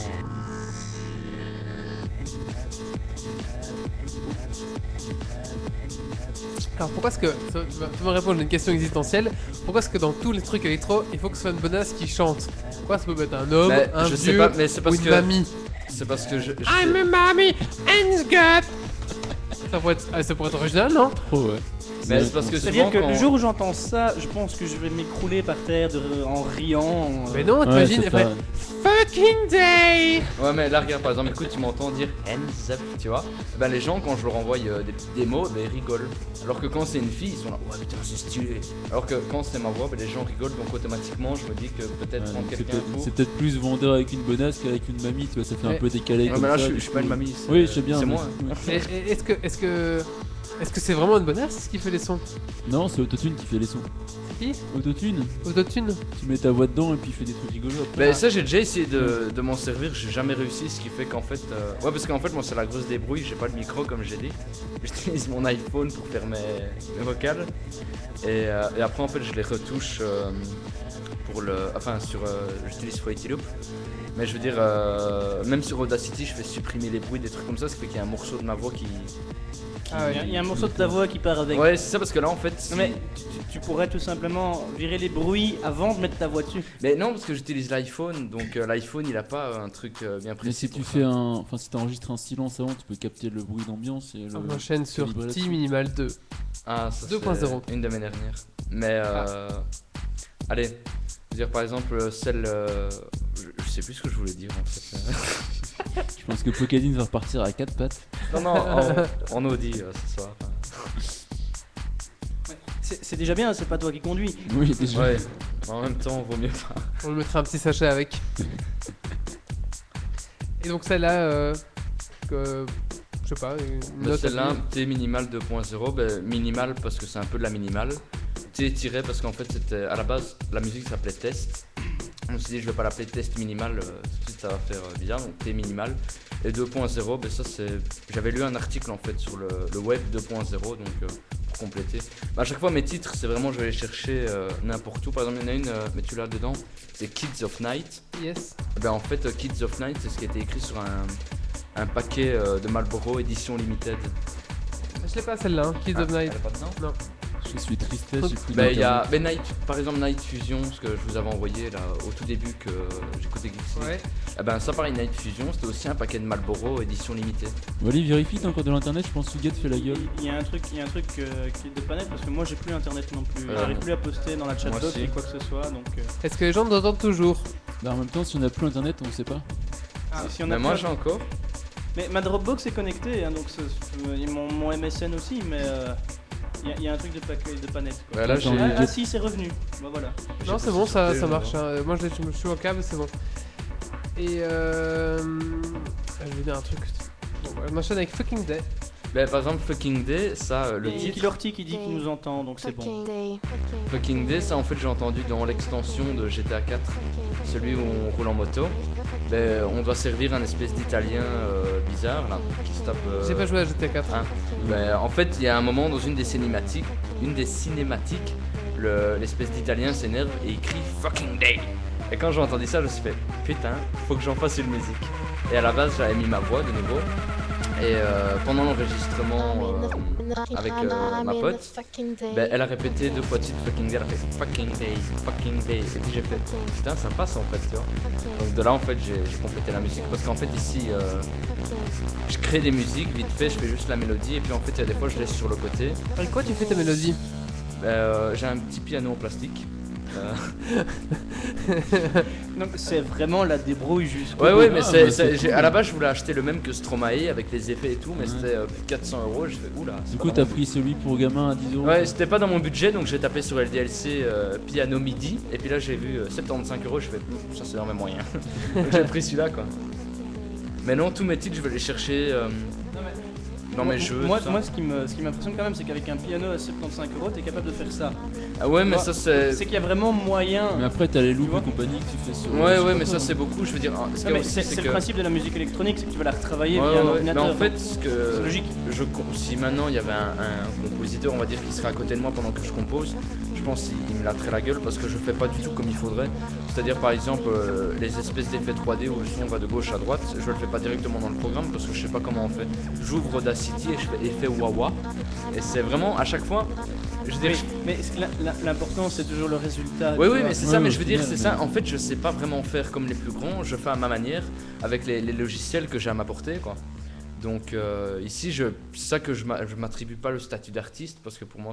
Alors pourquoi est-ce que, tu me répondre à une question existentielle, pourquoi est-ce que dans tous les trucs électro, il faut que ce soit une bonasse qui chante? Pourquoi ça peut être un homme, Mais un je sais vieux pas, mais c'est ou parce une que... mamie? C'est parce que je I'm a mommy and God. Ça pourrait être original, non? Oh ouais. Mais c'est parce que C'est-à-dire souvent que quand... le jour où j'entends ça, je pense que je vais m'écrouler par terre en riant. Mais non, t'imagines, elle fait Fucking Day. Ouais mais là regarde par exemple, écoute, tu m'entends dire hands up, tu vois. Ben les gens quand je leur envoie des petites démos, ben ils rigolent. Alors que quand c'est une fille, ils sont là, ouais putain c'est stylé. Alors que quand c'est ma voix, ben les gens rigolent, donc automatiquement je me dis que peut-être Ouais, prendre c'est quelqu'un peut-être- pour... c'est peut-être plus vendeur avec une bonasse qu'avec une mamie, tu vois, ça fait un Mais- peu décalé. Ouais, comme mais là ça, je du suis pas coup. une mamie, Oui, je sais bien. c'est mais- moi. Et est-ce que c'est vraiment une bonasse qui fait les sons? Non, c'est Autotune qui fait les sons. Qui? Autotune, Autotune? tu mets ta voix dedans et puis il fait des trucs rigolos après. Ben ça j'ai déjà essayé de m'en servir, j'ai jamais réussi, ce qui fait qu'en fait... Ouais parce qu'en fait moi c'est la grosse débrouille, j'ai pas le micro comme j'ai dit. J'utilise mon iPhone pour faire mes vocales. Et après en fait je les retouche pour le... Enfin sur... j'utilise Fruity Loop. Mais je veux dire, même sur Audacity je fais supprimer les bruits, des trucs comme ça, ce qui fait qu'il y a un morceau de ma voix qui... Ah ouais. Il y a un morceau de ta voix qui part avec. Ouais c'est ça parce que là en fait... Non mais tu pourrais tout simplement virer les bruits avant de mettre ta voix dessus. Mais non parce que j'utilise l'iPhone, donc l'iPhone il a pas un truc bien Mais précis. si tu pour fais ça. enfin si t'enregistres un silence avant, tu peux capter le bruit d'ambiance et le. On enchaîne sur calibrer T là-dessus. Minimal 2. Ah, ça 2.0. c'est une de mes dernières. Mais allez, je veux dire par exemple celle, je sais plus ce que je voulais dire en fait. Je pense que Pocadine va repartir à 4 pattes. Non en Audi ce soir. C'est déjà bien, c'est pas toi qui conduis. Oui, déjà. Ouais. En même temps vaut mieux pas. On lui mettra un petit sachet avec. Et donc celle-là, je sais pas, une Mais note. celle-là, T minimal 2.0, ben, minimal parce que c'est un peu de la minimale. T tiré parce qu'en fait c'était à la base la musique s'appelait test. On s'est dit je vais pas l'appeler test minimal, tout de suite ça va faire bizarre, donc T minimal. Et 2.0, ben ça c'est. J'avais lu un article en fait sur le web 2.0, donc pour compléter. Bah, à chaque fois mes titres c'est vraiment je vais les chercher n'importe où. Par exemple il y en a une, mais tu l'as dedans, c'est Kids of Night. Yes. Ben, en fait Kids of Night c'est ce qui a été écrit sur un paquet de Marlboro édition limited. Je l'ai pas celle-là, hein, Kids of Ah, Night. elle est pas dedans? Non. Je suis tristesse, j'ai plus Ben, il y a d'internet. Night, par exemple Night Fusion, ce que je vous avais envoyé là au tout début que j'écoutais Geeks. Ouais. Eh ben ça pareil Night Fusion, c'était aussi un paquet de Marlboro édition limitée. Wally, vérifie, t'as encore de l'internet, je pense que Huguette fait la gueule. Il y a un truc qui est de pas net parce que moi j'ai plus internet non plus. Ouais. J'arrive plus à poster dans la Moi chatbox aussi. ni quoi que ce soit donc. Est-ce que les gens nous entendent toujours? Bah, en même temps, si on a plus internet, on sait pas. Si on Mais a moi plus- j'ai encore. Mais ma Dropbox est connectée, hein, donc mon MSN aussi, mais il y a un truc de pas net. quoi. Ouais, là Attends, j'ai. mais- Ah si, c'est revenu. Bah voilà. Non, c'est bon, ça marche. Hein. Moi, je suis au câble, c'est bon. Et je vais dire un truc. Bon, bah, je m'enchaîne avec Fucking Day. Ben, par exemple Fucking Day, ça le Et titre Kilorty qui dit qu'il nous entend, donc c'est bon. Fucking Day, ça en fait j'ai entendu dans l'extension de GTA 4, celui où on roule en moto. on doit servir un espèce d'italien bizarre là, qui se tape. J'ai pas joué à GTA 4. Hein. En fait, il y a un moment dans une des cinématiques, l'espèce d'italien s'énerve et il crie fucking day. Et quand j'ai entendu ça, je me suis fait putain, faut que j'en fasse une musique. Et à la base, j'avais mis ma voix de nouveau. Et pendant l'enregistrement avec ma pote, elle a répété 2 fois de suite fucking day, elle a fait fucking day. Et puis j'ai fait putain, ça passe en fait, tu vois. Donc de là en fait j'ai complété la musique parce qu'en fait ici je crée des musiques vite fait, je fais juste la mélodie et puis en fait il y a des fois je laisse sur le côté. Avec quoi tu fais ta mélodie? J'ai un petit piano en plastique. Donc c'est vraiment la débrouille jusqu'au Ouais, bout. mais à la base je voulais acheter le même que Stromae avec les effets et tout, mais c'était plus de 400 €. Je fais oula. Du coup, t'as pris celui pour gamin à 10 €. Ouais, c'était pas dans mon budget donc j'ai tapé sur LDLC piano MIDI et puis là j'ai vu 75 €. Je fais ça c'est dans mes moyens. Donc j'ai pris celui-là quoi. Mais non, tous mes titres je vais les chercher dans mes jeux. Moi, ce qui m'impressionne quand même, c'est qu'avec un piano à 75 €, t'es capable de faire ça. Ah ouais, mais ça c'est. C'est qu'il y a vraiment moyen. Mais après, t'as les loops et compagnie que tu fais sur. Ouais, mais ça c'est beaucoup. Je veux dire, c'est le principe de la musique électronique, c'est que tu vas la retravailler Ouais, via un ouais, ordinateur. mais en fait, c'est logique. Si maintenant il y avait un compositeur, on va dire, qui serait à côté de moi pendant que je compose, je pense qu'il me latterait la gueule parce que je fais pas du tout comme il faudrait. C'est-à-dire par exemple les espèces d'effets 3D où le son va de gauche à droite, je le fais pas directement dans le programme parce que je sais pas comment on fait. J'ouvre Audacity et je fais effet wah-wah et c'est vraiment à chaque fois. Je veux dire, mais l'important c'est toujours le résultat. Oui, mais c'est ça, mais je veux dire, c'est ça. En fait, je sais pas vraiment faire comme les plus grands, je fais à ma manière avec les logiciels que j'ai à ma portée, quoi. Donc ici, c'est ça que je m'attribue pas le statut d'artiste parce que pour moi,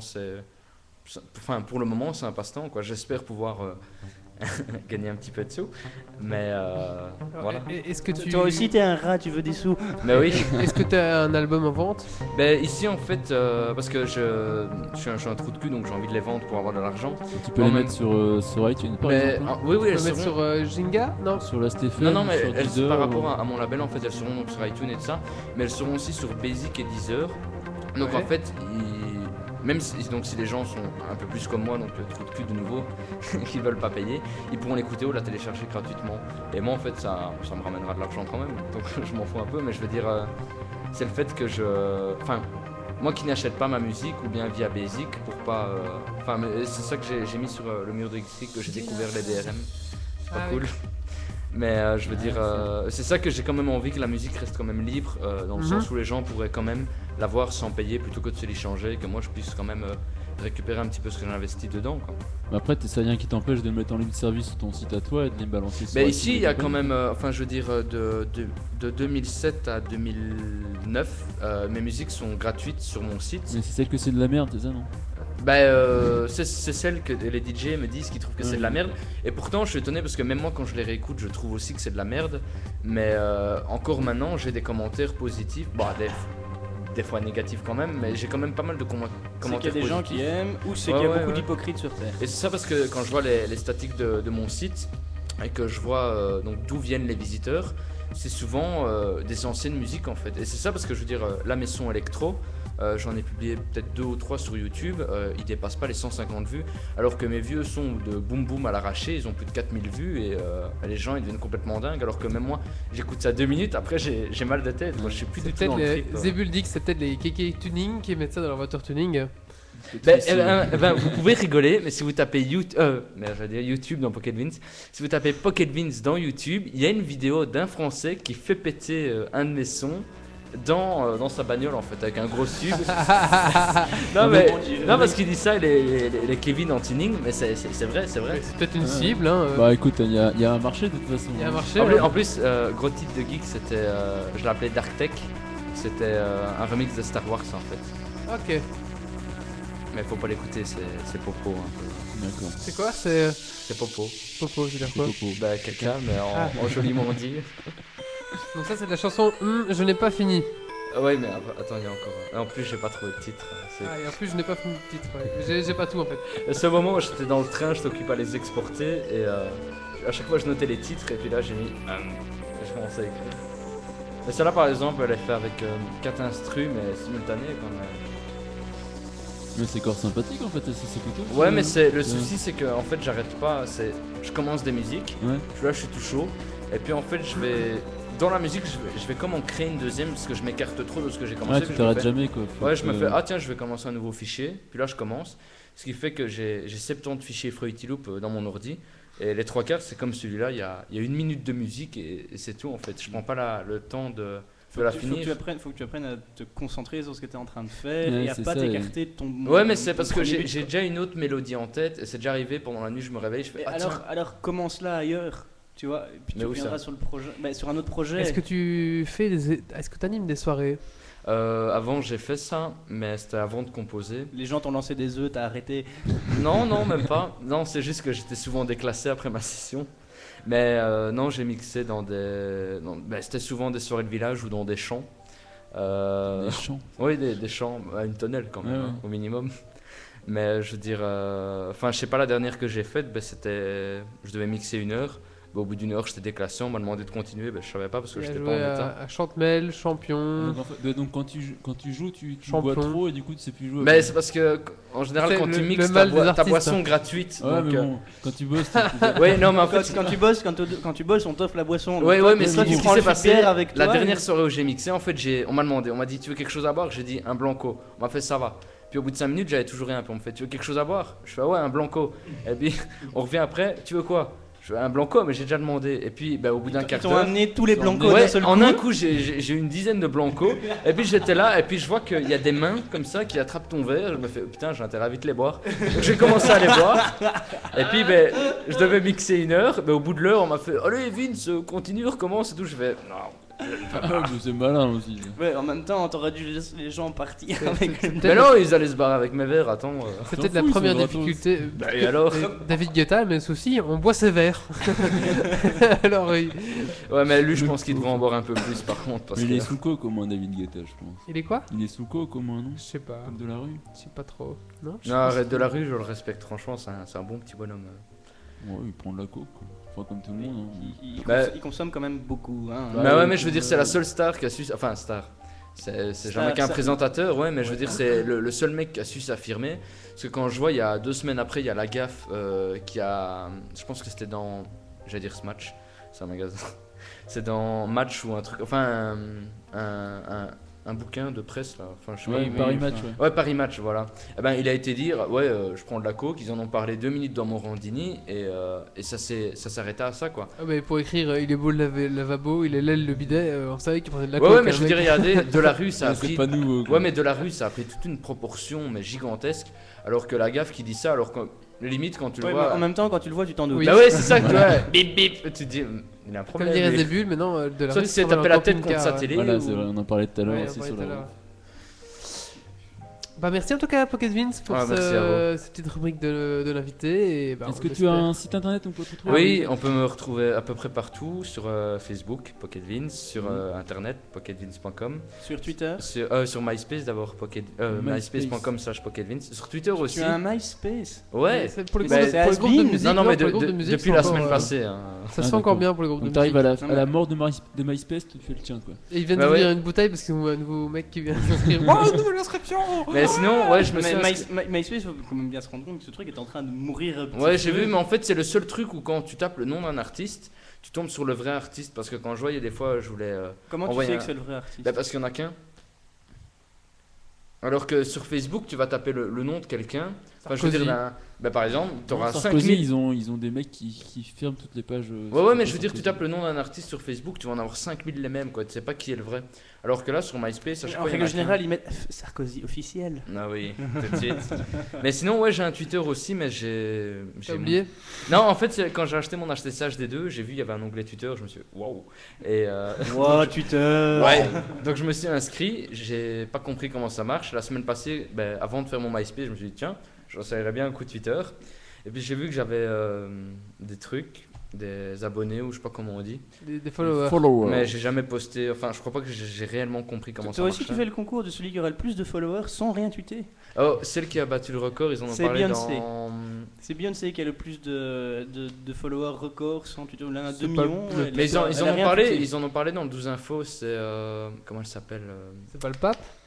enfin, pour le moment, c'est un passe-temps, quoi. J'espère pouvoir gagner un petit peu de sous, mais voilà. Est-ce que Toi aussi t'es un rat, tu veux des sous? Mais oui. Est-ce que t'as un album en vente? Ici en fait, parce que je suis un trou de cul, donc j'ai envie de les vendre pour avoir de l'argent. Tu peux les mettre sur iTunes par exemple. Oui, Tu elles peux mettre seront... sur Jinga? Non. Sur la Stéphane. Non, mais sur elles, Deezer, par rapport à mon label, en fait, elles seront donc sur iTunes et tout ça, mais elles seront aussi sur Basic et Deezer. Donc Ouais. en fait, même si les gens sont un peu plus comme moi, donc le trou de cul de nouveau, qui veulent pas payer, ils pourront l'écouter ou la télécharger gratuitement. Et moi en fait ça me ramènera de l'argent quand même, donc je m'en fous un peu, mais je veux dire, c'est le fait que enfin, moi qui n'achète pas ma musique ou bien via Basic pour pas... Enfin, c'est ça que j'ai mis sur le mur de Geekspeak, que j'ai découvert les DRM. C'est pas cool. Mais je veux dire, c'est ça que j'ai quand même envie que la musique reste quand même libre, dans le sens où les gens pourraient quand même l'avoir sans payer plutôt que de se l'échanger, que moi je puisse quand même récupérer un petit peu ce que j'ai investi dedans, quoi. Mais après, ça rien qui t'empêche de le mettre en libre service sur ton site à toi et de les balancer sur Mais iTunes ici, et il y a compagnie. quand même, enfin je veux dire, de 2007 à 2009, mes musiques sont gratuites sur mon site. Mais c'est celle que c'est de la merde, c'est ça, non? C'est celle que les DJ me disent qu'ils trouvent que c'est de la merde. Et pourtant, je suis étonné parce que même moi, quand je les réécoute, je trouve aussi que c'est de la merde. Mais encore maintenant, j'ai des commentaires positifs. Bon, des fois négatifs quand même, mais j'ai quand même pas mal de commentaires C'est qu'il y a des gens qui aiment ou c'est Ouais, qu'il y a ouais, beaucoup ouais. d'hypocrites sur Terre. Et c'est ça parce que quand je vois les statistiques de mon site et que je vois donc d'où viennent les visiteurs, c'est souvent des anciennes musiques en fait. Et c'est ça parce que je veux dire, là mes sons électro, j'en ai publié peut-être 2 ou 3 sur YouTube, ils dépassent pas les 150 vues, alors que mes vieux sons de boom boom à l'arraché, ils ont plus de 4000 vues et les gens ils deviennent complètement dingues, alors que même moi j'écoute ça 2 minutes, après j'ai mal de tête, moi je suis plus du tout Peut-être dans le les trip. Zebuldik, c'est peut-être les KK Tuning qui mettent ça dans leur voiture tuning. Vous pouvez rigoler, mais si vous tapez YouTube dans Pocket Vince, si vous tapez Pocket Vince dans YouTube, il y a une vidéo d'un Français qui fait péter un de mes sons dans sa bagnole en fait, avec un gros tube. non, parce qu'il dit ça, les Kevin en tuning, mais c'est vrai. C'est peut-être une cible. Hein, Bah écoute, il y a un marché de toute façon. Il y a un marché. En plus, gros titre de geek, c'était, je l'appelais Dark Tech, c'était un remix de Star Wars en fait. Ok. Mais faut pas l'écouter, c'est popo. D'accord. C'est quoi? C'est Popo. Popo, je veux dire quoi? Bah quelqu'un, mais en joliment dit. Donc ça c'est de la chanson Je n'ai pas fini. Ouais, mais attends, il y a encore. En plus, j'ai pas trouvé de titre. Et en plus je n'ai pas fini le titre. Ouais. J'ai pas tout en fait. Le seul moment où j'étais dans le train, je t'occupe à les exporter et à chaque fois je notais les titres et puis là j'ai mis. Je commençais à écrire. Mais celle-là par exemple, elle est faite avec 4 instrus mais simultanés quand même. Mais c'est encore sympathique en fait, c'est plutôt. Ouais, mais le souci c'est que en fait j'arrête pas. Je commence des musiques, Ouais. là je suis tout chaud Et puis en fait, dans la musique, je vais comme en créer une deuxième parce que je m'écarte trop de ce que j'ai commencé. Ouais, tu t'arrêtes jamais quoi. Ouais, je me fais, ah tiens, je vais commencer un nouveau fichier. Puis là, je commence. Ce qui fait que j'ai 70 fichiers Fruity Loop dans mon ordi. Et les 3/4, c'est comme celui-là, il y a 1 minute de musique et c'est tout en fait. Je prends pas le temps de la finir. Faut que tu apprennes à te concentrer sur ce que tu es en train de faire Ouais, et à c'est pas ça, t'écarter de ton. Ouais, mais c'est ton parce que premier but, j'ai quoi. déjà une autre mélodie en tête et c'est déjà arrivé pendant la nuit, je me réveille, je fais Mais ah tiens. alors commence-là ailleurs, tu vois, et puis Mais tu où reviendras ça sur le projet, sur un autre projet. Est-ce que est-ce que tu animes des soirées? Avant j'ai fait ça, mais c'était avant de composer. Les gens t'ont lancé des œufs, t'as arrêté. Non, même pas. Non, c'est juste que j'étais souvent déclassé après ma session. Mais non, j'ai mixé dans des. C'était souvent des soirées de village ou dans des champs. Des chants. Oui, des champs à une tonnelle quand même, Ouais, hein, au minimum. Mais je veux dire, enfin, je sais pas, la dernière que j'ai faite, c'était. Je devais mixer 1 heure. Au bout d'1 heure, j'étais déclassé, on m'a demandé de continuer, je savais pas parce que Il a j'étais pas joué en état. à Chantemel, Champion. Donc quand tu joues, tu Champion. bois trop et du coup tu sais plus jouer. Mais c'est parce que, en général, C'est quand tu le mixes mal des ta artistes, boisson hein. gratuite. Ouais, donc, mais bon, quand tu bosses, ouais, non, mais en fait, Quand tu bosses, on t'offre la boisson. Ouais, Donc, mais toi, ce tu qui prends s'est le passé, bière avec la toi, dernière et- soirée où j'ai mixé, en fait, on m'a dit tu veux quelque chose à boire? J'ai dit un blanco. On m'a fait ça va. Puis au bout de 5 minutes, j'avais toujours rien. Puis on me fait tu veux quelque chose à boire? Je fais ouais, un blanco. Et puis on revient après, tu veux quoi? Je fais un blanco, mais j'ai déjà demandé. Et puis au bout d'un quart Ils t'ont d'heure. amené tous les Ils t'ont blancos Ouais, d'un seul en coup. un coup, j'ai eu une dizaine de blancos. Et puis j'étais là, et puis je vois qu'il y a des mains comme ça qui attrapent ton verre. Je me fais, oh, putain, j'ai intérêt à vite les boire. Donc j'ai commencé à les boire. Et puis je devais mixer 1 heure. Au bout de l'heure, on m'a fait, allez Vince, continue, recommence et tout. Je fais, non. c'est malin aussi. Ouais, en même temps, t'aurais dû laisser les gens partir avec. Mais non, ils allaient se barrer avec mes verres, attends. C'est S'en peut-être la fout, ils première sont gratos. difficulté. Et alors? David Guetta, mais souci, on boit ses verres. Alors, Ouais, mais lui, je pense qu'il devrait en boire un peu plus par contre. Parce Mais il est que... sous coke au moins, David Guetta, je pense. il est quoi? Il est sous coke au moins, non? Je sais pas. Comme de la rue. Je sais pas trop. Non, Non, arrête de la rue, je le respecte, franchement, c'est un bon petit bonhomme. Ouais, il prend de la coke, quoi. Enfin, comme tout le monde. Hein. Il consomme quand même beaucoup. Hein. Bah, mais ouais, ouais, mais je veux dire, c'est la seule star qui a su. Enfin, star. C'est jamais qu'un présentateur, ouais, mais je veux dire, c'est le seul mec qui a su s'affirmer. Parce que quand je vois, il y a 2 semaines après, il y a La Gaffe qui a. Je pense que c'était dans. J'allais dire Smatch, c'est un magasin. C'est dans Match ou un truc. Enfin, un bouquin de presse là. Enfin, je sais pas. Ouais, Paris Match, ouais. Ouais, Paris Match, voilà. Eh ben, il a été dire, ouais, je prends de la coke. Ils en ont parlé 2 minutes dans mon Randini et ça s'arrêtait à ça, quoi. Ah, mais pour écrire, il est beau le lavabo, il est laid le bidet, on savait qu'il prenait de la Ouais, coke. ouais, mais hein, je veux mec. dire, regardez, de la rue, ça a Ouais, c'est pris. pas nouveau. quoi. Ouais, mais de la rue, ça a pris toute une proportion, mais gigantesque. Alors que La Gaffe qui dit ça, alors que limite quand tu le Ouais, vois. mais en même temps, quand tu le vois, tu t'en doutes. Oui. Bah ouais, c'est ça que tu vois. Bip bip. Tu te dis, il a un Comme problème. dirait lui. Zébul, maintenant de la Soit rue, tu t'es ça va tapé dans la tête le contre sa camping-car, télé. Voilà, ou- c'est vrai, on en parlait tout à l'heure Ouais, aussi on sur parlait la tout à route. l'heure. Bah merci en tout cas Pocket Vince pour Ah, merci à cette petite rubrique de l'invité. Et bah, Est-ce on que tu as espère- un site internet où on peut te retrouver? Oui, on peut me retrouver à peu près partout sur Facebook, Pocket Vince, sur internet, pocketvince.com, Sur Twitter. sur MySpace d'abord, myspace.com/pocketvince, sur Twitter aussi. Tu as un MySpace. Ouais. C'est pour les Bah, groupes, c'est pour les groupes de has-been. musique. Non, non, mais pour les groupes de musique, depuis c'est la encore, semaine passée. hein. Ça se fait Ah, encore d'accord. bien pour les groupes de Donc musique. t'arrives à Non, mais- la mort de MySpace, tu fais le tien quoi. Et ils viennent Bah d'ouvrir ouais. une bouteille parce qu'ils ont un nouveau mec qui vient s'inscrire. Oh, une nouvelle inscription. Mais sinon, ouais, je me Mais suis. MySpace, faut quand même bien se rendre compte que ce truc est en train de mourir. petit Ouais, j'ai peu. vu, mais en fait, c'est le seul truc où quand tu tapes le nom d'un artiste, tu tombes sur le vrai artiste. Parce que quand je voyais des fois, je voulais. Comment tu envoyer sais un- que c'est le vrai artiste? Bah, parce qu'il n'y en a qu'un. Alors que sur Facebook, tu vas taper le nom de quelqu'un. Enfin, je veux dire, Sarkozy. bah, par exemple, tu auras Sarkozy, 5000. ils ont des mecs qui ferment toutes les pages. Ouais, mais je veux dire, tu tapes le nom d'un artiste sur Facebook, tu vas en avoir 5000 les mêmes, quoi. Tu sais pas qui est le vrai. Alors que là, sur MySpace, à chaque En fois, il y en règle a générale, ils mettent Sarkozy officiel. qu'un. Ah oui, tout de suite. Mais sinon, ouais, j'ai un Twitter aussi, mais T'as oublié? Non, en fait, quand j'ai acheté mon HTC HD2, j'ai vu, il y avait un onglet Twitter, je me suis dit, waouh. Et. Wow, Twitter. Ouais, donc je me suis inscrit, j'ai pas compris comment ça marche. La semaine passée, ben, avant de faire mon MySpace, je me suis dit, tiens, je ressairais bien un coup de Twitter. Et puis j'ai vu que j'avais des trucs, des abonnés ou je sais pas comment on dit. Des followers. Follower. Mais j'ai jamais posté, enfin je crois pas que j'ai réellement compris comment ça Toi marche. aussi, tu fais le concours de celui qui aura le plus de followers sans rien tweeter. Oh, celle qui a battu le record, ils en ont C'est parlé Beyoncé. dans. C'est Beyoncé qui a le plus de followers records sans tweeter. Là, elle a 2 C'est pas millions. le- elle- Mais ils en elle a ont rien parlé, tweeté. ils en ont parlé dans le 12 infos, c'est. Comment elle s'appelle C'est pas le pape?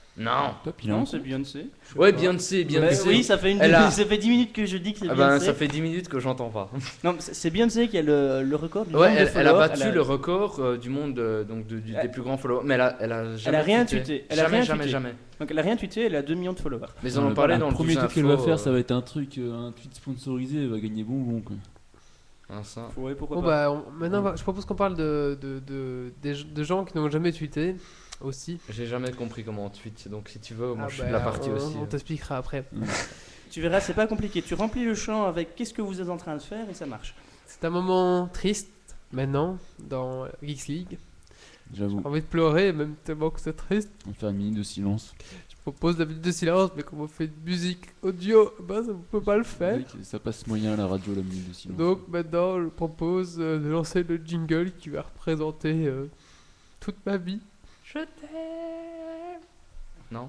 Non. Top, il a Non, un c'est Beyoncé. Ouais, Beyoncé. Mais oui, ça fait, Elle a- ça fait 10 minutes que je dis que c'est Ah Beyoncé. ben, ça fait 10 minutes que j'entends pas. Non, c'est Beyoncé qui a le record du Ouais, nombre de elle a followers. battu le record du monde donc des plus grands followers. Mais elle a jamais a rien tweeté. Elle a jamais, rien jamais, tweeté. jamais. Donc elle a rien tweeté, elle a 2 millions de followers. Mais ils en ont parlé dans le le premier Plus truc qu'elle va Info, faire, ça va être un truc, un tweet sponsorisé, elle va gagner bonbon quoi. Ça. Ouais, pourquoi Bon pas. bah maintenant je propose qu'on parle de gens qui n'ont jamais tweeté aussi. J'ai jamais compris comment on tweet, donc si tu veux, moi Ah je suis bah, de la partie on, aussi. On t'expliquera après. Tu verras, c'est pas compliqué. Tu remplis le champ avec qu'est-ce que vous êtes en train de faire et ça marche. C'est un moment triste maintenant dans Geeks League. J'avoue. J'ai envie de pleurer même tellement que c'est triste. On va faire une minute de silence. Je propose la minute de silence, mais comme on fait de musique audio, bah ça ne peut pas le faire. Ça passe moyen à la radio la minute de silence. Donc maintenant je propose de lancer le jingle qui va représenter toute ma vie. Je t'aime. Non.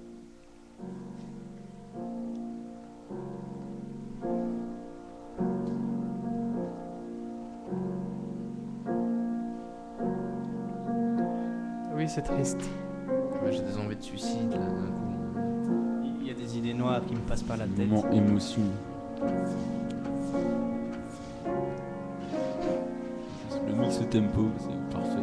Oui, c'est triste. Ouais, j'ai des envies de suicide là d'un coup. Il y a des idées noires qui me passent par la tête. Moment émotion. Le mix au tempo, c'est parfait.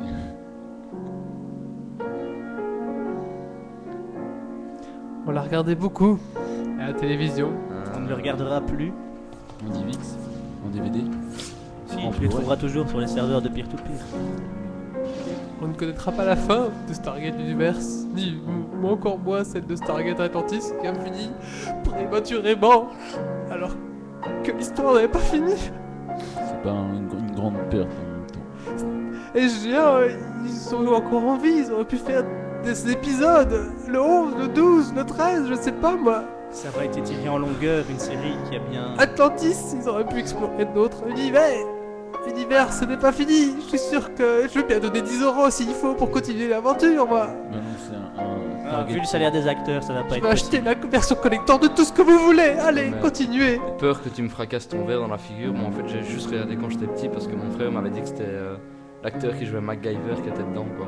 On l'a regardé beaucoup à la télévision. On ne le regardera plus. En DivX, en DVD. Si, En tu les Blu-ray. trouveras toujours sur les serveurs de peer-to-peer. On ne connaîtra pas la fin de Stargate Universe, ni encore moins celle de Stargate Atlantis qui a fini prématurément, alors que l'histoire n'avait pas fini. C'est pas une grande perte en même temps. Et je dis, ils sont encore en vie, ils auraient pu faire des épisodes, le 11, le 12, le 13, je sais pas moi. Ça aurait été tiré en longueur, une série qui a bien... Atlantis, ils auraient pu explorer d'autres univers. L'univers, ce n'est pas fini. Je suis sûr que je vais bien donner 10 € s'il faut pour continuer l'aventure, moi. Maintenant c'est un Ah, target. vu le salaire des acteurs, ça va pas Je être vais acheter la version collector de tout ce que vous voulez. Allez, Merde. continuez. J'ai peur que tu me fracasses ton verre dans la figure. Moi en fait j'ai juste regardé quand j'étais petit parce que mon frère m'avait dit que c'était l'acteur qui jouait MacGyver qui était dedans quoi.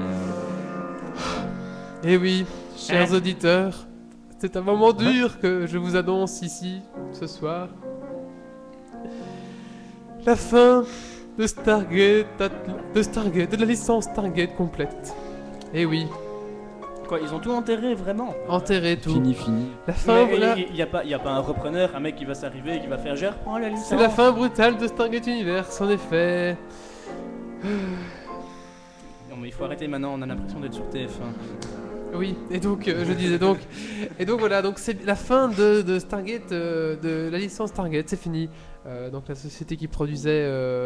Mais Et oui, chers auditeurs, c'est un moment dur que je vous annonce ici, ce soir. La fin de Stargate, de la licence Stargate complète. Et oui, Quoi, ils ont tout enterré, vraiment? enterré tout. Fini. La fin, Mais voilà. il y a pas un repreneur, un mec qui va s'arriver et qui va faire je reprends la licence. C'est la fin brutale de Stargate Universe, en effet. Non mais il faut arrêter maintenant, on a l'impression d'être sur TF1. Oui, et donc, je disais donc... Et donc voilà, donc c'est la fin de Stargate, de la licence Stargate, c'est fini. Donc la société qui produisait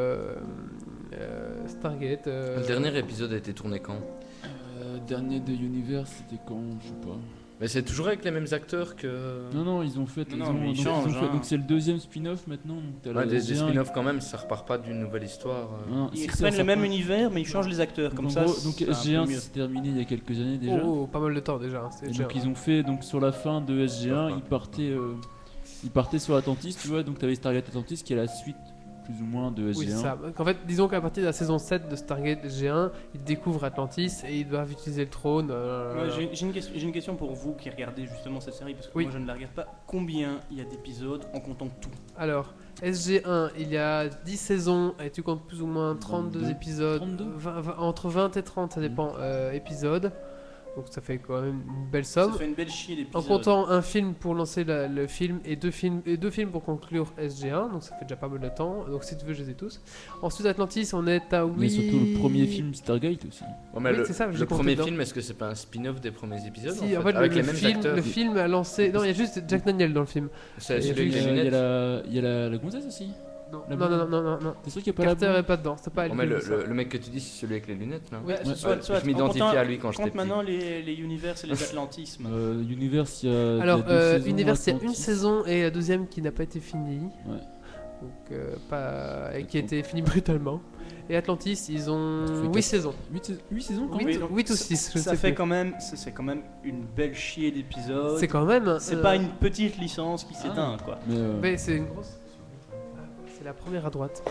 Stargate... le dernier épisode a été tourné quand? Dernier de Universe, c'était quand? Je sais pas. Mais c'est toujours avec les mêmes acteurs que. Non, ils ont fait. Non, mais ils changent, hein. Donc c'est le deuxième spin-off maintenant. Donc t'as Ouais, la des SG1. spin-offs quand même, ça repart pas d'une nouvelle histoire. Non, Ils si, reprennent ça le même reprend. univers mais ils changent les acteurs, Donc, comme en ça gros, c'est donc un peu SG1 mieux. c'est terminé il y a quelques années déjà. Oh, pas mal de temps déjà. C'est Et déjà- donc ils ont fait donc sur la fin de SG1, ils partaient sur Atlantis, tu vois. Donc t'avais Stargate Atlantis qui est la suite plus ou moins de SG1. Oui, c'est ça. Donc, en fait, disons qu'à partir de la saison 7 de Stargate G1, ils découvrent Atlantis et ils doivent utiliser le trône. Ouais, j'ai une question pour vous qui regardez justement cette série, parce que Oui. moi je ne la regarde pas. Combien il y a d'épisodes en comptant tout? Alors, SG1, il y a 10 saisons et tu comptes plus ou moins 32 22. épisodes. 32. Entre 20 et 30, ça dépend, épisodes. Donc ça fait quand même une belle somme. Ça fait une belle chier d'épisodes. En comptant un film pour lancer le film et deux films pour conclure SG1, donc ça fait déjà pas mal de temps. Donc si tu veux, je les ai tous. Ensuite, Atlantis, on est à 8. Mais surtout le premier film Stargate aussi. Ouais, mais Oui, c'est ça, je le l'ai compté premier dedans. film, est-ce que c'est pas un spin-off des premiers épisodes Si, en fait, avec les mêmes acteurs? le film a lancé. Non, il y a juste Jack Daniel dans le film. C'est Et celui avec puis, les Il y lunettes. a la gonzesse aussi. Non, La non, blonde. non. T'es sûr qu'il n'y a pas Carter la est blonde pas dedans, c'est pas Oh, elle. mais qui fait ça. le mec que tu dis, c'est celui avec les lunettes là? Ouais, Ouais. soit, Je m'identifiais à lui quand j'étais compte petit. maintenant les univers et les atlantismes. Universe, il y a. Alors, il y a 2 saisons, Univers, il y a une Atlantis. saison et la deuxième qui n'a pas été finie. Ouais. Donc, et qui a été finie brutalement. Et Atlantis, ils ont Ça fait 8 quatre- saisons. 8 saisons quand 8, même. donc, 8 ou 6, je Ça sais fait plus. quand même, c'est quand même une belle chier d'épisodes. C'est quand même. C'est pas une petite licence qui s'éteint quoi. Mais, Mais c'est une grosse. c'est la première à droite.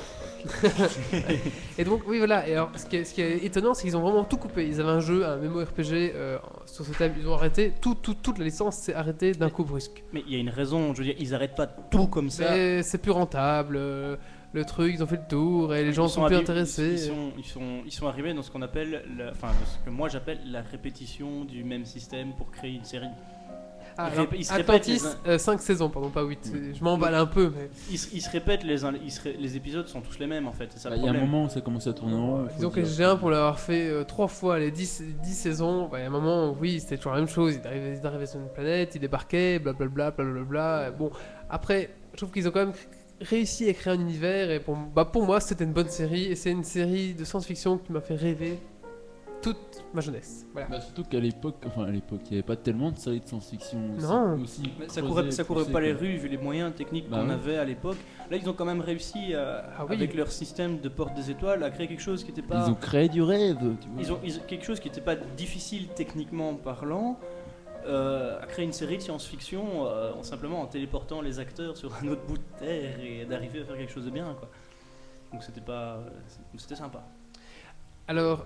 Et donc, oui, voilà. Et alors, ce qui est étonnant, c'est qu'ils ont vraiment tout coupé. Ils avaient un jeu, un MMORPG sur ce thème. Ils ont arrêté. Toute la licence s'est arrêtée d'un coup brusque. Mais il y a une raison, je veux dire, ils arrêtent pas tout comme ça. Mais c'est plus rentable. Le truc, ils ont fait le tour et les gens sont plus intéressés. Ils sont arrivés dans ce qu'on appelle, ce que moi j'appelle la répétition du même système pour créer une série. Ils se répètent Atlantis, 5 saisons, pardon, pas 8. Je m'emballe un peu, mais. Ils se répètent, les épisodes sont tous les mêmes en fait. C'est ça le Il y a un problème. moment où ça commence à tourner en rond. Disons que SG1, pour l'avoir fait 3 fois, les 10 saisons, il y a un moment, oui, c'était toujours la même chose. Ils arrivaient sur une planète, ils débarquaient, blablabla, blablabla. Bon, après, je trouve qu'ils ont quand même réussi à créer un univers. Et pour moi, c'était une bonne série. Et c'est une série de science-fiction qui m'a fait rêver toute ma jeunesse. Voilà. Bah, surtout qu'à l'époque, il n'y avait pas tellement de séries de science-fiction Non. aussi Mais creusées, ça courait poussées, pas les quoi. rues vu les moyens techniques Bah qu'on ouais. avait à l'époque. Là, ils ont quand même réussi Oui. avec leur système de porte des étoiles à créer quelque chose qui n'était pas. Ils ont créé du rêve, tu vois. Ils ont quelque chose qui n'était pas difficile techniquement parlant, à créer une série de science-fiction simplement en téléportant les acteurs sur un autre bout de terre et d'arriver à faire quelque chose de bien, quoi. Donc c'était sympa. Alors,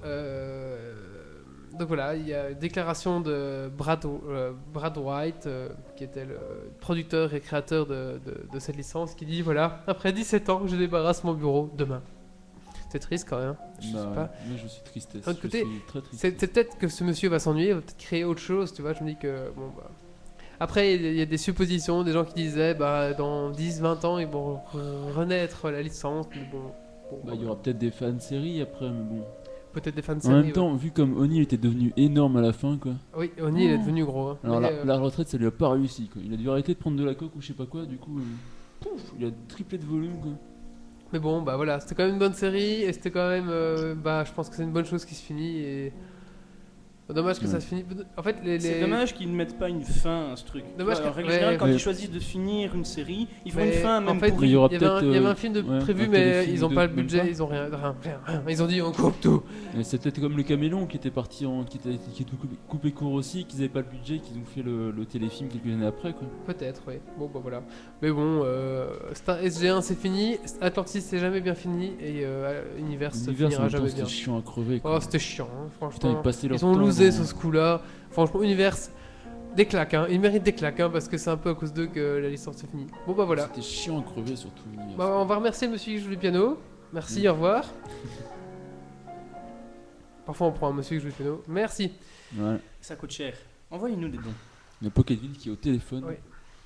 donc voilà, il y a une déclaration de Brad White, qui était le producteur et créateur de cette licence, qui dit voilà, après 17 ans, je débarrasse mon bureau demain. C'est triste quand même. Je sais Bah, pas. moi je suis tristesse. D'un autre côté, je suis très triste. C'est peut-être que ce monsieur va s'ennuyer, va peut-être créer autre chose, tu vois. Je me dis que bon bah. Après, il y a des suppositions, des gens qui disaient bah dans 10-20 ans ils vont renaître la licence, mais bon. Bah, il y aura peut-être des fan-séries après, mais bon. Peut-être des fans de En série. même temps, vu comme Oni était devenu énorme à la fin, quoi. Oui, Oni il est devenu gros. Hein. Alors Mais, la retraite, ça lui a pas réussi, quoi. Il a dû arrêter de prendre de la coke ou je sais pas quoi, du coup, pouf, il a triplé de volume, quoi. Mais bon, bah voilà, c'était quand même une bonne série et c'était quand même, bah, je pense que c'est une bonne chose qui se finit et dommage que ça Ouais. se finisse. En fait, C'est dommage qu'ils ne mettent pas une fin à ce truc. Dommage En que- règle ouais, générale, quand ouais. ils choisissent de finir une série, ils font Mais une fin en même fait, pourrie. il y aura il y avait peut-être, il y avait un film de ouais, prévu, un mais téléfilm ils ont de- pas le même budget, pas. ils ont rien. Ils ont dit on coupe tout. Et c'est peut-être comme le Caméléon qui était parti qui est tout coupé court aussi, qu'ils avaient pas le budget, qu'ils ont fait le téléfilm quelques années après, quoi. Peut-être, oui. Bon, bah voilà. Mais bon, SG1 c'est fini, Atlantis c'est jamais bien fini et Universe se L'univers, en finira même temps, jamais c'était bien. chiant à crever, quoi. Oh, c'était chiant, hein, Putain, franchement. ils passaient leur Ils ont temps losé dans- sur ce coup-là. Franchement, Universe, des claques, hein. Ils méritent des claques, hein, parce que c'est un peu à cause d'eux que la licence est finie. Bon, bah voilà. C'était chiant à crever, surtout. l'univers. Bah, on va remercier le monsieur qui joue du piano. Merci, au revoir. Parfois on prend un monsieur qui joue du piano. Merci. Voilà. Ça coûte cher. Envoyez-nous des dons. Le Pocketville qui est au téléphone. Oui.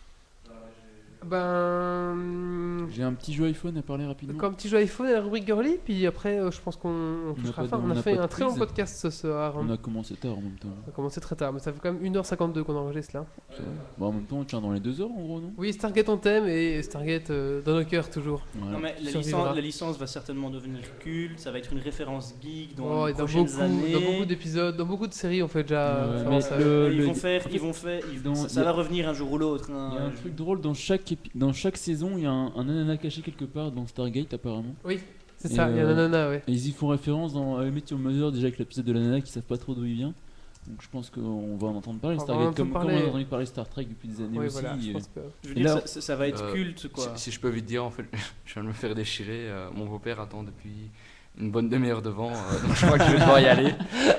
Ben. J'ai un petit jeu iPhone à parler rapidement. Comme petit jeu iPhone et la rubrique Girly, puis après je pense qu'on On touchera n'a fin. pas de- On on a n'a fait pas un de très long quiz. podcast ce soir. On a commencé tard en même temps. On a commencé très tard, mais ça fait quand même 1h52 qu'on enregistre là. C'est vrai. Bon, en même temps, on tient dans les 2 heures en gros, non? Oui, Stargate on t'aime et Stargate dans nos cœurs toujours. Voilà. Non mais Survivra. la licence va certainement devenir culte, ça va être une référence geek dans Oh, les et dans prochaines années. beaucoup d'épisodes, dans beaucoup de séries on fait déjà. Ouais, référence mais à- le- Ils le- vont faire, dans- ça va revenir un jour ou l'autre. hein. Il y a un truc drôle dans chaque saison, il y a un ananas caché quelque part dans Stargate apparemment. Oui, c'est Et, ça, il y a Nanana, ouais. Et ils y font référence dans Meteor Mother déjà avec l'épisode de l'ananas qui savent pas trop d'où il vient. Donc je pense qu'on va en entendre parler On va en Stargate entendre comme parler. on a entendu parler Star Trek depuis des années Oui, aussi. voilà, je pense que. Je veux Et dire, là- ça va être culte quoi. Si je peux vite dire, en fait, je viens de me faire déchirer. Mon beau-père attend depuis une bonne demi-heure devant, donc je crois que je vais devoir y aller.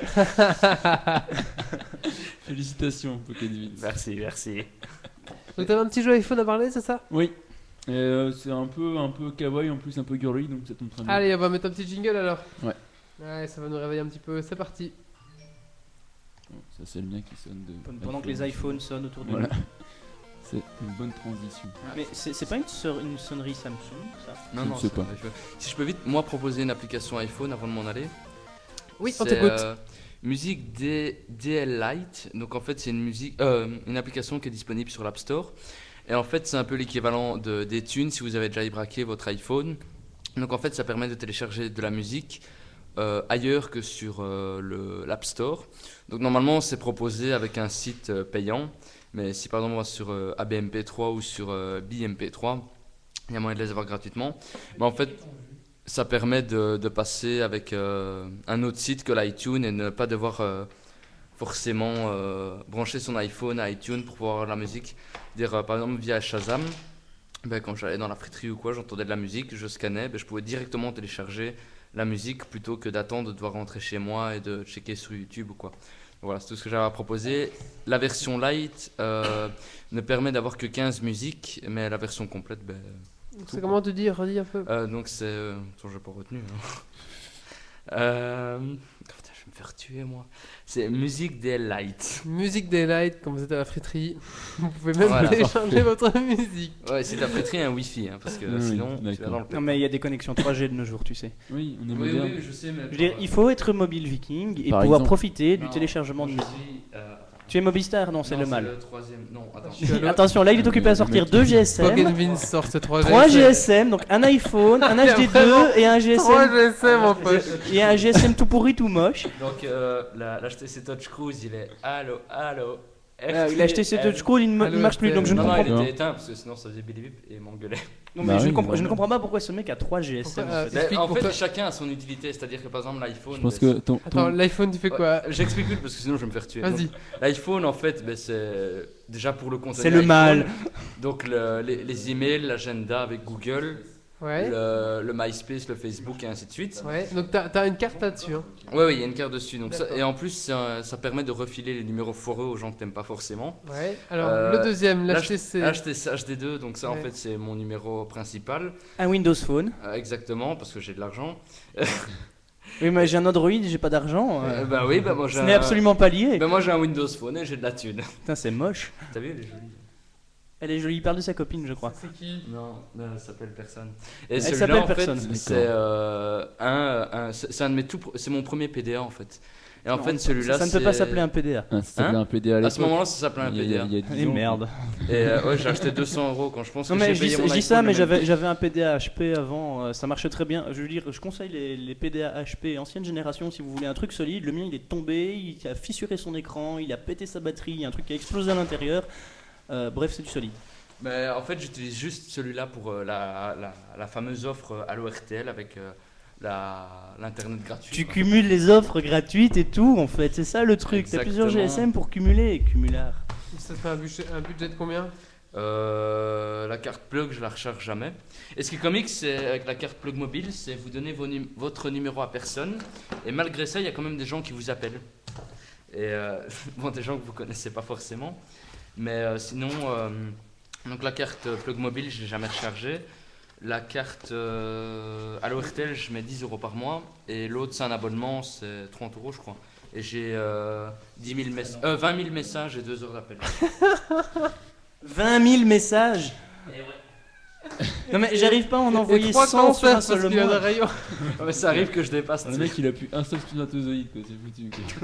Félicitations Pocketville. Merci, merci. Donc t'avais un petit jeu iPhone à parler, c'est ça? Oui. C'est un peu kawaii en plus un peu girly donc ça tombe très bien. Allez, on va mettre un petit jingle alors. Ouais. Ouais, ça va nous réveiller un petit peu, c'est parti. Bon, ça c'est le mien qui sonne de. Pendant que les iPhones sonnent autour de Voilà. nous. C'est une bonne transition. Mais c'est pas une sonnerie Samsung ça? Non, Je non, ne sais c'est pas. un iPhone. Si je peux vite, moi, proposer une application iPhone avant de m'en aller. Oui, on C'est, t'écoute. Musique DL Lite. Donc en fait, c'est une application qui est disponible sur l'App Store. Et en fait, c'est un peu l'équivalent des tunes si vous avez déjà braqué votre iPhone. Donc en fait, ça permet de télécharger de la musique ailleurs que sur l'App Store. Donc normalement, c'est proposé avec un site payant. Mais si par exemple on va sur ABMP3 ou sur BMP3, il y a moyen de les avoir gratuitement. Mais en fait, ça permet de passer avec un autre site que l'iTunes et ne pas devoir forcément brancher son iPhone à iTunes pour pouvoir avoir la musique. Dire par exemple via Shazam. ben, quand j'allais dans la friterie ou quoi, j'entendais de la musique, je scannais, ben, je pouvais directement télécharger la musique plutôt que d'attendre de devoir rentrer chez moi et de checker sur YouTube ou quoi. Voilà, c'est tout ce que j'avais à proposer. La version light ne permet d'avoir que 15 musiques, mais la version complète, ben, C'est comment te dire, redis un peu. donc c'est... Attends, je n'ai pas retenu. Putain, je vais me faire tuer, moi. C'est Music Day Light. Music Daylight, quand vous êtes à la friterie, vous pouvez même Voilà. télécharger votre musique. Ouais, c'est ta friterie un Wi-Fi, hein, parce que Oui, sinon, tu vas d'accord. dans le Non, mais il y a des connexions 3G de nos jours, tu sais. Oui, on est Oui, moderne. oui, je sais, mais... Je veux dire, il faut être mobile viking et Par pouvoir exemple. profiter du Non, téléchargement de je musique. suis, Tu es Mobistar? Non, c'est non, le mal. le troisième... Non, attends. Je suis à l'autre. Attention, là il est occupé à sortir 2 GSM, Pocket Vince sort ce 3 3 GSM, donc un iPhone, un Il y a vraiment HD2 et un 3 GSM. GSM en poche. Et un GSM tout pourri, tout moche. Donc, l'HTC Touch Cruise, il est... Allô, allô... Il a acheté ses touch scroll, il ne Allô, marche plus, donc je ne Non, non, comprends il pas. était éteint, parce que sinon ça faisait bip bip et il m'engueulait. Non, mais Bah je, oui, ne comprends, bah je ne oui. comprends pas pourquoi ce mec a 3 GSM. Pourquoi, en fait. Explique En fait, pourquoi. chacun a son utilité, c'est-à-dire que par exemple l'iPhone... Je pense ben, que ton. Attends, l'iPhone, tu fais quoi? J'explique plus parce que sinon je vais me faire tuer. Vas-y. Donc, L'iPhone en fait, ben, c'est déjà pour le contenu. C'est le mal. Donc les emails, l'agenda avec Google, Ouais. le MySpace, le Facebook et ainsi de suite. Ouais, donc t'as une carte là-dessus. Hein. Ouais, il y a une carte dessus. Donc ça, D'accord. et en plus, ça permet de refiler les numéros foireux aux gens que t'aimes pas forcément. Ouais. Alors, Euh, le deuxième, l'HTC. HTC HD2, donc ça en Ouais. fait c'est mon numéro principal. Un Windows Phone. Exactement, parce que j'ai de l'argent. Oui, mais j'ai un Android, j'ai pas d'argent. Bah oui, bah moi j'ai Ce n'est absolument pas lié. Bah moi j'ai un Windows Phone et j'ai de la thune. Putain, c'est moche. T'as vu, elle est jolie. Elle est jolie, il parle de sa copine, je crois. C'est qui? Non, elle s'appelle personne. Et Elle celui-là, s'appelle en fait, personne. c'est un de mes c'est mon premier PDA en fait. Et en Non, fait, celui-là, Ça ne peut pas s'appeler un PDA. Ah, ça s'appelait Hein un PDA à À ce l'époque. moment-là, ça s'appelait un Il y a- PDA. il y a 10 Et ans, merde. Et ouais, j'ai acheté 200 € quand je pense Non, que mais j'ai je payé mon dis iPhone ça, mais le même j'avais un PDA HP avant, ça marchait très bien. Je veux dire, je conseille les PDA HP ancienne génération si vous voulez un truc solide. Le mien, il est tombé, il a fissuré son écran, il a pété sa batterie, il y a un truc qui a explosé à l'intérieur. Bref, c'est du solide. Mais en fait, j'utilise juste celui-là pour la fameuse offre Allo RTL avec l'internet gratuit. Tu quoi. cumules les offres gratuites et tout, en fait, c'est ça le truc. T'as plusieurs Exactement. GSM pour cumuler, cumulard. Ça te fait un budget de combien? La carte plug, je la recharge jamais. Et ce qui est comique, c'est avec la carte plug mobile, c'est vous donnez votre numéro à personne, et malgré ça, il y a quand même des gens qui vous appellent. Et bon, des gens que vous connaissez pas forcément, mais sinon, donc la carte plug mobile, je l'ai jamais rechargée. La carte Allo RTL, je mets 10 € par mois, et l'autre, c'est un abonnement, c'est 30 € je crois. Et j'ai 20 000 messages et 2 heures d'appel. 20 000 messages. Non mais j'arrive pas à en Et envoyer 3 100 sur un cancers seul parce qu'il y a des mois. rayons. Ouais, mais ça arrive que je dépasse. Le mec, il a plus un seul spermatozoïde, quoi, c'est foutu. quoi.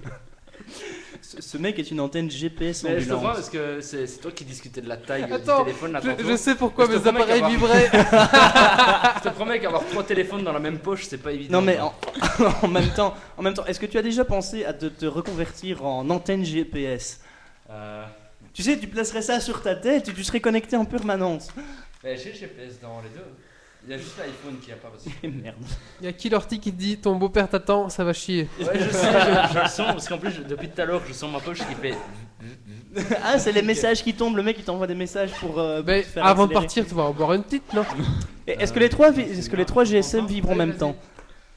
Ce mec est une antenne GPS Mais je te crois ambulante. parce que c'est toi qui discutais de la taille Attends, du téléphone là tantôt. Je sais pourquoi Je te mes promets appareils qu'avoir- vibraient. Je te promets qu'avoir 3 téléphones dans la même poche, c'est pas évident. Non mais en même temps, est-ce que tu as déjà pensé à te reconvertir en antenne GPS? Tu sais, tu placerais ça sur ta tête et tu serais connecté en permanence. Mais j'ai le GPS dans les deux. Il y a juste l'iPhone qui a pas parce que... Et merde. Il y a Kilorty qui te dit ton beau-père t'attend, ça va chier. Ouais, je sais, je le sens parce qu'en plus, depuis tout à l'heure, je sens ma poche qui fait. Ah, c'est les messages qui tombent, le mec il t'envoie des messages pour Ben, te faire avant de accélérer. partir, tu vas en boire une petite, non? Et est-ce que les trois GSM vibrent en même Vas-y. temps?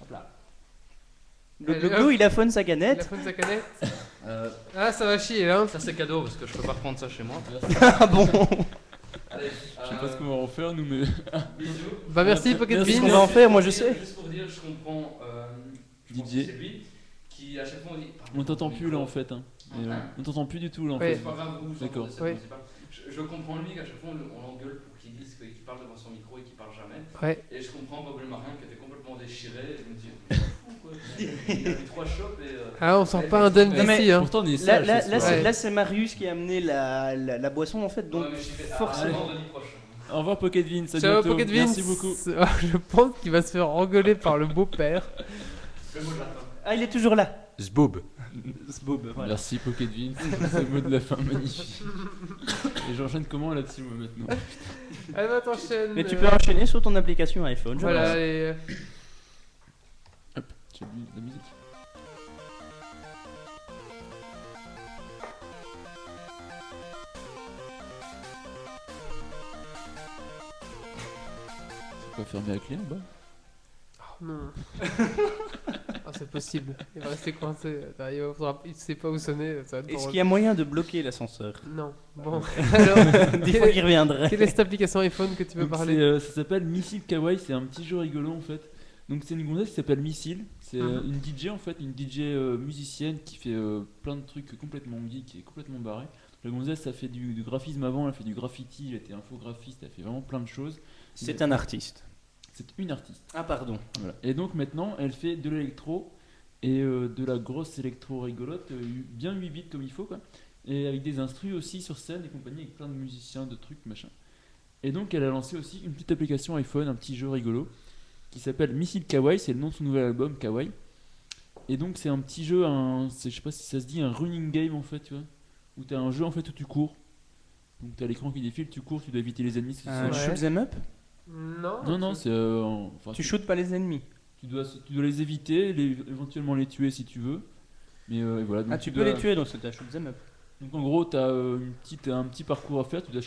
Le Allez, Glou, hop. il affonne sa Il a canette. fait sa canette. Ah, ça va chier là. Ça, c'est cadeau parce que je peux pas reprendre ça chez moi. Ah bon? Allez, Je sais pas ce qu'on va en faire, nous, mais. bisous. Bah merci Pocket Merci. Qu'est-ce qu'on Beans. va en faire? Moi je sais. Juste pour dire, je comprends. Je pense Didier. que c'est lui qui à chaque fois on dit. On t'entend plus là en fait. Hein. Et, on t'entend plus du tout là en Ouais. fait. C'est pas grave, vous, D'accord. vous entendez, Ouais. c'est pas- Je comprends lui qu'à chaque fois on l'engueule pour qu'il dise qu'il parle devant son micro et qu'il parle jamais. Ouais. Et je comprends Bob le Marin qui était complètement déchiré. Et je me dis, il est fou quoi. Il a eu 3 chopes et. Ah, on sort pas indemne Non, mais- d'ici, hein. Pourtant, on est Là, sage. là, ce là, soir. c'est- là, c'est Marius qui a amené la boisson en fait, donc Ouais, mais j'y vais forcément. vendredi prochain. Au revoir, Pocket Vince. À Ciao bientôt. Pocket Beans. Merci beaucoup. Je pense qu'il va se faire engueuler par le beau-père. Le mot de la fin. Ah, il est toujours là. Zboob. Zboob, voilà. Merci, Pocket Vince. C'est le mot de la fin, magnifique. Et j'enchaîne comment là-dessus, moi maintenant? Allez, va t'enchaînes. Mais tu peux enchaîner sur ton application iPhone. je Voilà, pense. allez. J'ai bu de la musique. quoi, fermer la clé en bas. Oh, non. Ah, c'est possible. Il va rester coincé. Il sait pas où sonner. Ça va être Est-ce drôle. qu'il y a moyen de bloquer l'ascenseur? Non. Bon. Alors, Des fois qu'il reviendrait. quelle est cette application iPhone que tu veux Donc parler? ça s'appelle Missile Kawaii, c'est un petit jeu rigolo en fait. Donc c'est une gonzesse qui s'appelle Missile, c'est une DJ en fait, une DJ musicienne qui fait plein de trucs complètement geek et complètement barré. La gonzesse, ça fait du graphisme avant, elle fait du graffiti, elle était infographiste, elle fait vraiment plein de choses. C'est un artiste. C'est une artiste. Ah, pardon. Voilà. Et donc maintenant, elle fait de l'électro et de la grosse électro rigolote, bien 8 bits comme il faut quoi. Et avec des instrus aussi sur scène et compagnie, avec plein de musiciens, de trucs, machin. Et donc elle a lancé aussi une petite application iPhone, un petit jeu rigolo, qui s'appelle Missile Kawaii, c'est le nom de son nouvel album, Kawaii. Et donc c'est un petit jeu, je sais pas si ça se dit, un running game en fait, tu vois, où t'as un jeu en fait où tu cours. Donc t'as l'écran qui défile, tu cours, tu dois éviter les ennemis. Un Ouais. shoot 'em up? Non, non, c'est... enfin, Tu shootes pas les ennemis. tu dois les éviter, éventuellement les tuer si tu veux. Mais voilà, donc Ah, tu peux les tuer, donc c'est un shoot 'em up. Donc en gros, tu as un petit parcours à faire, tu dois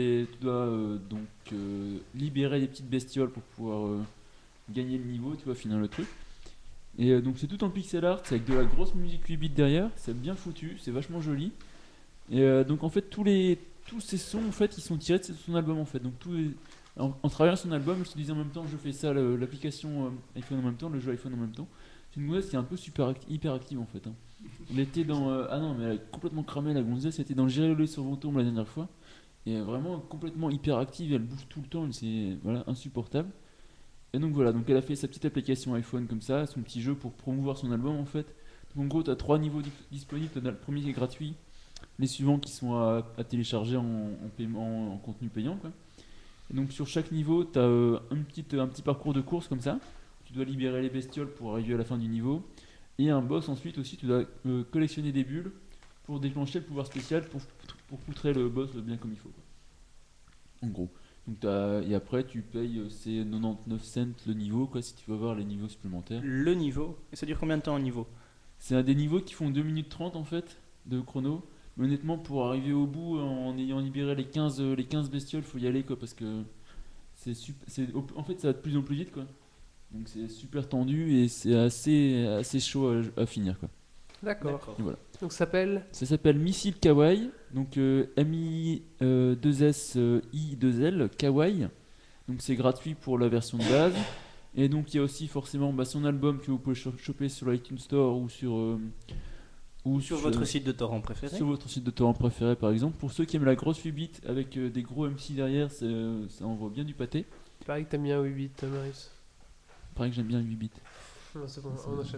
libérer des petites bestioles pour pouvoir gagner le niveau, tu vois, finir le truc. Et donc c'est tout en pixel art, c'est avec de la grosse musique 8 bits derrière, c'est bien foutu, c'est vachement joli. Et donc en fait tous ces sons en fait ils sont tirés de son album en fait. Donc en travaillant son album, je te disais en même temps je fais ça, l'application iPhone en même temps, le jeu iPhone en même temps. C'est une gonzesse qui est un peu hyper active en fait. Hein. Elle était dans ah non mais elle a complètement cramé la gonzesse, elle était dans le Gérolé sur Ventombe la dernière fois. Et vraiment complètement hyper active, elle bouge tout le temps, c'est voilà insupportable. Et donc voilà, donc elle a fait sa petite application iPhone comme ça, son petit jeu pour promouvoir son album en fait. Donc en gros, tu as 3 niveaux disponibles, tu as le premier qui est gratuit, les suivants qui sont à télécharger en paiement, en contenu payant quoi. Et donc sur chaque niveau, tu as un petit parcours de course comme ça. Tu dois libérer les bestioles pour arriver à la fin du niveau. Et un boss ensuite aussi, tu dois collectionner des bulles pour déclencher le pouvoir spécial pour poutrer le boss bien comme il faut quoi. En gros. Donc et après tu payes c'est 99 cents le niveau quoi si tu veux avoir les niveaux supplémentaires. Le niveau. Et ça dure combien de temps un niveau? C'est un des niveaux qui font 2 minutes 30 en fait de chrono. Mais honnêtement pour arriver au bout en ayant libéré les 15 bestioles, faut y aller quoi parce que en fait ça va de plus en plus vite quoi. Donc c'est super tendu et c'est assez chaud à finir quoi. D'accord. Et voilà. Donc ça s'appelle Missile Kawaii, donc M-I-2-S-I-2-L, Kawaii. Donc c'est gratuit pour la version de base. Et donc il y a aussi forcément son album que vous pouvez choper sur l'iTunes Store ou sur votre site de torrent préféré. Sur votre site de torrent préféré par exemple. Pour ceux qui aiment la grosse 8 bits avec des gros MC derrière, ça envoie bien du pâté. Il paraît que t'as mis un 8 bits, Marius. Il paraît que j'aime bien 8 bits. Non, c'est bon, on enchaîne.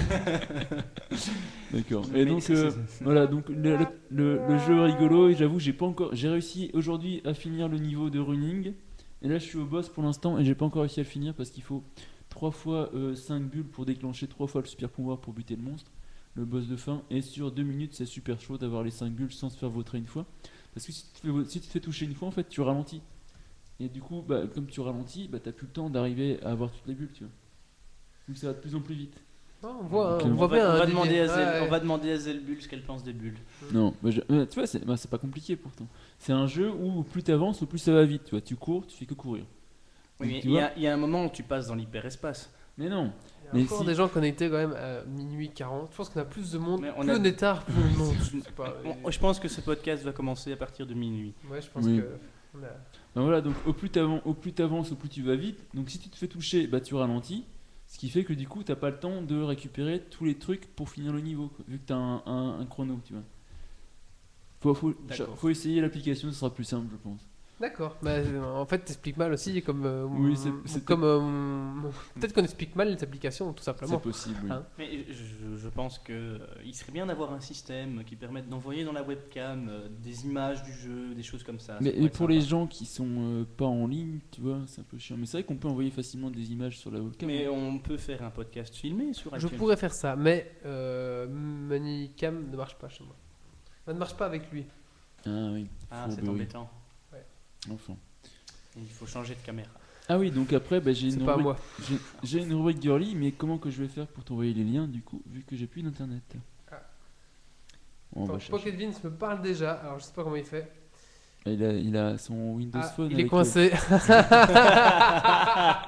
D'accord. Mais Et donc voilà, donc le jeu rigolo et j'avoue j'ai réussi aujourd'hui à finir le niveau de running et là je suis au boss pour l'instant et j'ai pas encore réussi à le finir parce qu'il faut 3 fois 5 bulles pour déclencher 3 fois le super pouvoir pour buter le monstre, le boss de fin, et sur 2 minutes c'est super chaud d'avoir les 5 bulles sans se faire vautrer une fois parce que si tu te fais toucher une fois en fait tu ralentis et du coup comme tu ralentis t'as plus le temps d'arriver à avoir toutes les bulles tu vois. Donc ça va de plus en plus vite. Oh, on voit On bien. va un demander délire. à on va demander à Zelbull ce qu'elle pense des bulles. Non, tu vois, c'est pas compliqué pourtant. C'est un jeu où plus t'avances, plus ça va vite. Tu vois, tu cours, tu fais que courir. Oui, Donc, mais tu il vois. y a un moment où tu passes dans l'hyperespace. Mais non. Il y a Mais encore si. des gens connectés quand même à minuit 40. Je pense qu'on a plus de monde. Mais on Plus a- on est tard, plus de monde. Je sais pas. Je pense que ce podcast va commencer à partir de minuit. Ouais, je pense Oui. que. on a- Ben voilà, donc au plus t'avances, au plus tu vas vite. Donc si tu te fais toucher, tu ralentis. Ce qui fait que du coup, t'as pas le temps de récupérer tous les trucs pour finir le niveau, quoi, vu que t'as un chrono, tu vois. D'accord. Faut essayer l'application, ce sera plus simple, je pense. D'accord. En fait, t'expliques mal aussi, comme. Oui, c'est peut-être qu'on explique mal les applications, tout simplement. C'est possible, oui. Hein. Mais je pense que il serait bien d'avoir un système qui permette d'envoyer dans la webcam des images du jeu, des choses comme ça. Ça Mais pourrait être pour sympa. les gens qui sont pas en ligne, tu vois, c'est un peu chiant. Mais c'est vrai qu'on peut envoyer facilement des images sur la webcam. Mais on peut faire un podcast filmé sur Je iTunes. pourrais faire ça, mais Manicam ne marche pas chez moi. Ça ne marche pas avec lui. Ah oui. Ah, Faut c'est oui. embêtant. Enfin. Il faut changer de caméra. Ah oui, donc après, j'ai C'est une pas à rubrique. moi. J'ai une rubrique girly, mais comment que je vais faire pour t'envoyer les liens du coup, vu que j'ai plus d'internet. Ah. Bon, on va Attends, chercher. Pocket Vince me parle déjà, alors je sais pas comment il fait. Il a son Windows Ah, Phone. il est avec, coincé.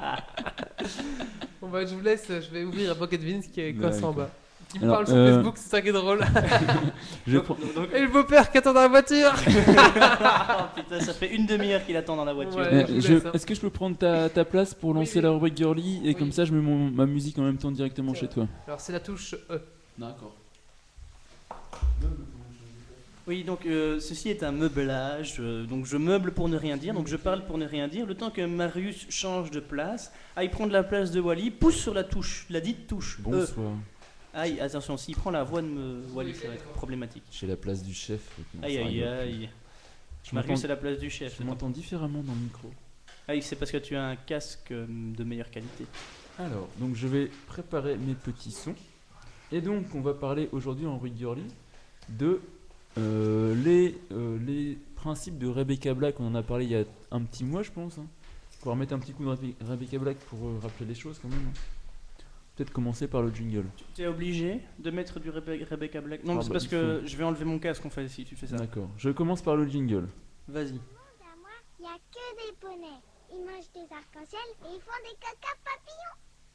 bah, je vous laisse, je vais ouvrir à Pocket Vince qui est coincé en D'accord. bas. Il me Alors, parle sur Facebook, c'est ça qui est drôle. Je prends- Et le beau-père qui attend dans la voiture. Ah, putain, ça fait une demi-heure qu'il attend dans la voiture. Ouais. je vous laisse, hein. Est-ce que je peux prendre ta place pour lancer oui. la rubrique girly et Oui. comme ça je mets ma musique en même temps directement C'est chez vrai. toi. Alors c'est la touche E. D'accord. Oui, donc ceci est un meublage. Donc je meuble pour ne rien dire, donc je parle pour ne rien dire. Le temps que Marius change de place, aille prendre la place de Wally, pousse sur la touche, la dite touche. Bonsoir. Aïe, attention, s'il prend la voix de Wally, ça va être problématique. J'ai la place du chef. Aïe, aïe, aïe. Je Marius, m'entends- c'est la place du chef. Je m'entends différemment dans le micro. Aïe, c'est parce que tu as un casque de meilleure qualité. Alors, donc je vais préparer mes petits sons. Et donc, on va parler aujourd'hui en rubrique girly de les principes de Rebecca Black. On en a parlé il y a un petit mois, je pense. Hein. On va remettre un petit coup de Rebecca Black pour rappeler les choses quand même. Hein. Peut-être commencer par le jingle. Tu es obligé de mettre du Rebecca Black. Non, Ah c'est bah, parce il que je vais enlever mon casque en fait si tu fais ça. D'accord. Je commence par le jingle. Vas-y. À moi, il n'y a que des poneys. Ils mangent des arcs-en-ciel et ils font des caca papillons.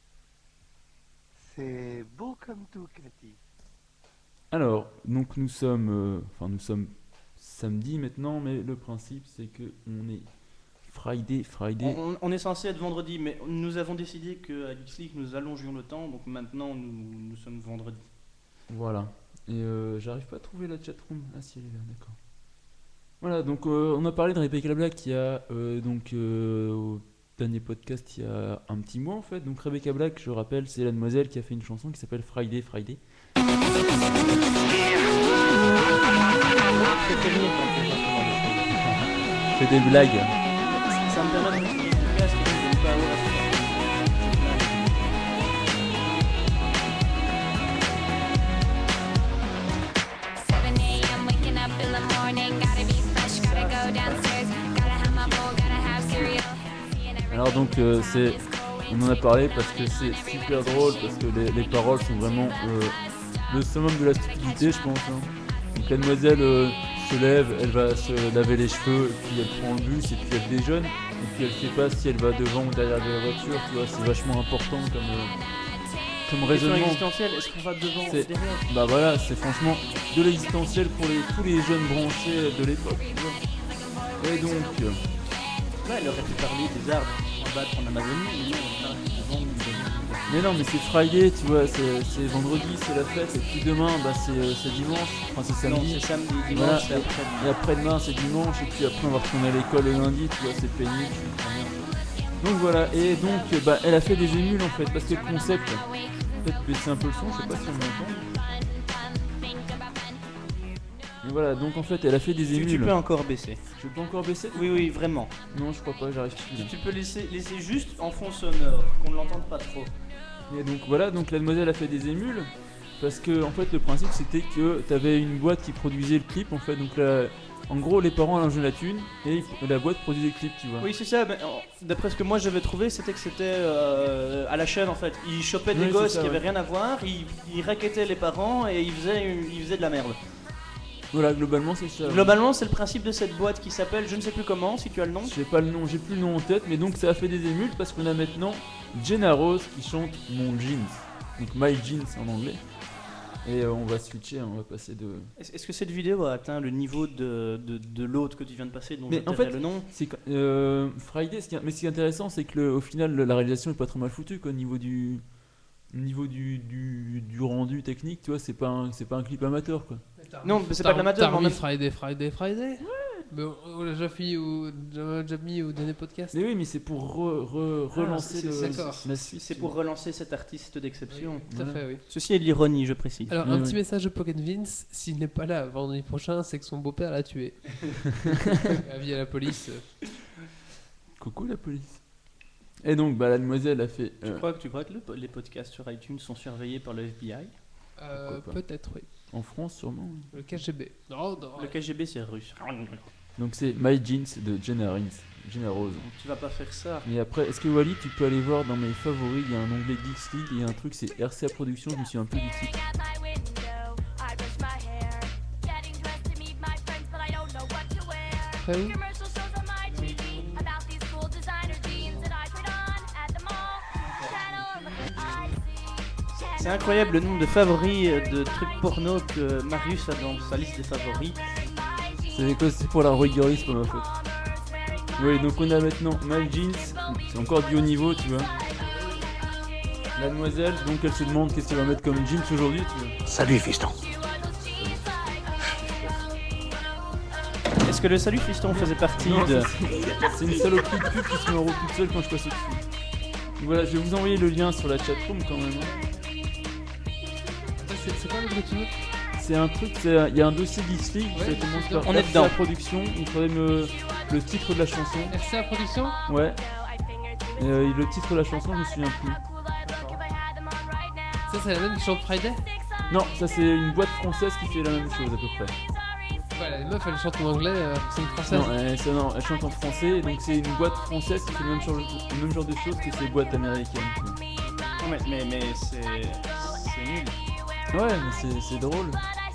C'est beau comme tout, Cathy. Alors, donc nous sommes samedi maintenant, mais le principe c'est que on est Friday. On est censé être vendredi, mais nous avons décidé qu'à Geeks League nous allongions le temps, donc maintenant nous sommes vendredi. Voilà. Et j'arrive pas à trouver la chatroom. Ah si, elle est là, d'accord. Voilà, donc on a parlé de Rebecca Black qui a au dernier podcast il y a un petit mois en fait. Donc Rebecca Black, je rappelle, c'est la demoiselle qui a fait une chanson qui s'appelle Friday. Je fais des blagues. Ça me permet de retirer mon casque et de ne pas avoir à faire. 7 a.m. waking up in the morning, gotta be fresh, gotta go downstairs, gotta have my bowl, gotta have cereal. Alors donc on en a parlé parce que c'est super drôle, parce que les paroles sont vraiment le summum de la stupidité, je pense. Hein. Donc la demoiselle se lève, elle va se laver les cheveux, et puis elle prend le bus, et puis elle déjeune, et puis elle sait pas si elle va devant ou derrière de la voiture, tu vois, c'est vachement important comme Question raisonnement. existentielle, est-ce qu'on va devant ou C'est- derrière? Bah voilà, c'est franchement de l'existentiel pour tous les jeunes branchés de l'époque, tu vois. Et donc, Là, elle aurait pu parler des arbres en battre en Amazonie, mais non, on parle de vendre. mais non, mais c'est Friday, tu vois, c'est vendredi, c'est la fête, et puis demain, bah c'est dimanche, enfin c'est Non, samedi. c'est samedi, dimanche, Voilà, c'est après. Et après-demain c'est dimanche, et puis après on va retourner à l'école le lundi, tu vois, c'est pénible, je comprends bien. Donc voilà, et donc bah, elle a fait des émules en fait, parce que le concept, peut-être baisser un peu le son, je sais pas si on m'entend. Mais voilà, donc en fait elle a fait des Tu émules. peux encore baisser. Je peux encore baisser? Oui, oui, vraiment. Non, je crois pas, j'arrive plus. Tu peux laisser juste en fond sonore, qu'on ne l'entende pas trop. Et donc voilà, donc la demoiselle a fait des émules, parce que en fait le principe c'était que t'avais une boîte qui produisait le clip en fait, donc là, en gros les parents allongeaient la thune et la boîte produisait le clip, tu vois. Oui, c'est ça, mais d'après ce que moi j'avais trouvé, c'était que c'était à la chaîne en fait. Ils chopaient des Oui, gosses c'est ça, qui avaient ouais. rien à voir, ils racketaient les parents et ils faisaient de la merde. Voilà, globalement c'est ça. Globalement, c'est le principe de cette boîte qui s'appelle, je ne sais plus comment, si tu as le nom. J'ai pas le nom, j'ai plus le nom en tête, mais donc ça a fait des émules parce qu'on a maintenant Jenna Rose qui chante Mon Jeans, donc My Jeans en anglais. Et on va switcher, on va passer de. Est-ce que cette vidéo a atteint le niveau de l'autre que tu viens de passer, dont Mais je en tairai fait, le nom? C'est Friday, mais ce qui est intéressant, c'est que au final, la réalisation est pas trop mal foutue, quoi, au niveau du rendu technique, tu vois, c'est pas un clip amateur, quoi. Non, mais c'est pas de l'amateur, mais en T'as même- remis Friday. Mais on l'a déjà fait ou déjà mis au dernier podcast. Mais oui, mais c'est pour relancer d'accord. la suite. C'est pour relancer cet artiste d'exception. Tout à fait, oui. Ceci est de l'ironie, je précise. Alors, Oui, un oui. petit message de Pocket Vince, s'il n'est pas là vendredi prochain, c'est que son beau-père l'a tué. Avis à la police. Coucou la police. Et donc, bah, la demoiselle a fait. Tu crois que les podcasts sur iTunes sont surveillés par le FBI? Pourquoi pas. Peut-être, oui. En France, sûrement. Oui. Le KGB. Non, non. Le KGB, c'est russe. Donc, c'est My Jeans de Jenna Rose. Tu vas pas faire ça. Et après, est-ce que Wally, tu peux aller voir dans mes favoris, il y a un onglet Geeks League et il y a un truc, c'est RCA Productions, je me suis un peu du site. Très où? C'est incroyable le nombre de favoris de trucs porno que Marius a dans sa liste des favoris. C'est pour la rigueur, c'est pas ma faute. Oui, donc on a maintenant My Jeans, c'est encore du haut niveau, tu vois. Mademoiselle, donc elle se demande qu'est-ce qu'elle va mettre comme jeans aujourd'hui, tu vois. Salut, fiston. Est-ce que le salut fiston faisait partie Non, de... c'est une saloperie de pub qui se met en route toute seule quand je passe au-dessus. Donc voilà, je vais vous envoyer le lien sur la chatroom quand même. C'est quoi le que tu veux? C'est un truc, il y a un dossier Geeks League, Ouais, ça commence par on est RCA dedans. Production, il faudrait le titre de la chanson. RCA Production. Ouais. Le titre de la chanson, je me souviens plus. Ça, c'est la même qui chante Friday. Non, ça c'est une boîte française qui fait la même chose à peu près. Voilà, les meufs elles chantent en anglais, c'est une française. Non, elle chante en français, donc c'est une boîte française qui fait le même genre de choses que ces boîtes américaines. tu vois. Non, mais c'est nul. Ouais, mais c'est drôle.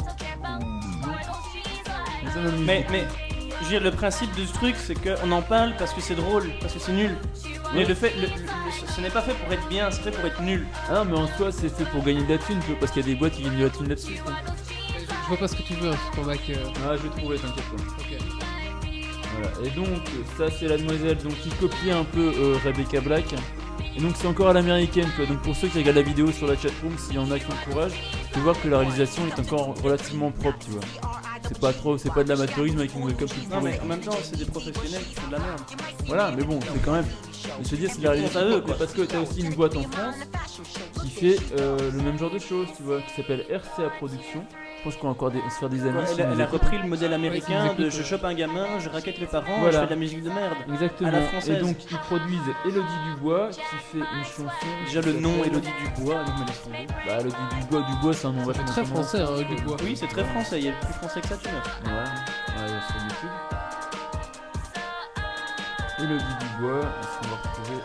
Mais ça m'amuse. Mais je veux dire, le principe de ce truc, c'est qu'on en parle parce que c'est drôle, parce que c'est nul. Mais Ouais. ce n'est pas fait pour être bien, c'est fait pour être nul. Ah non, mais en soi, c'est fait pour gagner de la thune, tu vois, parce qu'il y a des boîtes qui gagnent de la thune là-dessus. quoi. Je vois pas ce que tu veux hein, sur ton Mac. Ah, je vais trouver, t'inquiète pas. Ok. Voilà. Et donc, ça, c'est la demoiselle donc, qui copie un peu Rebecca Black. Et donc, c'est encore à l'américaine, tu vois. Donc, pour ceux qui regardent la vidéo sur la chatroom, s'il y en a qui ont le courage, tu peux voir que la réalisation est encore relativement propre, tu vois. C'est pas de l'amateurisme avec une webcam toute Non, mais pourrie. en même temps, c'est des professionnels qui font de la merde. Voilà, mais bon, c'est quand même. Je veux dire, c'est de la réalisation à eux, propre, quoi. parce que t'as aussi une boîte en France qui fait le même genre de choses, tu vois, qui s'appelle RCA Production. Je pense qu'on va encore se faire des amis. Ouais, si elle on a les écoute. repris le modèle Ouais, américain s'ils de écoutent, je ouais. chope un gamin, je raquette les parents, Voilà. je fais de la musique de merde. Exactement. à la française. Et donc, ils produisent Elodie Dubois qui fait une chanson. Déjà le qui nom s'appelle- Elodie Dubois, donc me laisse tomber. Bah, Elodie Dubois, c'est un nom C'est vachement très commun. français, hein, du bois. Oui, c'est très français, il y a plus français que ça, tu vois. Ouais, sur YouTube. Elodie Dubois, est-ce qu'on va retrouver?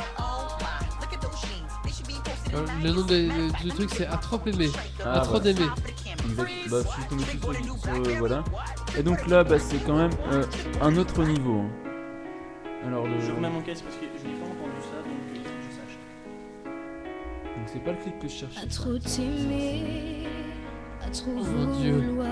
Le nom du truc c'est À trop aimer. Ah, À trop voilà. d'aimer. Exact. Bah, je suis tombé dessus sur voilà. Et donc là, bah, c'est quand même un autre niveau. hein. Alors, Je remets mon casque parce que je n'ai pas entendu ça, donc il faut que je sache. donc c'est pas le clip que je cherchais. À ça. trop t'aimer, à trop mon Dieu. vouloir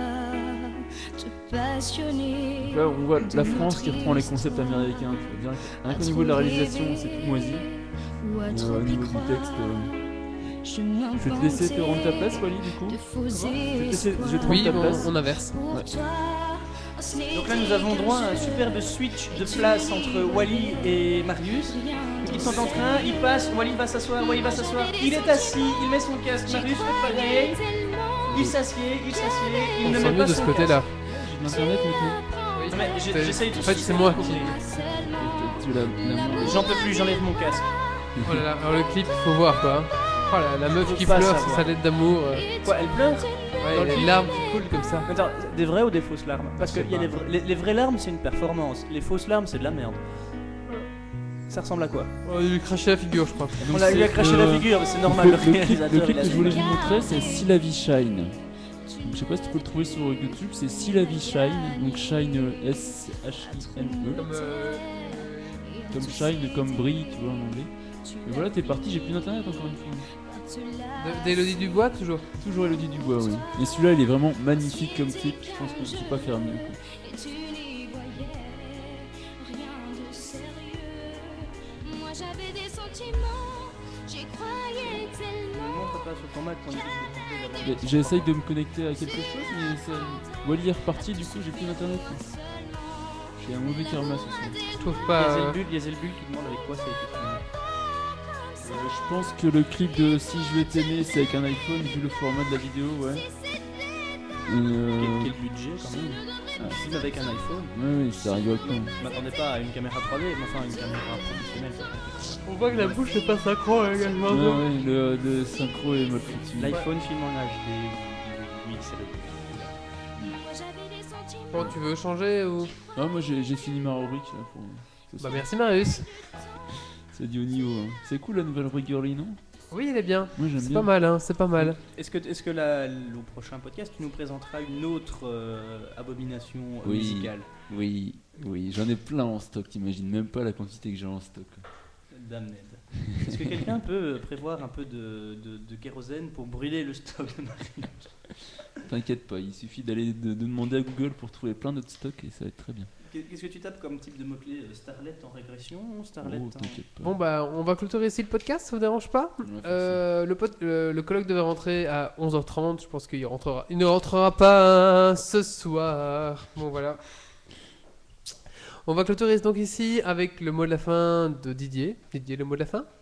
te passionner. Donc là, on voit la France qui reprend les concepts américains. Tu vois, rien qu'au niveau de la réalisation, c'est tout moisi. Ou à Et, trop au y niveau du croire. texte, Je je vais te laisser te rendre ta place, Wally, du coup. de faux Je vais te espoirs. rendre Oui, ta bon, place. on inverse. Pour Ouais. toi, ce n'est Donc là, nous avons droit à un superbe switch de place entre Wally et Marius. rien de Ils sont en train, ils passent, Wally va s'asseoir, Wally va s'asseoir. Il est assis, il met son casque, Marius fait pareil. Il s'assied, il On ne sent met mieux pas de ce son côté-là. J'ai de l'internet maintenant. casque. Mais j'essaye tout En fait, de c'est suite moi de découvrir. Tu l'as. J'en peux plus, j'enlève mon casque. Oh là là, alors le clip, faut voir quoi. Oh la meuf Faut qui pas pleure savoir. sur sa lettre d'amour. Quoi, elle pleure? Ouais, les larmes qui coulent comme ça. Attends, des vraies ou des fausses larmes? Parce que Je sais y a pas. les vraies larmes, c'est une performance. Les fausses larmes, c'est de la merde. Ça ressemble à quoi? Oh, il lui a craché la figure, je crois. Donc On a lui a c'est, craché la figure, mais c'est normal, le Le clip réalisateur il a que je voulais dit. vous montrer, c'est Si la vie shine. Donc, je sais pas si tu peux le trouver sur YouTube, c'est Si la vie shine. Donc shine S-H-I-N-E. Comme shine, comme brille, tu vois en anglais. Et voilà, t'es parti, j'ai plus d'internet encore une fois. D'Élodie Dubois, toujours. Toujours Elodie Dubois, oui. Et celui-là, il est vraiment magnifique comme clip, je pense qu'on ne peut pas faire mieux. quoi. Et tu n'y voyais rien de sérieux. Moi j'avais des sentiments, j'y croyais Ne tellement. montre pas sur ton Mac qu'on est Mais j'essaye de me connecter à quelque chose, mais Wally est reparti, du coup j'ai plus d'internet. J'ai un mauvais karma ce soir. Je trouve pas. Yazelbull qui demande avec quoi ça a été filmé. Je pense que le clip de Si je vais t'aimer, c'est avec un iPhone, vu le format de la vidéo, ouais. Quel budget quand même. Film avec un iPhone. Oui, ça rigole pas. Je m'attendais pas à une caméra 3D, mais enfin une caméra professionnelle. On voit que la bouche est pas synchro également. Ouais, le synchro est mal foutu. L'iPhone filme en HD. Oui, c'est le. Moi j'avais des sentiments. Bon, tu veux changer ou. Ah, moi j'ai fini ma rubrique là pour. ce Bah soir. merci Marius. C'est du haut niveau. hein. C'est cool la nouvelle rubrique girly, non? Oui, il est bien. Moi j'aime C'est bien. pas mal, hein, c'est pas mal. Est-ce que au prochain podcast, tu nous présenteras une autre abomination Oui. musicale? Oui, j'en ai plein en stock, t'imagines même pas la quantité que j'ai en stock. Dame Ned. Est-ce que quelqu'un peut prévoir un peu de kérosène pour brûler le stock de Marie-Ange? T'inquiète pas, il suffit d'aller de demander à Google pour trouver plein d'autres stocks et ça va être très bien. Qu'est-ce que tu tapes comme type de mot-clé? Starlet en régression? Starlet Oh, en... t'inquiète pas. Bon bah on va clôturer ici le podcast, ça vous dérange pas? Ouais, Le colloque devait rentrer à 11h30, je pense qu'il rentrera. Il ne rentrera pas ce soir. Bon voilà. On va clôturer donc ici avec le mot de la fin de Didier. Didier, le mot de la fin?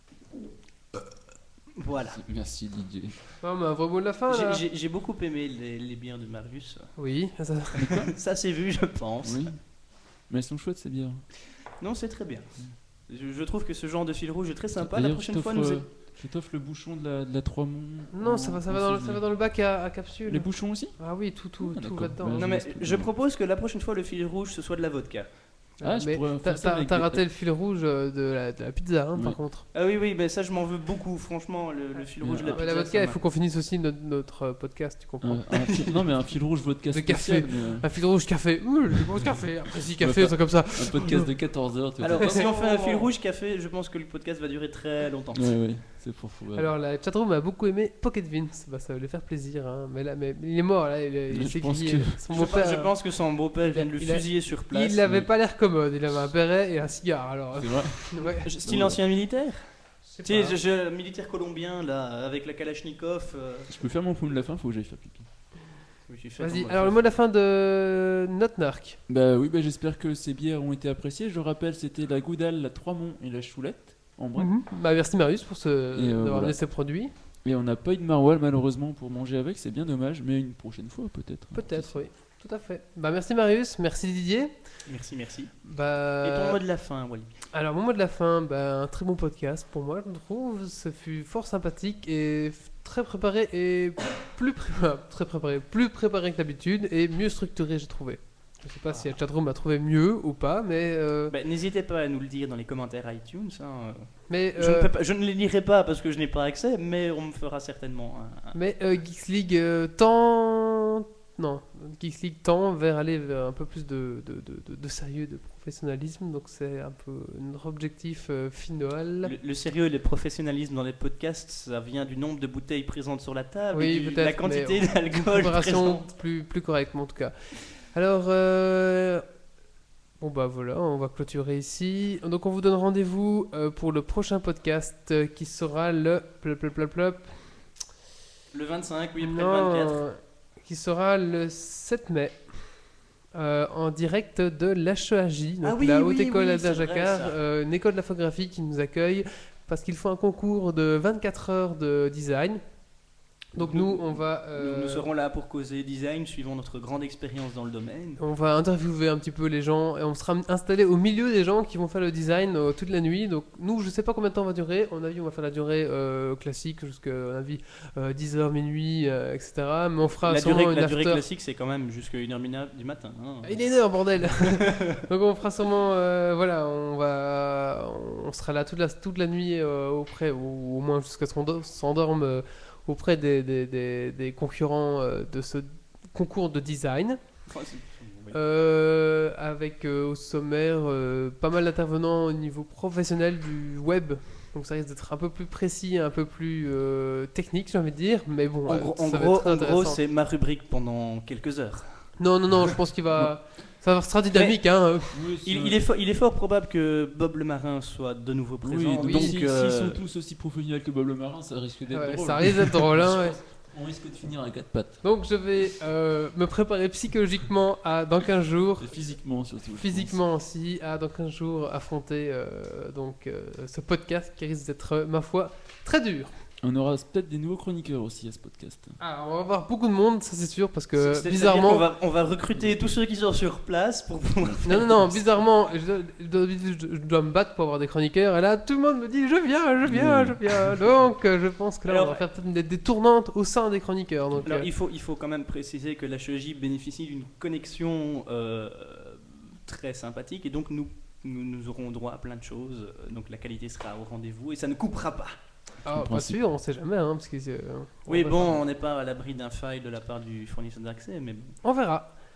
Voilà. Merci Didier. Non mais un vrai mot de la fin là. J'ai beaucoup aimé les bières de Marius. Oui, ça... Ça c'est vu, je pense. Oui. Mais elles sont chouettes ces bières. Non, c'est très bien. Je trouve que ce genre de fil rouge est très sympa. La D'ailleurs, prochaine fois, nous... je t'offre le bouchon de la Trois Monts. Non, ça va dans le bac à capsule. Les bouchons aussi? Ah oui, tout Ah, d'accord. va dedans. Bah, Non mais je propose que la prochaine fois le fil rouge ce soit de la vodka. Ah, je mais pourrais faire ça avec t'as des- raté le fil rouge de la pizza, hein, Oui. par contre. Ah oui, mais ça je m'en veux beaucoup, franchement, le fil rouge de la Ah, pizza. la vodka, ça il m'a- faut qu'on finisse aussi notre podcast, tu comprends. Non mais un fil rouge vodka De spécial, café. mais, Un fil rouge café. Le bon café. Après, si On café, va c'est comme ça. un podcast de 14 heures. tu vois. Alors si on fait un fil rouge café, je pense que le podcast va durer très longtemps. Ouais, c'est pour Alors, la chatroom a beaucoup aimé Pocket Vince. Bah, ça va lui faire plaisir. Hein. Mais il est mort, là. Il Je s'est pense grillé. que- Son Je beau-père, pense que son beau-père vient de le il a- fusiller sur place. il n'avait pas l'air commode. Il avait un béret et un cigare. Alors, C'est vrai. ouais. Style ancien militaire. Je sais Tu pas. sais, militaire colombien là, avec la Kalachnikov. Je peux faire mon poum de la fin, faut que j'aille faire pipi. Oui, j'ai fait Vas-y, comme- alors le mot de la fin de Notnark. Bah oui, j'espère que ces bières ont été appréciées. Je rappelle, c'était la Goudale, la Trois Monts et la Choulette en bref. Bah, merci Marius pour d'avoir voilà. amené ces produits. Et on n'a pas eu de maroilles malheureusement pour manger avec, c'est bien dommage, mais une prochaine fois peut-être. Peut-être, oui. Tout à fait. Bah, merci Marius, merci Didier. Merci. Bah, Et ton mot de la fin, Wally? Alors, mon mot de la fin, bah, un très bon podcast pour moi, je trouve. Ce fut fort sympathique et très préparé et plus préparé que d'habitude et mieux structuré, j'ai trouvé. Je sais pas si la chatroom a trouvé mieux ou pas, mais. Bah, n'hésitez pas à nous le dire dans les commentaires iTunes. Hein. Mais, Je ne les lirai pas parce que je n'ai pas accès, mais on me fera certainement mais Geeks League Geeks League tend vers aller vers un peu plus de sérieux, de professionnalisme, donc c'est un peu notre objectif final. Le sérieux et le professionnalisme dans les podcasts, ça vient du nombre de bouteilles présentes sur la table Oui, et de peut-être, la quantité mais d'alcool préparation présente. plus correctement en tout cas. Alors, bon bah voilà, on va clôturer ici. Donc on vous donne rendez-vous pour le prochain podcast qui sera le Le 25, oui, après non, le 24. qui sera le 7 mai. En direct de l'HEAJ, donc Ah oui, la oui, Haute École oui, Adrien c'est vrai, Jacquard, ça. une école d'infographie qui nous accueille parce qu'ils font un concours de 24 heures de design. Donc nous, on va... Nous serons là pour causer design, suivant notre grande expérience dans le domaine. On va interviewer un petit peu les gens et on sera installé au milieu des gens qui vont faire le design toute la nuit. Donc nous, je sais pas combien de temps on va durer. On a vu, on va faire la durée classique jusqu'à 10h, minuit, etc. Mais on fera La sûrement durée, une la durée after. classique, c'est quand même jusqu'à 1h du matin. Hein. Il est 1h, bordel. Donc on fera sûrement, voilà, on sera là toute la nuit auprès, ou au moins jusqu'à ce qu'on s'endorme auprès des concurrents de ce concours de design. Avec au sommaire pas mal d'intervenants au niveau professionnel du web. Donc ça risque d'être un peu plus précis, un peu plus technique, j'ai envie de dire. Mais bon, En ça va gros, être très intéressant. c'est ma rubrique pendant quelques heures. Non, je pense qu'il va... Ça sera dynamique, hein. Il est fort probable que Bob le Marin soit de nouveau présent. Oui, donc, s'ils sont tous aussi professionnels que Bob le Marin, ça risque d'être Ouais, drôle. ça risque d'être drôle, hein, ouais. On risque de finir à quatre pattes. Donc je vais me préparer psychologiquement à dans 15 jours. Et physiquement surtout. je Physiquement aussi, à dans 15 jours affronter ce podcast qui risque d'être, ma foi, très dur. pense. On aura peut-être des nouveaux chroniqueurs aussi à ce podcast. Ah, on va avoir beaucoup de monde, ça c'est sûr, parce que c'est-à-dire bizarrement... qu'on on va recruter tous ceux qui sont sur place pour pouvoir... Non, bizarrement, je dois me battre pour avoir des chroniqueurs, et là tout le monde me dit je viens. Donc je pense que là Alors, on va faire peut-être des tournantes au sein des chroniqueurs. Donc, Alors, il faut quand même préciser que la HEJ bénéficie d'une connexion très sympathique et donc nous aurons droit à plein de choses. Donc la qualité sera au rendez-vous et ça ne coupera pas. ah, pas principe. sûr, on sait jamais, hein, parce que... Oui, on bon, verra. on n'est pas à l'abri d'un faille de la part du fournisseur d'accès, mais bon. On verra.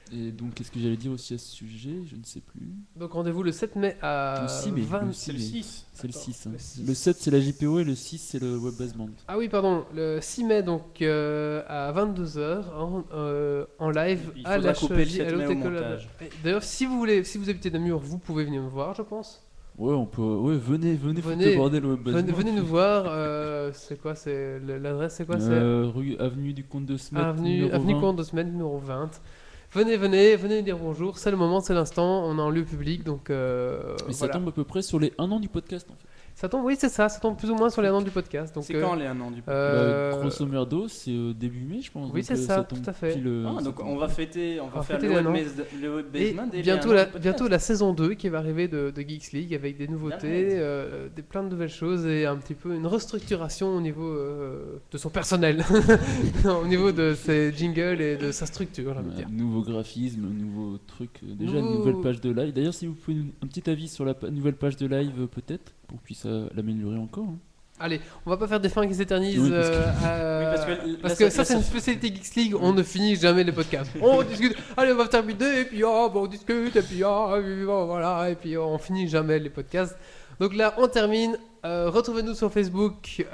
Et donc, qu'est-ce que j'allais dire aussi à ce sujet? Je ne sais plus. Donc rendez-vous le 7 mai à Le 6 mai, 20. le 6 C'est le mai. 6. C'est le 6. le 6. Le 7, c'est la JPO et le 6, c'est le Web Basement. Ah oui, pardon, le 6 mai donc à 22h en live Il à faudra la couper le Cheville, 7 à mai au l'Haute École. montage. D'ailleurs, si vous habitez Namur, vous pouvez venir me voir, je pense. Ouais, on peut. Ouais, venez foutre Venez- le bordel au Web Basement. Venez nous voir. C'est quoi? C'est l'adresse, c'est quoi? C'est Rue Avenue du Comte de Smet, Avenue numéro 20. Comte de Semaine numéro 20. Venez nous dire bonjour. C'est le moment, c'est l'instant. On est en lieu public, donc Et ça voilà. tombe à peu près sur les 1 an du podcast en fait. Ça tombe, oui, c'est ça. Ça tombe plus ou moins sur les noms du podcast. Donc C'est quand les 1 an du Grosso merdo, c'est début mai, je pense. oui, donc, c'est ça, tombe tout à fait. pile, Ah, donc on va fêter, on va va faire fêter le les 1 an. Web Et Basement et bientôt, les 1 an la, du podcast. bientôt la saison 2 qui va arriver de Geeks League avec des nouveautés, plein de nouvelles choses et un petit peu une restructuration au niveau de son personnel, au niveau de ses jingles et de sa structure, j'ai envie de dire. Nouveau graphisme, nouveau truc. Déjà, Nouveau- une nouvelle page de live. D'ailleurs, si vous pouvez un petit avis sur la nouvelle page de live, peut-être, pour qu'on puisse l'améliorer encore. Hein. Allez, on va pas faire des fins qui s'éternisent. Oui, parce parce parce que que ça, c'est une spécialité Geeks League, on ne finit jamais les podcasts. On discute, allez, on va terminer, et puis on discute, et puis voilà, et puis on finit jamais les podcasts. Donc là, on termine. Retrouvez-nous sur Facebook,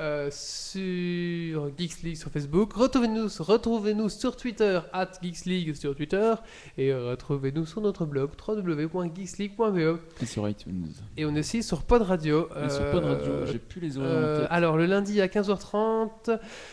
sur Geeks League sur Facebook. Retrouvez-nous sur Twitter, @GeeksLeague sur Twitter. Et retrouvez-nous sur notre blog, www.geeksleague.be. Et sur iTunes. Et on est aussi sur Pod Radio. Et sur Pod Radio, j'ai plus les horaires en tête. Alors, le lundi à 15h30,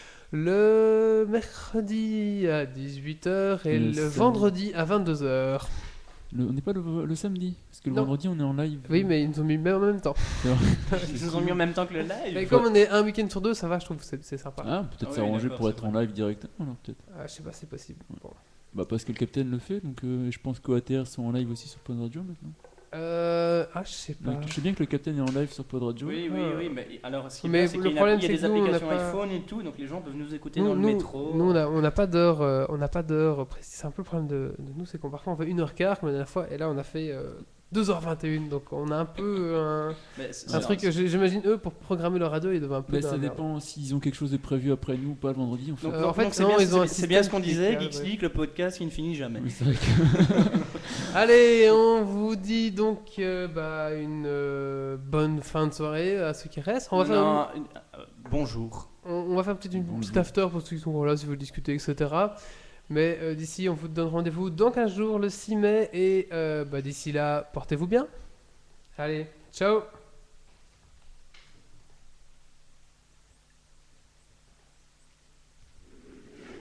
le mercredi à 18h et Le le samedi. vendredi à 22h. On n'est pas le samedi, parce que le Non. vendredi, on est en live. Oui, mais ils nous ont mis en même temps. Ils nous ont mis en même temps que le live. Et comme on est un week-end sur deux, ça va, je trouve que c'est sympa. Ah, peut-être Ah oui, s'arranger d'accord, pour c'est être en vrai. live directement, alors peut-être. Ah, je sais pas, c'est possible. Bon. Bah, parce que le capitaine le fait, donc je pense qu'OATR sont en live aussi sur Pod Radio maintenant. Je sais pas. Donc, je sais bien que le capitaine est en live sur Pod Radio. Oui, mais alors ce qui est Mais bien, c'est le qu'il y a problème, il y a c'est des que nous, on n'a applications pas- iPhone et tout, donc les gens peuvent nous écouter Nous, dans le nous- métro. nous, on n'a pas d'heure, précise. C'est un peu le problème de nous, c'est qu'on parfois on fait 1h15 comme la dernière fois, et là on a fait 2h21, donc on a un peu Mais un truc. J'imagine eux pour programmer leur radio, ils doivent un peu. Bah, dans ça la merde. dépend s'ils ont quelque chose de prévu après nous ou pas le vendredi. En fait. Donc, en fait, c'est non, bien, ils ont un c'est bien ce système qu'on qui disait, cadre, Geeks ouais. League, le podcast qui ne finit jamais. Oui, c'est vrai que- Allez, on vous dit donc une bonne fin de soirée à ceux qui restent. On va faire Non, bonjour. on va faire peut-être une Bonjour. petite after pour ceux qui sont là si vous voulez discuter, etc. Mais d'ici, on vous donne rendez-vous dans 15 jours, le 6 mai. Et d'ici là, portez-vous bien. Allez, ciao.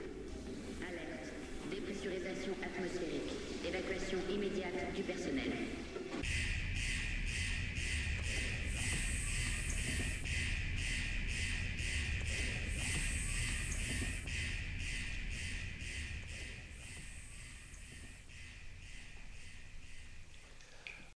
Alerte. Dépressurisation atmosphérique. Évacuation immédiate du personnel.